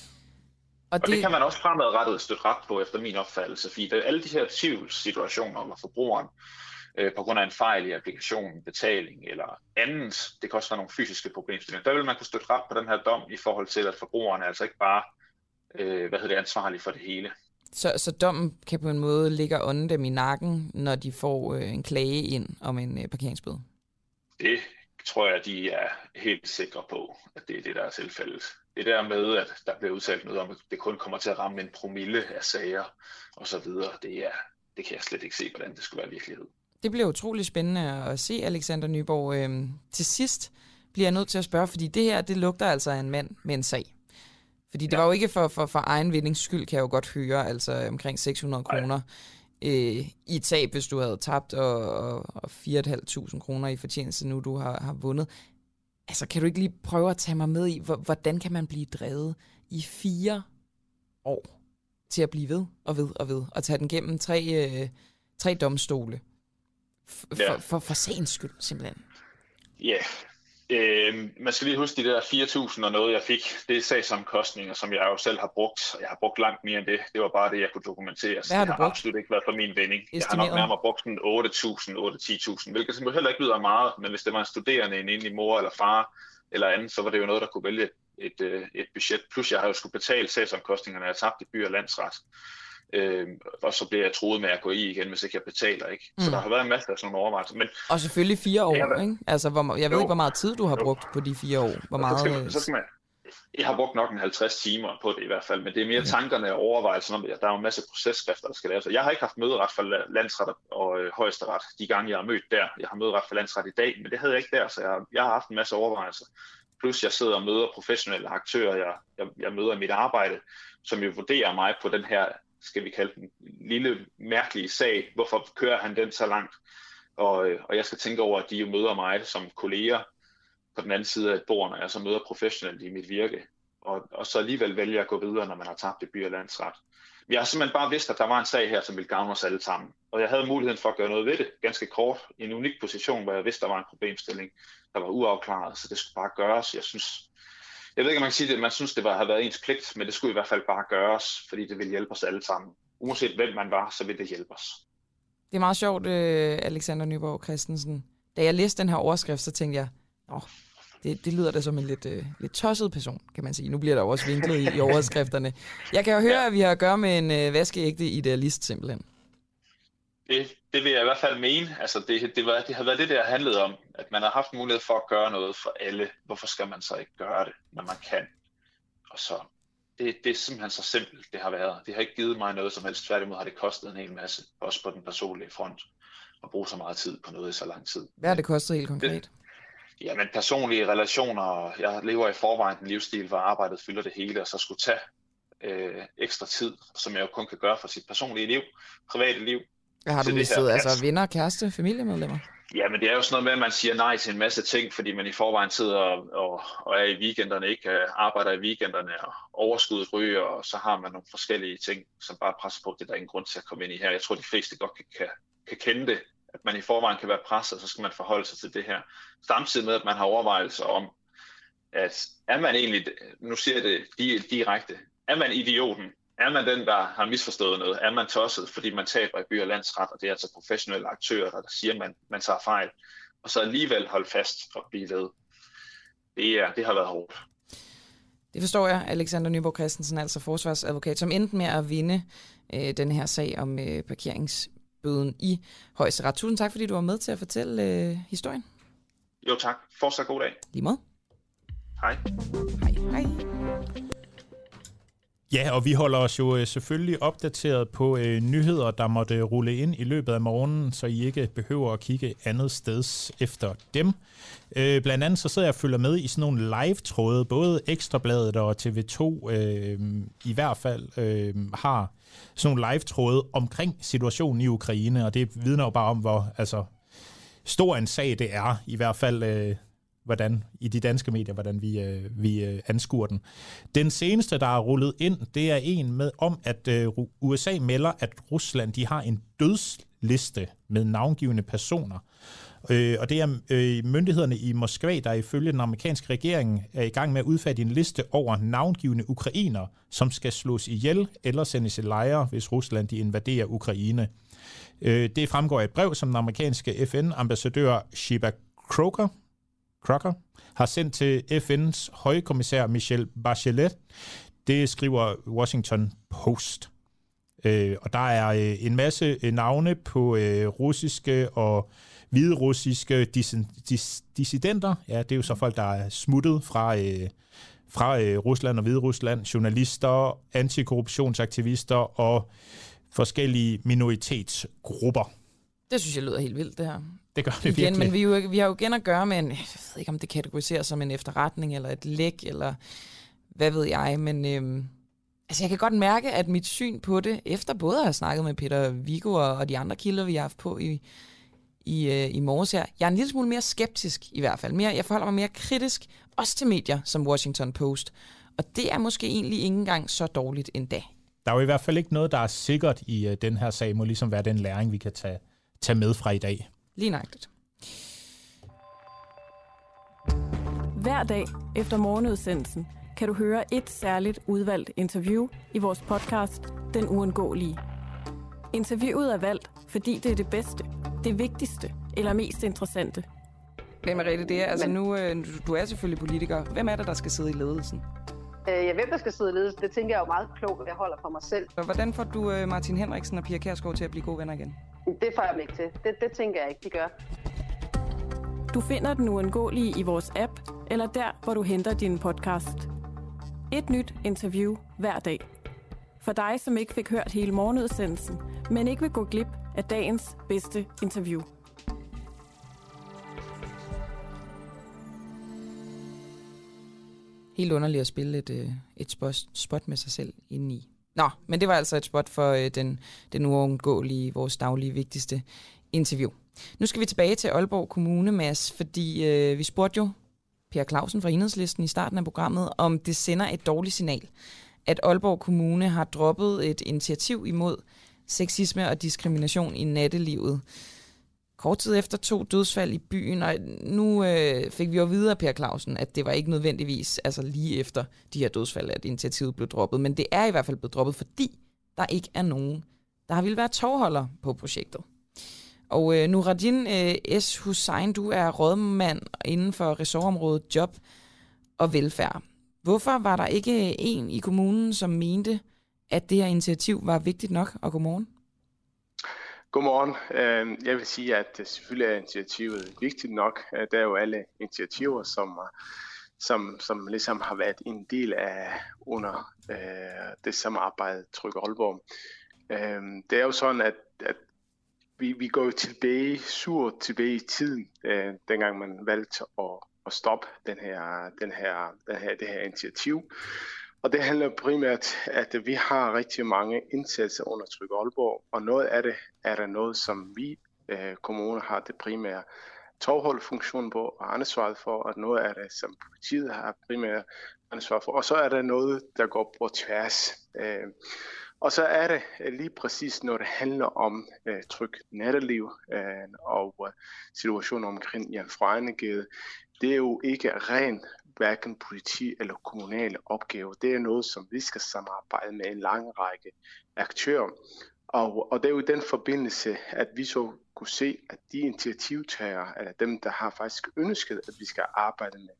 Speaker 12: Og det kan man også fremadrettet støtte ret på, efter min opfattelse, fordi der er alle de her tvivlssituationer, hvor forbrugeren på grund af en fejl i applikationen, betaling eller andet, det kan også være nogle fysiske problemstillinger. Der vil man kunne støtte ret på den her dom i forhold til, at forbrugeren er altså ikke bare ansvarlig for det hele.
Speaker 1: Så dommen kan på en måde ligge og ånde dem i nakken, når de får en klage ind om en parkeringsbøde?
Speaker 12: Det tror jeg, de er helt sikre på, at det er det, der er tilfældet. det der med, at der bliver udtalt noget om, at det kun kommer til at ramme en promille af sager og så videre, det kan jeg slet ikke se, hvordan det skulle være virkelighed. Det
Speaker 1: bliver utrolig spændende at se, Alexander Nyborg. Til sidst bliver jeg nødt til at spørge, fordi det her, det lugter altså af en mand med en sag. Fordi det var jo ikke for egen vindings skyld, kan jeg jo godt høre, altså omkring 600 kroner i et tab, hvis du havde tabt, og 4.500 kroner i fortjeneste, nu du har vundet. Altså, kan du ikke lige prøve at tage mig med i, hvordan kan man blive drevet i 4 år til at blive ved, og tage den gennem 3 domstole? For sagens skyld, simpelthen.
Speaker 12: Ja, man skal lige huske de der 4.000 og noget, jeg fik. Det er sagsomkostninger, som jeg jo selv har brugt. Jeg har brugt langt mere end det. Det var bare det, jeg kunne dokumentere. Så det har absolut ikke været for min vinding. Jeg har nok nærmere brugt sådan 8.000, 8-10.000, hvilket simpelthen heller ikke lyder meget. Men hvis det var en studerende, en enlig mor eller far eller anden, så var det jo noget, der kunne vælge et budget. Plus jeg har jo skulle betale sagsomkostningerne, jeg tabte i by- og landsret. Og så bliver jeg truet med at gå i igen, hvis ikke jeg betaler, ikke? Så der har været en masse af sådan nogle overvejelser. Men
Speaker 1: og selvfølgelig 4 år, ikke? Altså, jeg ved ikke, hvor meget tid du har brugt på de 4 år. Hvor meget...
Speaker 12: Så skal man, jeg har brugt nok en 50 timer på det i hvert fald, men det er mere tankerne og overvejelserne om, at der er en masse processkrifter, der skal laves. Jeg har ikke haft møderet for landsret og højesteret de gange, jeg har mødt der. Jeg har møderet for landsret i dag, men det havde jeg ikke der, så jeg har haft en masse overvejelser. Plus jeg sidder og møder professionelle aktører, jeg møder i mit arbejde, som jo vurderer mig på den her, skal vi kalde den, lille mærkelige sag. Hvorfor kører han den så langt? Og jeg skal tænke over, at de jo møder mig som kolleger på den anden side af et bord, når jeg så møder professionelt i mit virke. Og så alligevel vælger jeg at gå videre, når man har tabt i by- og landsret. Jeg har simpelthen bare vidst, at der var en sag her, som ville gavne os alle sammen. Og jeg havde muligheden for at gøre noget ved det, ganske kort. I en unik position, hvor jeg vidste, der var en problemstilling, der var uafklaret, så det skulle bare gøres. Jeg ved ikke, om man kan sige det, man synes, det havde været ens pligt, men det skulle i hvert fald bare gøres, fordi det ville hjælpe os alle sammen. Uanset hvem man var, så ville det hjælpe os.
Speaker 1: Det er meget sjovt, Alexander Nyborg Christensen. Da jeg læste den her overskrift, så tænkte jeg, det lyder da som en lidt tosset person, kan man sige. Nu bliver der også vinklet i overskrifterne. Jeg kan jo høre, at vi har at gøre med en vaskeægte idealist, simpelthen.
Speaker 12: Det vil jeg i hvert fald mene. Altså, det har været det, der handlede om, at man har haft mulighed for at gøre noget for alle. Hvorfor skal man så ikke gøre det, når man kan? Og så, det er simpelthen så simpelt, det har været. Det har ikke givet mig noget som helst. Tværtimod har det kostet en hel masse, også på den personlige front, at bruge så meget tid på noget i så lang tid.
Speaker 1: Hvad har det kostet helt konkret?
Speaker 12: Jamen personlige relationer. Jeg lever i forvejen en livsstil, hvor arbejdet fylder det hele, og så skulle tage ekstra tid, som jeg jo kun kan gøre for sit personlige liv, private liv.
Speaker 1: Har du mistet altså venner, kæreste, familiemedlemmer?
Speaker 12: Ja, men det er jo sådan noget med, at man siger nej til en masse ting, fordi man i forvejen sidder og er i weekenderne, ikke arbejder i weekenderne, og overskuddet ryger, og så har man nogle forskellige ting, som bare presser på. Det er der ingen grund til at komme ind i her. Jeg tror, de fleste godt kan kende det, at man i forvejen kan være presset, og så skal man forholde sig til det her. Samtidig med, at man har overvejelser om, at er man egentlig, nu siger jeg det direkte, er man idioten? Er man den, der har misforstået noget? Er man tosset, fordi man taber i by- og landsret, og det er altså professionelle aktører, der siger, at man tager fejl, og så alligevel holde fast og blive ved? Det har været hårdt.
Speaker 1: Det forstår jeg, Alexander Nyborg Christensen, altså forsvarsadvokat, som endte med at vinde den her sag om parkeringsbøden i Højesteret. Tusind tak, fordi du var med til at fortælle historien.
Speaker 12: Jo tak. Fortsat god dag.
Speaker 1: Lige måde.
Speaker 12: Hej.
Speaker 1: Hej.
Speaker 2: Ja, og vi holder os jo selvfølgelig opdateret på nyheder, der måtte rulle ind i løbet af morgenen, så I ikke behøver at kigge andet sted efter dem. Blandt andet så sidder jeg og følger med i sådan nogle live-tråde, både Ekstrabladet og TV2 i hvert fald har sådan nogle live-tråde omkring situationen i Ukraine, og det vidner jo bare om, hvor stor en sag det er, i hvert fald hvordan i de danske medier, hvordan vi anskuer den. Den seneste, der er rullet ind, det er en om, at USA melder, at Rusland de har en dødsliste med navngivne personer. Og det er myndighederne i Moskva, der ifølge den amerikanske regering er i gang med at udfærdige en liste over navngivne ukrainere, som skal slås ihjel eller sendes i lejre, hvis Rusland de invaderer Ukraine. Det fremgår af et brev, som den amerikanske FN-ambassadør Sheba Crocker har sendt til FN's højkommissær Michelle Bachelet. Det skriver Washington Post. Og der er en masse navne på russiske og hviderussiske dissidenter. Ja, det er jo så folk, der er smuttet fra Rusland og Hviderusland, journalister, antikorruptionsaktivister og forskellige minoritetsgrupper.
Speaker 1: Det synes jeg lyder helt vildt, det her.
Speaker 2: Det gør det virkelig.
Speaker 1: Men vi har jo igen at gøre med jeg ved ikke, om det kategoriseres som en efterretning, eller et læk, eller hvad ved jeg, men jeg kan godt mærke, at mit syn på det, efter både at have snakket med Peter Viggo og de andre kilder, vi har haft på i morges her, jeg er en lille smule mere skeptisk i hvert fald. Jeg forholder mig mere kritisk, også til medier som Washington Post, og det er måske egentlig ikke engang så dårligt endda.
Speaker 2: Der er jo i hvert fald ikke noget, der er sikkert i den her sag, må ligesom være den læring, vi kan tage med fra i dag.
Speaker 1: Lige nøjagtigt.
Speaker 9: Hver dag efter morgenudsendelsen kan du høre et særligt udvalgt interview i vores podcast, Den Uundgåelige. Interviewet er valgt, fordi det er det bedste, det vigtigste eller mest interessante.
Speaker 1: Hvem er det? Altså nu, du er selvfølgelig politiker. Hvem er det, der skal sidde i ledelsen?
Speaker 13: Hvem der skal sidde i ledelsen, det tænker jeg jo meget klogt, at jeg holder for mig selv.
Speaker 1: Hvordan får du Martin Henriksen og Pia Kjærsgaard til at blive gode venner igen?
Speaker 13: Det får jeg dem ikke til. Det tænker jeg ikke, de gør.
Speaker 9: Du finder Den Uundgåelige i vores app, eller der, hvor du henter din podcast. Et nyt interview hver dag. For dig, som ikke fik hørt hele morgenudsendelsen, men ikke vil gå glip af dagens bedste interview.
Speaker 1: Helt underligt at spille et spot med sig selv indeni. Nå, men det var altså et spot for den uundgåelige, vores daglige vigtigste interview. Nu skal vi tilbage til Aalborg Kommune, Mads, fordi vi spurgte jo Per Clausen fra Enhedslisten i starten af programmet, om det sender et dårligt signal, at Aalborg Kommune har droppet et initiativ imod sexisme og diskrimination i nattelivet. Kort tid efter 2 dødsfald i byen, og nu fik vi jo videre af Per Clausen, at det var ikke nødvendigvis lige efter de her dødsfald, at initiativet blev droppet, men det er i hvert fald blevet droppet, fordi der ikke er nogen, der har ville være tovholder på projektet. Og Nuradin S. Hussein, du er rådmand inden for ressortområdet job og velfærd. Hvorfor var der ikke en i kommunen, som mente, at det her initiativ var vigtigt nok? Og godmorgen.
Speaker 14: Godmorgen. Jeg vil sige, at selvfølgelig er initiativet vigtigt nok. Der er jo alle initiativer, som ligesom har været en del af under det samarbejde Tryg Aalborg. Det er jo sådan, at vi går tilbage i tiden, dengang man valgte at stoppe det her initiativ. Og det handler primært, at vi har rigtig mange indsatser under Tryg Aalborg, og noget af det er der noget, som vi kommuner har det primære tovholdfunktion på og ansvaret for, og noget af det, som politiet har primære ansvar for, og så er der noget, der går på tværs. Og så er det lige præcis, når det handler om tryg natteliv og situationen omkring Jan Frejnegade. Det er jo ikke ren hverken politi eller kommunale opgaver. Det er noget, som vi skal samarbejde med en lang række aktører. Og det er jo i den forbindelse, at vi så kunne se, at de initiativtagere, eller dem, der har faktisk ønsket, at vi skal arbejde med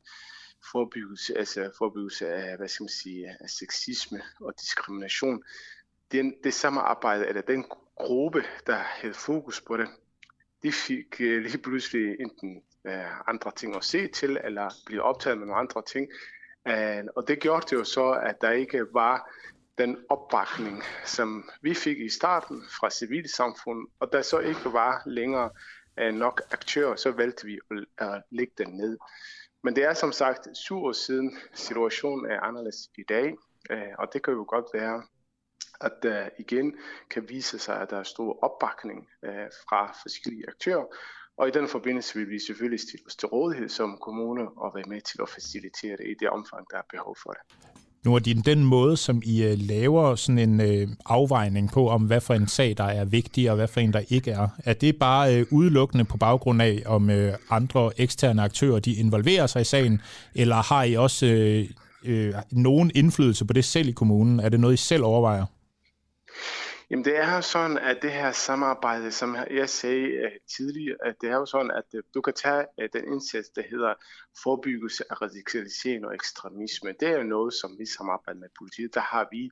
Speaker 14: forebyggelse af, af sexisme og diskrimination, det samarbejde, eller den gruppe, der havde fokus på det, de fik lige pludselig enten andre ting at se til, eller blive optaget med nogle andre ting. Og det gjorde det jo så, at der ikke var den opbakning, som vi fik i starten fra civilsamfundet, og der så ikke var længere nok aktører, så valgte vi at lægge den ned. Men det er som sagt 7 år siden, situationen er anderledes i dag, og det kan jo godt være, at igen kan vise sig, at der er stor opbakning fra forskellige aktører, og i den forbindelse vil vi selvfølgelig stille os til rådighed som kommune og være med til at facilitere det i det omfang, der er behov for det.
Speaker 2: Nu er det den måde, som I laver sådan en afvejning på, om hvad for en sag, der er vigtig, og hvad for en, der ikke er. Er det bare udelukkende på baggrund af, om andre eksterne aktører, de involverer sig i sagen, eller har I også nogen indflydelse på det selv i kommunen? Er det noget, I selv overvejer?
Speaker 14: Jamen det er jo sådan, at det her samarbejde, som jeg sagde tidligere, at det er jo sådan, at du kan tage den indsats, der hedder forebyggelse af radikalisering og ekstremisme. Det er jo noget, som vi samarbejder med politiet. Der har vi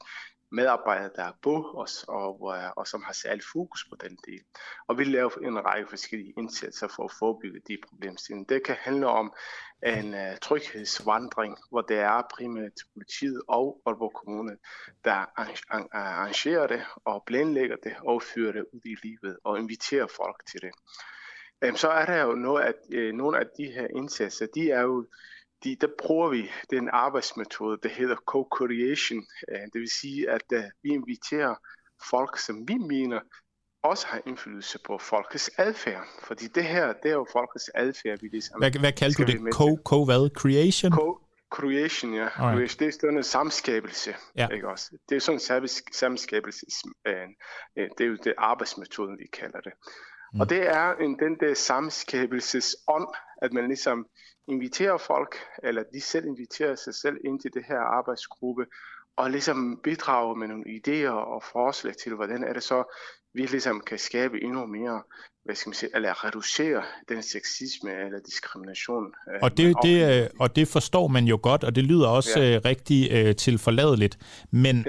Speaker 14: medarbejdere, der er på os, og som har særlig fokus på den del. Og vi laver en række forskellige indsatser for at forebygge de problemstillinger. Det kan handle om en tryghedsvandring, hvor det er primært politiet og Aalborg Kommune, der arrangerer det og planlægger det og fører det ud i livet og inviterer folk til det. Så er der jo nogle af de her indsatser, der bruger vi den arbejdsmetode, der hedder co-creation. Det vil sige, at vi inviterer folk, som vi mener også har indflydelse på folkets adfærd. Fordi det her, det er jo folkets adfærd, vi ligesom...
Speaker 2: Hvad kaldte du det? Hvad? Creation?
Speaker 14: Creation, ja. Right. Det er sådan en samskabelse, ikke også? Det er sådan en samskabelse. Det er jo det arbejdsmetoden, vi kalder det. Og det er den der samskabelsesånd, at man ligesom inviterer folk, eller de selv inviterer sig selv ind til det her arbejdsgruppe, og ligesom bidrager med nogle idéer og forslag til, hvordan er det så, vi ligesom kan skabe endnu mere, eller reducere den sexisme eller diskrimination.
Speaker 2: Og det forstår man jo godt, og det lyder også rigtig tilforladeligt. Men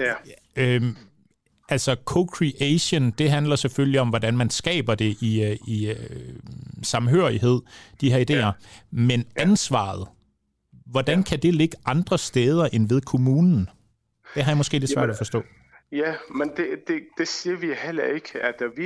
Speaker 2: altså co-creation, det handler selvfølgelig om, hvordan man skaber det i samhørighed, de her idéer. Men ansvaret, hvordan kan det ligge andre steder end ved kommunen? Det har jeg måske lidt svært at forstå.
Speaker 14: Ja, men det siger vi heller ikke, at vi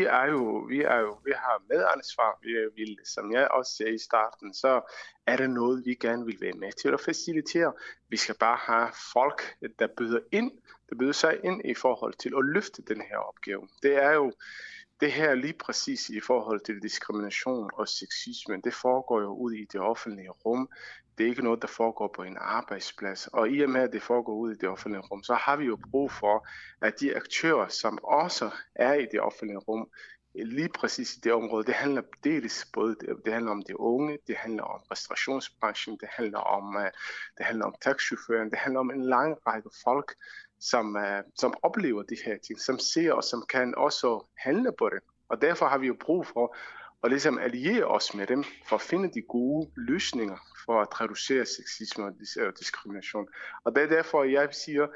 Speaker 14: har medansvar. Vi, som jeg også sagde i starten, så er det noget, vi gerne vil være med til at facilitere. Vi skal bare have folk, der byder sig ind i forhold til at løfte den her opgave. Det er jo det her lige præcis i forhold til diskrimination og sexisme. Det foregår jo ude i det offentlige rum. Det er ikke noget, der foregår på en arbejdsplads. Og i og med, at det foregår ude i det offentlige rum, så har vi jo brug for, at de aktører, som også er i det offentlige rum, lige præcis i det område, det handler det handler om de unge, det handler om restaurationsbranchen, det handler om taxichaufføren, det handler om en lang række folk, som oplever de her ting, som ser og som kan også handle på det. Og derfor har vi jo brug for at ligesom alliere os med dem for at finde de gode løsninger for at reducere sexisme og diskrimination. Og det er derfor, jeg siger,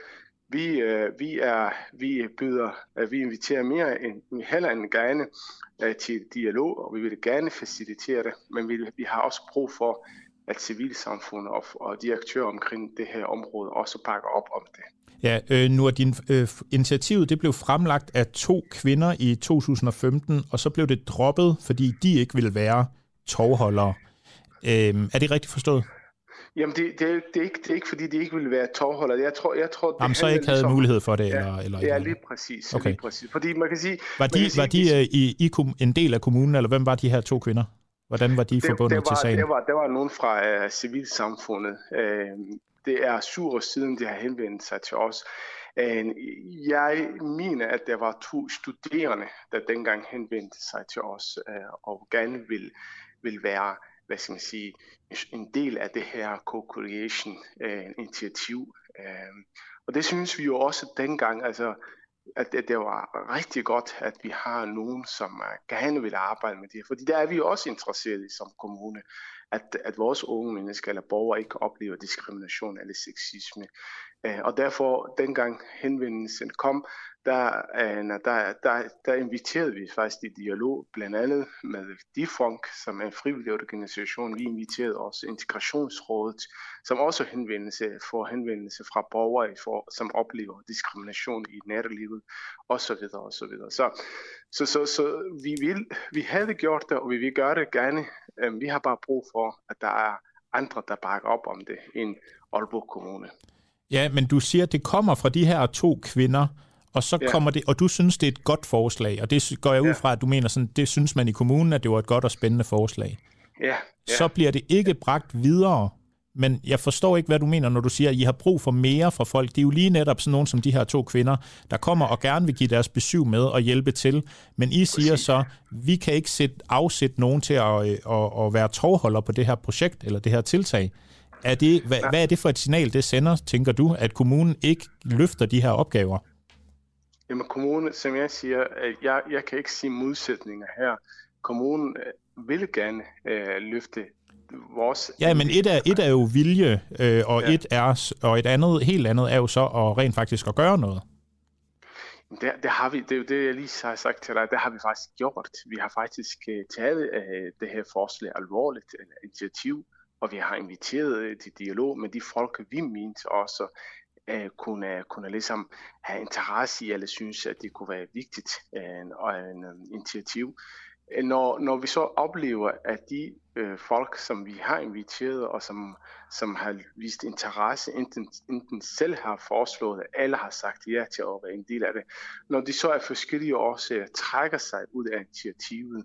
Speaker 14: vi inviterer heller end gerne til dialog, og vi vil gerne facilitere det, men vi har også brug for, at civilsamfundet og de aktører omkring det her område også bakker op om det.
Speaker 2: Ja, nu er initiativet det blev fremlagt af 2 kvinder i 2015, og så blev det droppet, fordi de ikke ville være tovholdere. Er det rigtigt forstået?
Speaker 14: Jamen, det er ikke fordi de ikke ville være tovholdere. Jeg tror
Speaker 2: Jamen, så ikke havde mulighed for det? Eller
Speaker 14: ja, lige præcis.
Speaker 2: Okay.
Speaker 14: Lige præcis. Fordi man kan sige...
Speaker 2: Var de en del af kommunen, eller hvem var de her 2 kvinder? Hvordan var de forbundet til sagen?
Speaker 14: Der var nogen fra civilsamfundet. Det er 7 år siden, de har henvendt sig til os. Jeg mener, at der var 2 studerende, der dengang henvendte sig til os, og gerne vil være, hvad skal man sige, en del af det her co-creation-initiativ. Og det synes vi jo også dengang, altså, at det var rigtig godt, at vi har nogen, som gerne vil arbejde med det. Fordi der er vi jo også interesseret i som kommune, at vores unge mennesker eller borgere ikke oplever diskrimination eller sexisme. Og derfor, dengang henvendelsen kom, der inviterede vi faktisk i dialog, blandt andet med DIFONK, som er en frivillig organisation. Vi inviterede også Integrationsrådet, som også får henvendelse fra borgere, som oplever diskrimination i nattelivet, osv. osv. Så vi havde gjort det, og vi vil gøre det gerne. Vi har bare brug for, at der er andre, der bakker op om det, end Aalborg Kommune.
Speaker 2: Ja, men du siger, at det kommer fra de her 2 kvinder, og så kommer det, og du synes, det er et godt forslag, og det går jeg ud fra, at du mener sådan, det synes man i kommunen, at det var et godt og spændende forslag.
Speaker 14: Ja.
Speaker 2: Så bliver det ikke bragt videre, men jeg forstår ikke, hvad du mener, når du siger, at I har brug for mere fra folk. Det er jo lige netop sådan nogen som de her 2 kvinder, der kommer og gerne vil give deres besyv med og hjælpe til, men I siger så, vi kan ikke afsætte nogen til at være tovholder på det her projekt eller det her tiltag. Hvad er det for et signal, det sender, tænker du, at kommunen ikke løfter de her opgaver?
Speaker 14: Jamen kommunen, som jeg siger, jeg kan ikke sige modsætninger her. Kommunen vil gerne løfte vores...
Speaker 2: Ja, men et er jo vilje, og et andet, helt andet er jo så at rent faktisk at gøre noget.
Speaker 14: Det har vi, det er jo det, jeg lige har sagt til dig, det har vi faktisk gjort. Vi har faktisk taget det her forslag alvorligt, initiativ, og vi har inviteret til dialog med de folk, vi mente også kunne ligesom have interesse i, eller synes, at det kunne være vigtigt og en initiativ. Når vi så oplever, at de folk, som vi har inviteret, og som har vist interesse, enten selv har foreslået, eller har sagt ja til at være en del af det, når de så af forskellige årsager trækker sig ud af initiativet,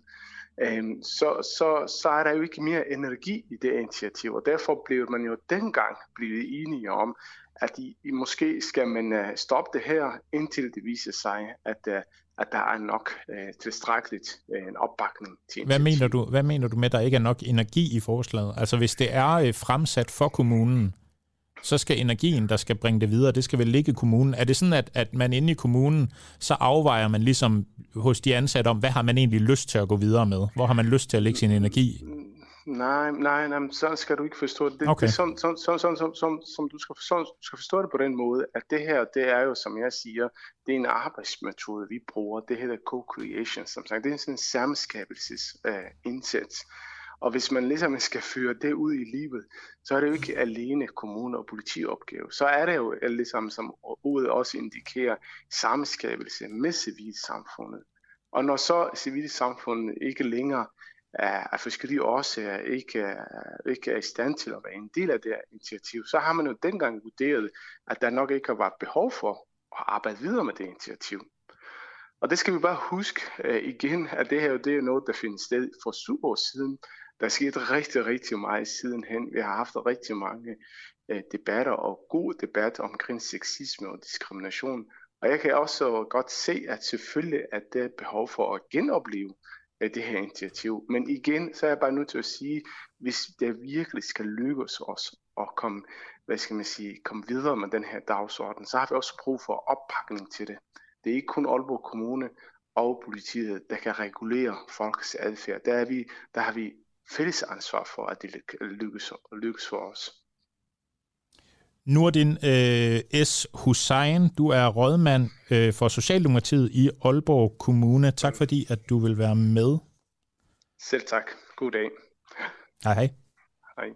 Speaker 14: så er der jo ikke mere energi i det initiativ, og derfor blev man jo dengang blevet enige om, at måske skal man stoppe det her, indtil det viser sig, at der er nok tilstrækkeligt en opbakning til initiativet.
Speaker 2: Hvad mener du med, at der ikke er nok energi i forslaget? Altså hvis det er fremsat for kommunen, så skal energien, der skal bringe det videre, det skal vel ligge i kommunen. Er det sådan, at man inde i kommunen, så afvejer man ligesom hos de ansatte om, hvad har man egentlig lyst til at gå videre med? Hvor har man lyst til at lægge sin energi?
Speaker 14: Nej, sådan skal du ikke forstå det. Okay. Det er som du skal forstå det på den måde, at det her, det er jo, som jeg siger, det er en arbejdsmetode, vi bruger. Det hedder co-creation, som sagt. Det er sådan en samskabelsesindsats. Og hvis man ligesom skal føre det ud i livet, så er det jo ikke alene kommune- og politiopgave. Så er det jo ligesom, som ordet også indikerer, samskabelse med civilsamfundet. Og når så civilsamfundet ikke længere af forskellige årsager ikke er i stand til at være en del af det her initiativ, så har man jo dengang vurderet, at der nok ikke har været behov for at arbejde videre med det initiativ. Og det skal vi bare huske igen, at det her det er noget, der finder sted for 7 år siden. Der er sket rigtig, rigtig meget sidenhen. Vi har haft rigtig mange debatter og god debat omkring sexisme og diskrimination. Og jeg kan også godt se, at selvfølgelig at der er behov for at genopleve det her initiativ. Men igen, så er jeg bare nødt til at sige, hvis det virkelig skal lykkes os at komme videre med den her dagsorden, så har vi også brug for opbakning til det. Det er ikke kun Aalborg Kommune og politiet, der kan regulere folks adfærd. Der har vi fælles ansvar for, at det lykkes for os.
Speaker 2: Nordin S. Hussein, du er rådmand for Socialdemokratiet i Aalborg Kommune. Tak fordi, at du vil være med.
Speaker 14: Selv tak. God dag.
Speaker 2: Hej hej.
Speaker 14: Hej.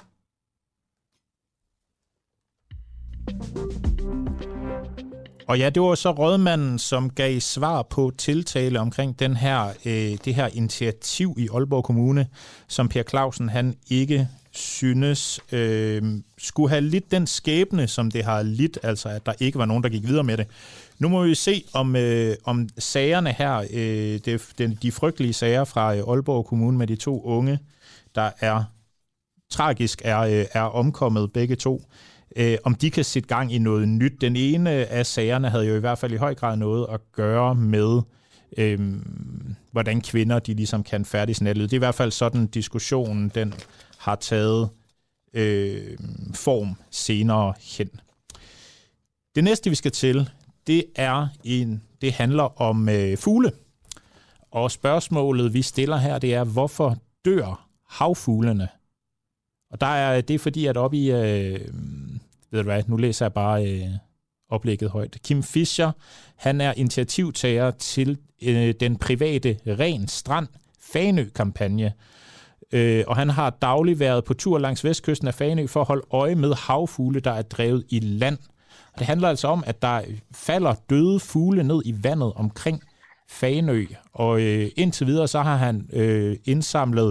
Speaker 2: Og ja, det var så rådmanden, som gav svar på tiltale omkring det her initiativ i Aalborg Kommune, som Per Clausen han ikke synes skulle have lidt den skæbne, som det har lidt, altså at der ikke var nogen, der gik videre med det. Nu må vi se, om sagerne her, de frygtelige sager fra Aalborg Kommune med de 2 unge, der er tragisk er omkommet begge 2, om de kan sætte gang i noget nyt. Den ene af sagerne havde jo i hvert fald i høj grad noget at gøre med, hvordan kvinder de ligesom kan færdiges natlivet. Det er i hvert fald sådan, diskussionen den har taget form senere hen. Det næste, vi skal til, det handler om fugle. Og spørgsmålet, vi stiller her, det er, hvorfor dør havfuglene? Og det er fordi, at oppe i, ved du hvad, nu læser jeg bare oplægget højt. Kim Fischer, han er initiativtager til den private Ren Strand Fanø-kampagne. Og han har dagligt været på tur langs vestkysten af Fanø for at holde øje med havfugle, der er drevet i land. Og det handler altså om, at der falder døde fugle ned i vandet omkring Fanø. Og indtil videre så har han indsamlet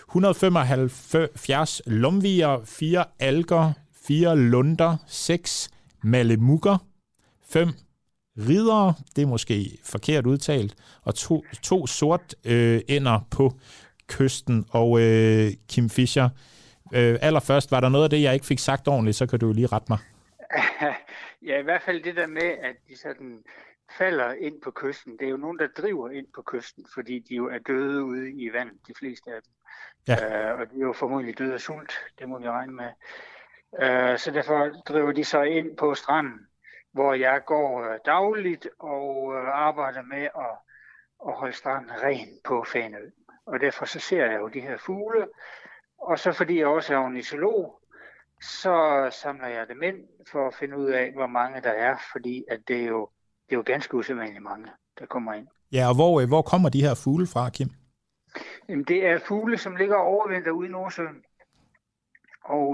Speaker 2: 175 lomvier, 4 alger, 4 lunder, 6 malemukker, 5 ridere, det er måske forkert udtalt, og 2 sort ender på kysten. Og Kim Fischer, allerførst, var der noget af det, jeg ikke fik sagt ordentligt, så kan du lige rette mig.
Speaker 15: Ja, i hvert fald det der med, at de sådan falder ind på kysten. Det er jo nogen, der driver ind på kysten, fordi de jo er døde ude i vandet, de fleste af dem. Ja. Og de er jo formodentlig døde af sult, det må vi regne med. Så derfor driver de så ind på stranden, hvor jeg går dagligt og arbejder med at holde stranden ren på Fanø. Og derfor så ser jeg jo de her fugle, og så fordi jeg også er ornitolog, så samler jeg dem ind for at finde ud af, hvor mange der er, fordi at det er jo det er jo ganske usædvanligt mange, der kommer ind.
Speaker 2: Ja, og hvor kommer de her fugle fra, Kim?
Speaker 15: Jamen, det er fugle, som ligger overvinter ude i Nordsøen. Og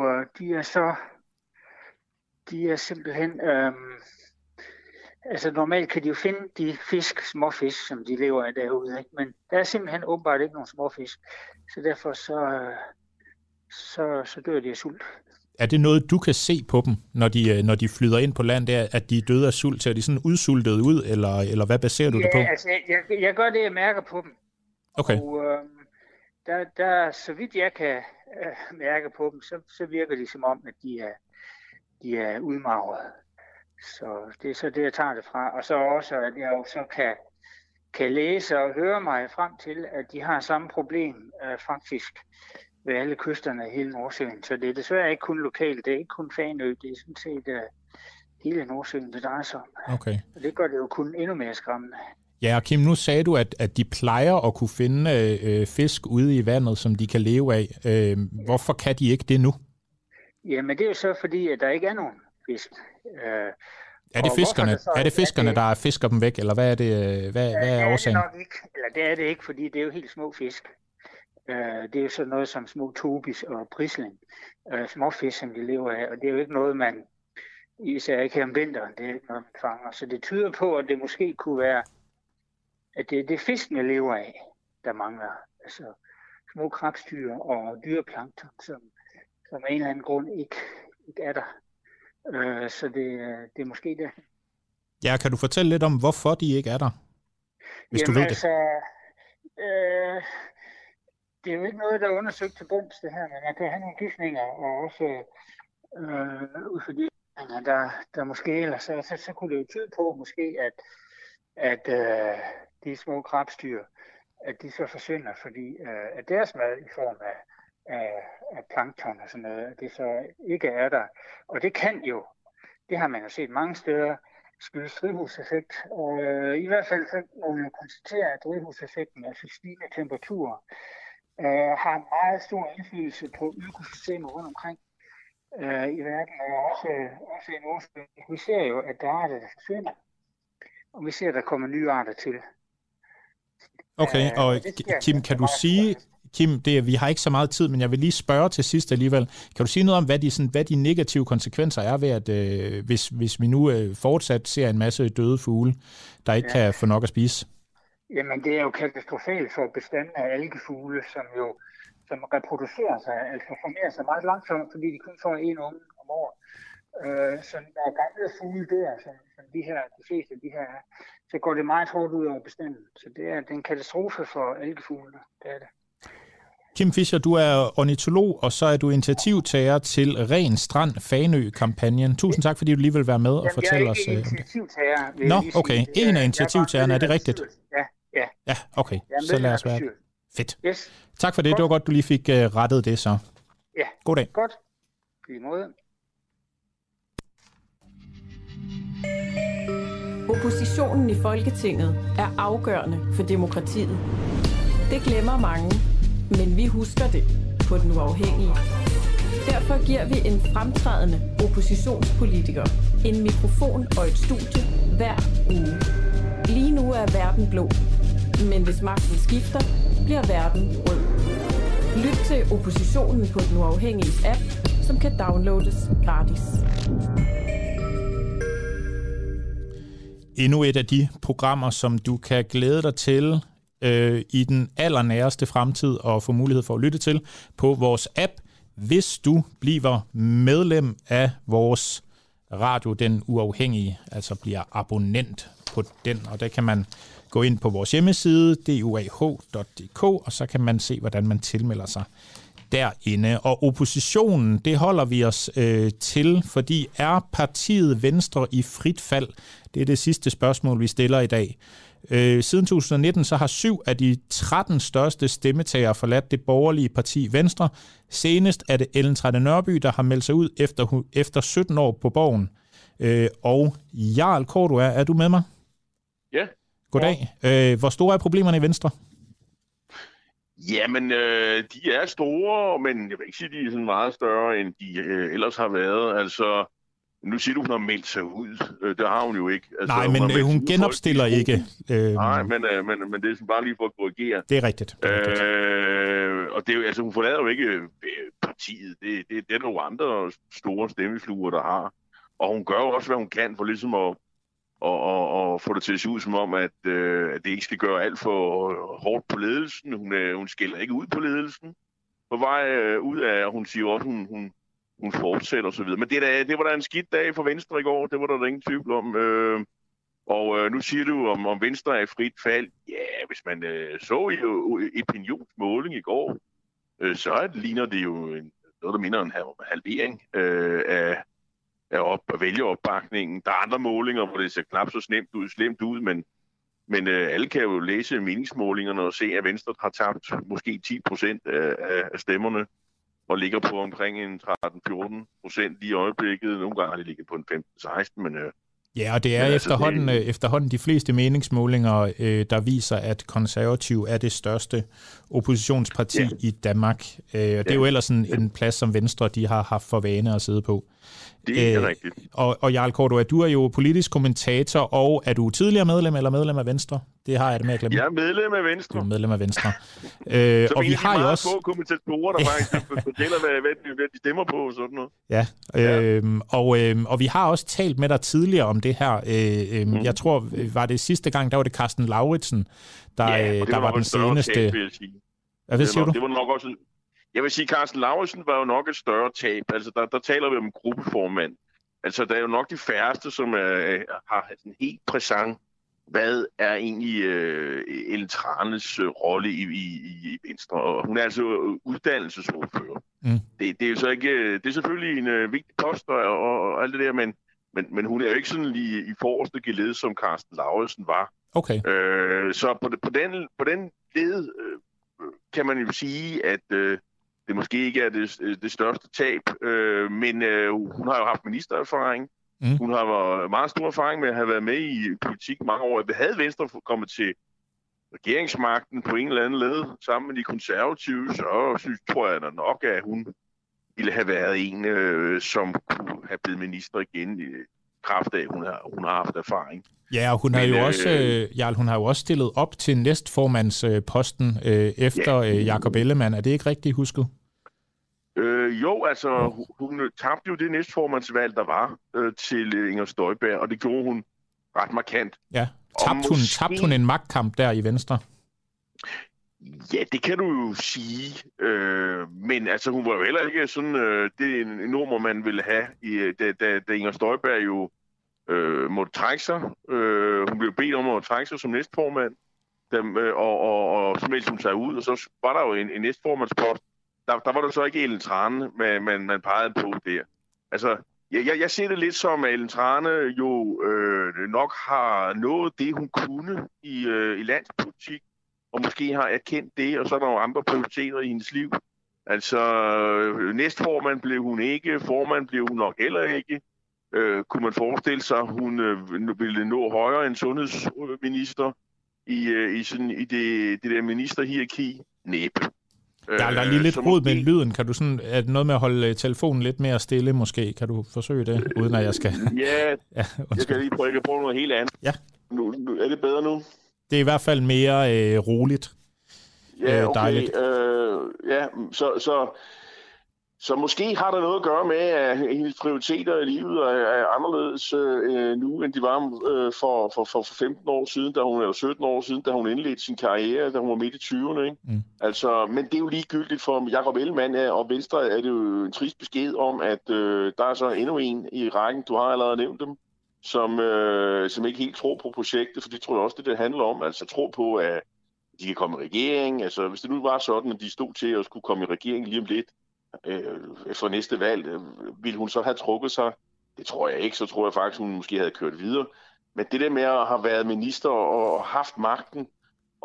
Speaker 15: de er simpelthen... altså normalt kan de jo finde de småfisk, som de lever af derude, ikke? Men der er simpelthen åbenbart ikke nogen småfisk. Så derfor så dør de af sult.
Speaker 2: Er det noget, du kan se på dem, når de flyder ind på land, der, at de er døde af sult? Så er de sådan udsultet ud, eller hvad baserer du det på?
Speaker 15: Ja, altså jeg gør det, jeg mærker på dem.
Speaker 2: Okay.
Speaker 15: Og der, så vidt jeg kan mærke på dem, så virker de som om, at de er udmagret. Så det er så det, jeg tager det fra. Og så også, at jeg jo så kan læse og høre mig frem til, at de har samme problem faktisk ved alle kysterne af hele Nordsøen. Så det er desværre ikke kun lokalt, det er ikke kun Fanø, det er sådan set hele Nordsøen, det drejer sig om.
Speaker 2: Okay.
Speaker 15: Og det gør det jo kun endnu mere skræmmende.
Speaker 2: Ja, og Kim, nu sagde du, at de plejer at kunne finde fisk ude i vandet, som de kan leve af. Hvorfor kan de ikke det nu?
Speaker 15: Jamen det er jo så fordi, at der ikke er nogen fisk.
Speaker 2: Er det fiskerne, der fisker dem væk, eller hvad er det? Hvad er årsagen?
Speaker 15: Det er nok ikke, eller det er det ikke, fordi det er jo helt små fisk. Det er jo sådan noget som små tobis og prisling. Småfisk, som de lever af, og det er jo ikke noget, man især ikke her om vinteren, det er ikke noget, man fanger. Så det tyder på, at det måske kunne være, at det er fiskene lever af, der mangler. Altså små krebsdyr og dyreplankton, som af en eller anden grund ikke er der. Så det er måske det.
Speaker 2: Ja, kan du fortælle lidt om, hvorfor de ikke er der? Hvis du ved det.
Speaker 15: Altså, det er jo ikke noget, der er undersøgt til bunds, det her, men man kan have nogle gidsninger, og også ud for de der måske ellers, så kunne det jo tyde på måske, at de små krebsdyr, at de så forsvinder, fordi at deres mad i form af plankton og sådan noget, at det så ikke er der. Og det kan jo, det har man jo set mange steder, skyldes drivhuseffekt. Og i hvert fald så må man jo konstatere, at drivhuseffekten, altså stigende temperaturer, har meget stor indflydelse på økosystemer rundt omkring i verden, og også i Nordsøen. Vi ser jo, at der er arter, der forsvinder, og vi ser, at der kommer nye arter til.
Speaker 2: Okay, og Kim, kan du sige... Kim, vi har ikke så meget tid, men jeg vil lige spørge til sidst alligevel. Kan du sige noget om, hvad de negative konsekvenser er ved, at hvis vi nu fortsat ser en masse døde fugle, der ikke kan få nok at spise?
Speaker 15: Jamen, det er jo katastrofalt for bestanden af algefugle, som reproducerer sig, altså formerer sig meget langsomt, fordi de kun får en unge om året. Så når gamle fugle der, som de fleste af de her er, så går det meget hårdt ud over bestanden. Så det er en katastrofe for algefuglene, det er det.
Speaker 2: Kim Fischer, du er ornitolog, og så er du initiativtager til Ren Strand Fanø-kampagnen. Tusind tak, fordi du lige vil være med og fortælle os.
Speaker 15: Jeg er ikke initiativtager.
Speaker 2: Nå, okay. En af initiativtagerne, er det rigtigt?
Speaker 15: Ja.
Speaker 2: Ja, okay. Så lad os være. Fedt.
Speaker 15: Yes.
Speaker 2: Tak for det. Det var godt, du lige fik rettet det så.
Speaker 15: Ja.
Speaker 2: God dag.
Speaker 15: Godt. Lige måde.
Speaker 9: Oppositionen i Folketinget er afgørende for demokratiet. Det glemmer mange, men vi husker det på Den Uafhængige. Derfor giver vi en fremtrædende oppositionspolitiker en mikrofon og et studie hver uge. Lige nu er verden blå, men hvis magten skifter, bliver verden rød. Lyt til Oppositionen på Den Uafhængiges app, som kan downloades gratis.
Speaker 2: Endnu et af de programmer, som du kan glæde dig til i den allernæreste fremtid og få mulighed for at lytte til på vores app, hvis du bliver medlem af vores radio, Den Uafhængige, altså bliver abonnent på den, og der kan man gå ind på vores hjemmeside, duah.dk, og så kan man se, hvordan man tilmelder sig derinde. Og oppositionen, det holder vi os til, fordi er partiet Venstre i frit fald? Det er det sidste spørgsmål, vi stiller i dag. Siden 2019 så har 7 af de 13 største stemmetagere forladt det borgerlige parti Venstre. Senest er det Ellen Trane Nørby, der har meldt sig ud efter 17 år på Borgen. Og Jarl Cordua, er du med mig?
Speaker 16: Ja.
Speaker 2: Goddag. Hvor store er problemerne i Venstre?
Speaker 16: Jamen, de er store, men jeg vil ikke sige, at de er sådan meget større, end de ellers har været. Altså,
Speaker 17: Nu siger du, hun har meldt sig ud. Det har hun jo ikke.
Speaker 2: Altså, nej, men hun genopstiller ikke.
Speaker 17: Nej, men det er bare lige for at korrigere.
Speaker 2: Det er rigtigt.
Speaker 17: Og det er jo, altså, hun forlader jo ikke partiet. Det er der nogle andre store stemmefluer, der har. Og hun gør jo også, hvad hun kan for ligesom at få det til at se ud som om, at det ikke skal gøre alt for hårdt på ledelsen. Hun skælder ikke ud på ledelsen. På vej ud af, hun siger også, hun fortsætter og så videre. Men det var da en skidt dag for Venstre i går. Det var der ingen tvivl om. Og nu siger du, om Venstre er i frit fald. Ja, hvis man så i opinionsmåling i går, så ligner det jo noget, der minder en halvering af vælgeropbakningen. Der er andre målinger, hvor det ser knap så slemt ud, men alle kan jo læse meningsmålingerne og se, at Venstre har tabt måske 10% af stemmerne og ligger på omkring en 13-14% i øjeblikket. Nogle gange har de ligget på en 15-16, men...
Speaker 2: Ja, og det er efterhånden de fleste meningsmålinger, der viser, at Konservativ er det største oppositionsparti i Danmark. Det er jo ellers en plads, som Venstre de har haft for vane at sidde på.
Speaker 17: Det er rigtigt.
Speaker 2: Og Jarl Cordua, du er jo politisk kommentator, og er du tidligere medlem eller medlem af Venstre? Det har jeg det med at glemme.
Speaker 17: Jeg er medlem af Venstre.
Speaker 2: Du er medlem af Venstre.
Speaker 17: Og vi har jo også få kommentatorer, der faktisk fortæller, hvad de stemmer på og sådan noget.
Speaker 2: Ja, og vi har også talt med dig tidligere om det her. Jeg tror, var det sidste gang, der var det Carsten Lauritsen, der var den seneste...
Speaker 17: Tab, vil jeg sige.
Speaker 2: Hvad siger du?
Speaker 17: Det var nok også... Jeg vil sige, Carsten Lauritsen var jo nok et større tab. Altså, der taler vi om en gruppeformand. Altså, der er jo nok de færreste, som har sådan helt præsent, hvad er egentlig Ellen Tranes rolle i Venstre. Og hun er altså uddannelsesordfører. Det er jo så ikke... Det er selvfølgelig en vigtig post og alt det der, men hun er jo ikke sådan lige i forreste geled, som Carsten Lauritsen var.
Speaker 2: Okay.
Speaker 17: Så på den led kan man jo sige, at det måske ikke er det største tab, men hun har jo haft ministererfaring. Hun har meget stor erfaring med at have været med i politik mange år. Havde Venstre kommet til regeringsmagten på en eller anden led sammen med de konservative, så tror jeg nok, at hun ville have været en, som kunne have blevet minister igen i kraft af, at hun har haft erfaring.
Speaker 2: Ja, og hun har jo også stillet op til næstformandsposten efter Jakob Ellemann. Er det ikke rigtigt husket?
Speaker 17: Jo, altså hun tabte jo det næstformandsvalg, der var til Inger Støjberg, og det gjorde hun ret markant.
Speaker 2: Ja, tabte hun en magtkamp der i Venstre?
Speaker 17: Ja, det kan du jo sige, men altså hun var jo heller ikke sådan det nummer, man ville have, da Inger Støjberg jo måtte trække sig. Hun blev bedt om at trække sig som næstformand, og så meldte hun sig ud, og så var der jo en næstformandspost. Der var der så ikke Ellen Trane, man pegede på der. Altså, jeg ser det lidt som, at Ellen Trane jo nok har nået det, hun kunne i landspolitik, og måske har erkendt det, og så er der jo andre prioriteter i hendes liv. Altså, næstformand blev hun ikke, formand blev hun nok heller ikke. Kunne man forestille sig, at hun ville nå højere end sundhedsminister i det der ministerhierarki? Næppe.
Speaker 2: Der er lige lidt rod med lyden. Kan du sådan, er det noget med at holde telefonen lidt mere stille måske? Kan du forsøge det, uden at jeg skal...
Speaker 17: Ja, jeg kan lige prøve noget helt andet.
Speaker 2: Ja.
Speaker 17: Nu, er det bedre nu?
Speaker 2: Det er i hvert fald mere roligt.
Speaker 17: Ja, okay.
Speaker 2: Dejligt.
Speaker 17: Så måske har der noget at gøre med, at hendes prioriteter i livet er anderledes nu, end de var for 15 år siden, eller 17 år siden, da hun indledte sin karriere, da hun var midt i 20'erne. Ikke? Altså, men det er jo ligegyldigt for Jakob Ellemann og Venstre, er det jo en trist besked om, at der er så endnu en i rækken, du har allerede nævnt dem, som ikke helt tror på projektet, for det tror jeg også, det handler om. Altså, tro på, at de kan komme i regering. Altså, hvis det nu var sådan, at de stod til at skulle komme i regering lige om lidt, efter næste valg, ville hun så have trukket sig? Det tror jeg ikke. Så tror jeg faktisk, hun måske havde kørt videre. Men det der med at have været minister og haft magten,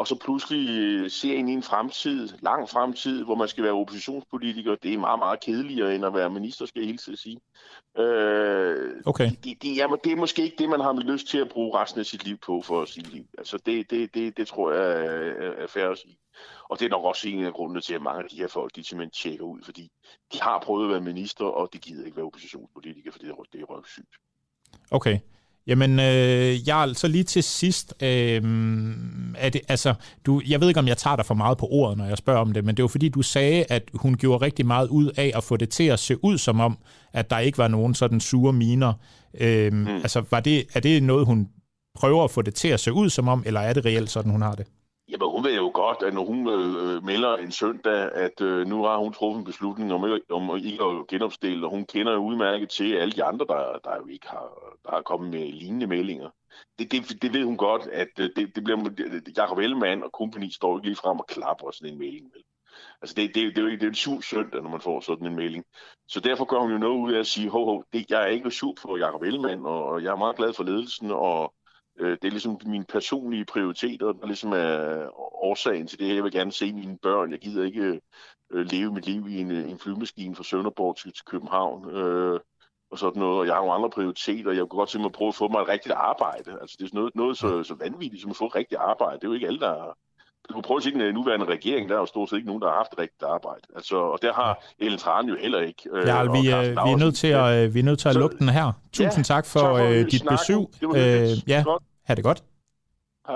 Speaker 17: og så pludselig ser ind i en fremtid, lang fremtid, hvor man skal være oppositionspolitiker. Det er meget, meget kedeligere, end at være minister, skal jeg hele tiden sige.
Speaker 2: Okay.
Speaker 17: Det er måske ikke det, man har lyst til at bruge resten af sit liv på for sit liv. Altså det tror jeg er fair at sige. Og det er nok også en af grundene til, at mange af de her folk, de simpelthen tjekker ud, fordi de har prøvet at være minister, og de gider ikke være oppositionspolitiker, fordi det er røvsygt.
Speaker 2: Okay. Jamen, Jarl, så lige til sidst, er det, altså, jeg ved ikke, om jeg tager dig for meget på ordet, når jeg spørger om det, men det var fordi, du sagde, at hun gjorde rigtig meget ud af at få det til at se ud som om, at der ikke var nogen sådan sure miner. Altså, er det noget, hun prøver at få det til at se ud som om, eller er det reelt sådan, hun har det?
Speaker 17: Jamen, hun ved jo godt, at når hun melder en søndag, at nu har hun truffet en beslutning om ikke at genopstille, og hun kender jo udmærket til alle de andre, der jo ikke der er kommet med lignende meldinger. Det ved hun godt, at det bliver Jakob Ellemann og company står ikke lige frem og klapper sådan en melding. Altså, det er jo en sur søndag, når man får sådan en melding. Så derfor gør hun jo noget ud af at sige, jeg er ikke sur på Jakob Ellemann, og jeg er meget glad for ledelsen, og det er ligesom mine personlige prioriteter, der ligesom er årsagen til det her. Jeg vil gerne se mine børn. Jeg gider ikke leve mit liv i en flyvemaskine fra Sønderborg til København og sådan noget. Og jeg har jo andre prioriteter. Jeg kunne godt tænke mig at prøve at få mig et rigtigt arbejde. Altså det er noget så vanvittigt som at få et rigtigt arbejde. Det er jo ikke alle, der... Du kan prøve at se den nuværende regering, der er jo stort set ikke nogen, der har haft et rigtigt arbejde. Altså, og der har Ellen Trane jo heller ikke.
Speaker 2: Ja, vi er nødt til at lukke den her. Tusind tak for dit besøg. Ja, ha' det godt.
Speaker 17: Hej.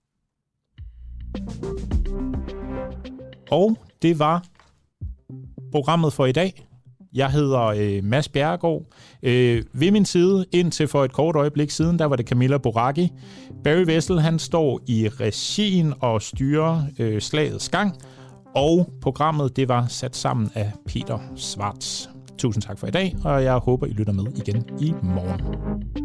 Speaker 2: Og det var programmet for i dag. Jeg hedder Mads Bjerregaard. Ved min side, indtil for et kort øjeblik siden, der var det Camilla Boracchi. Barry Wessel, han står i regien og styrer slagets gang. Og programmet, det var sat sammen af Peter Schwartz. Tusind tak for i dag, og jeg håber, I lytter med igen i morgen.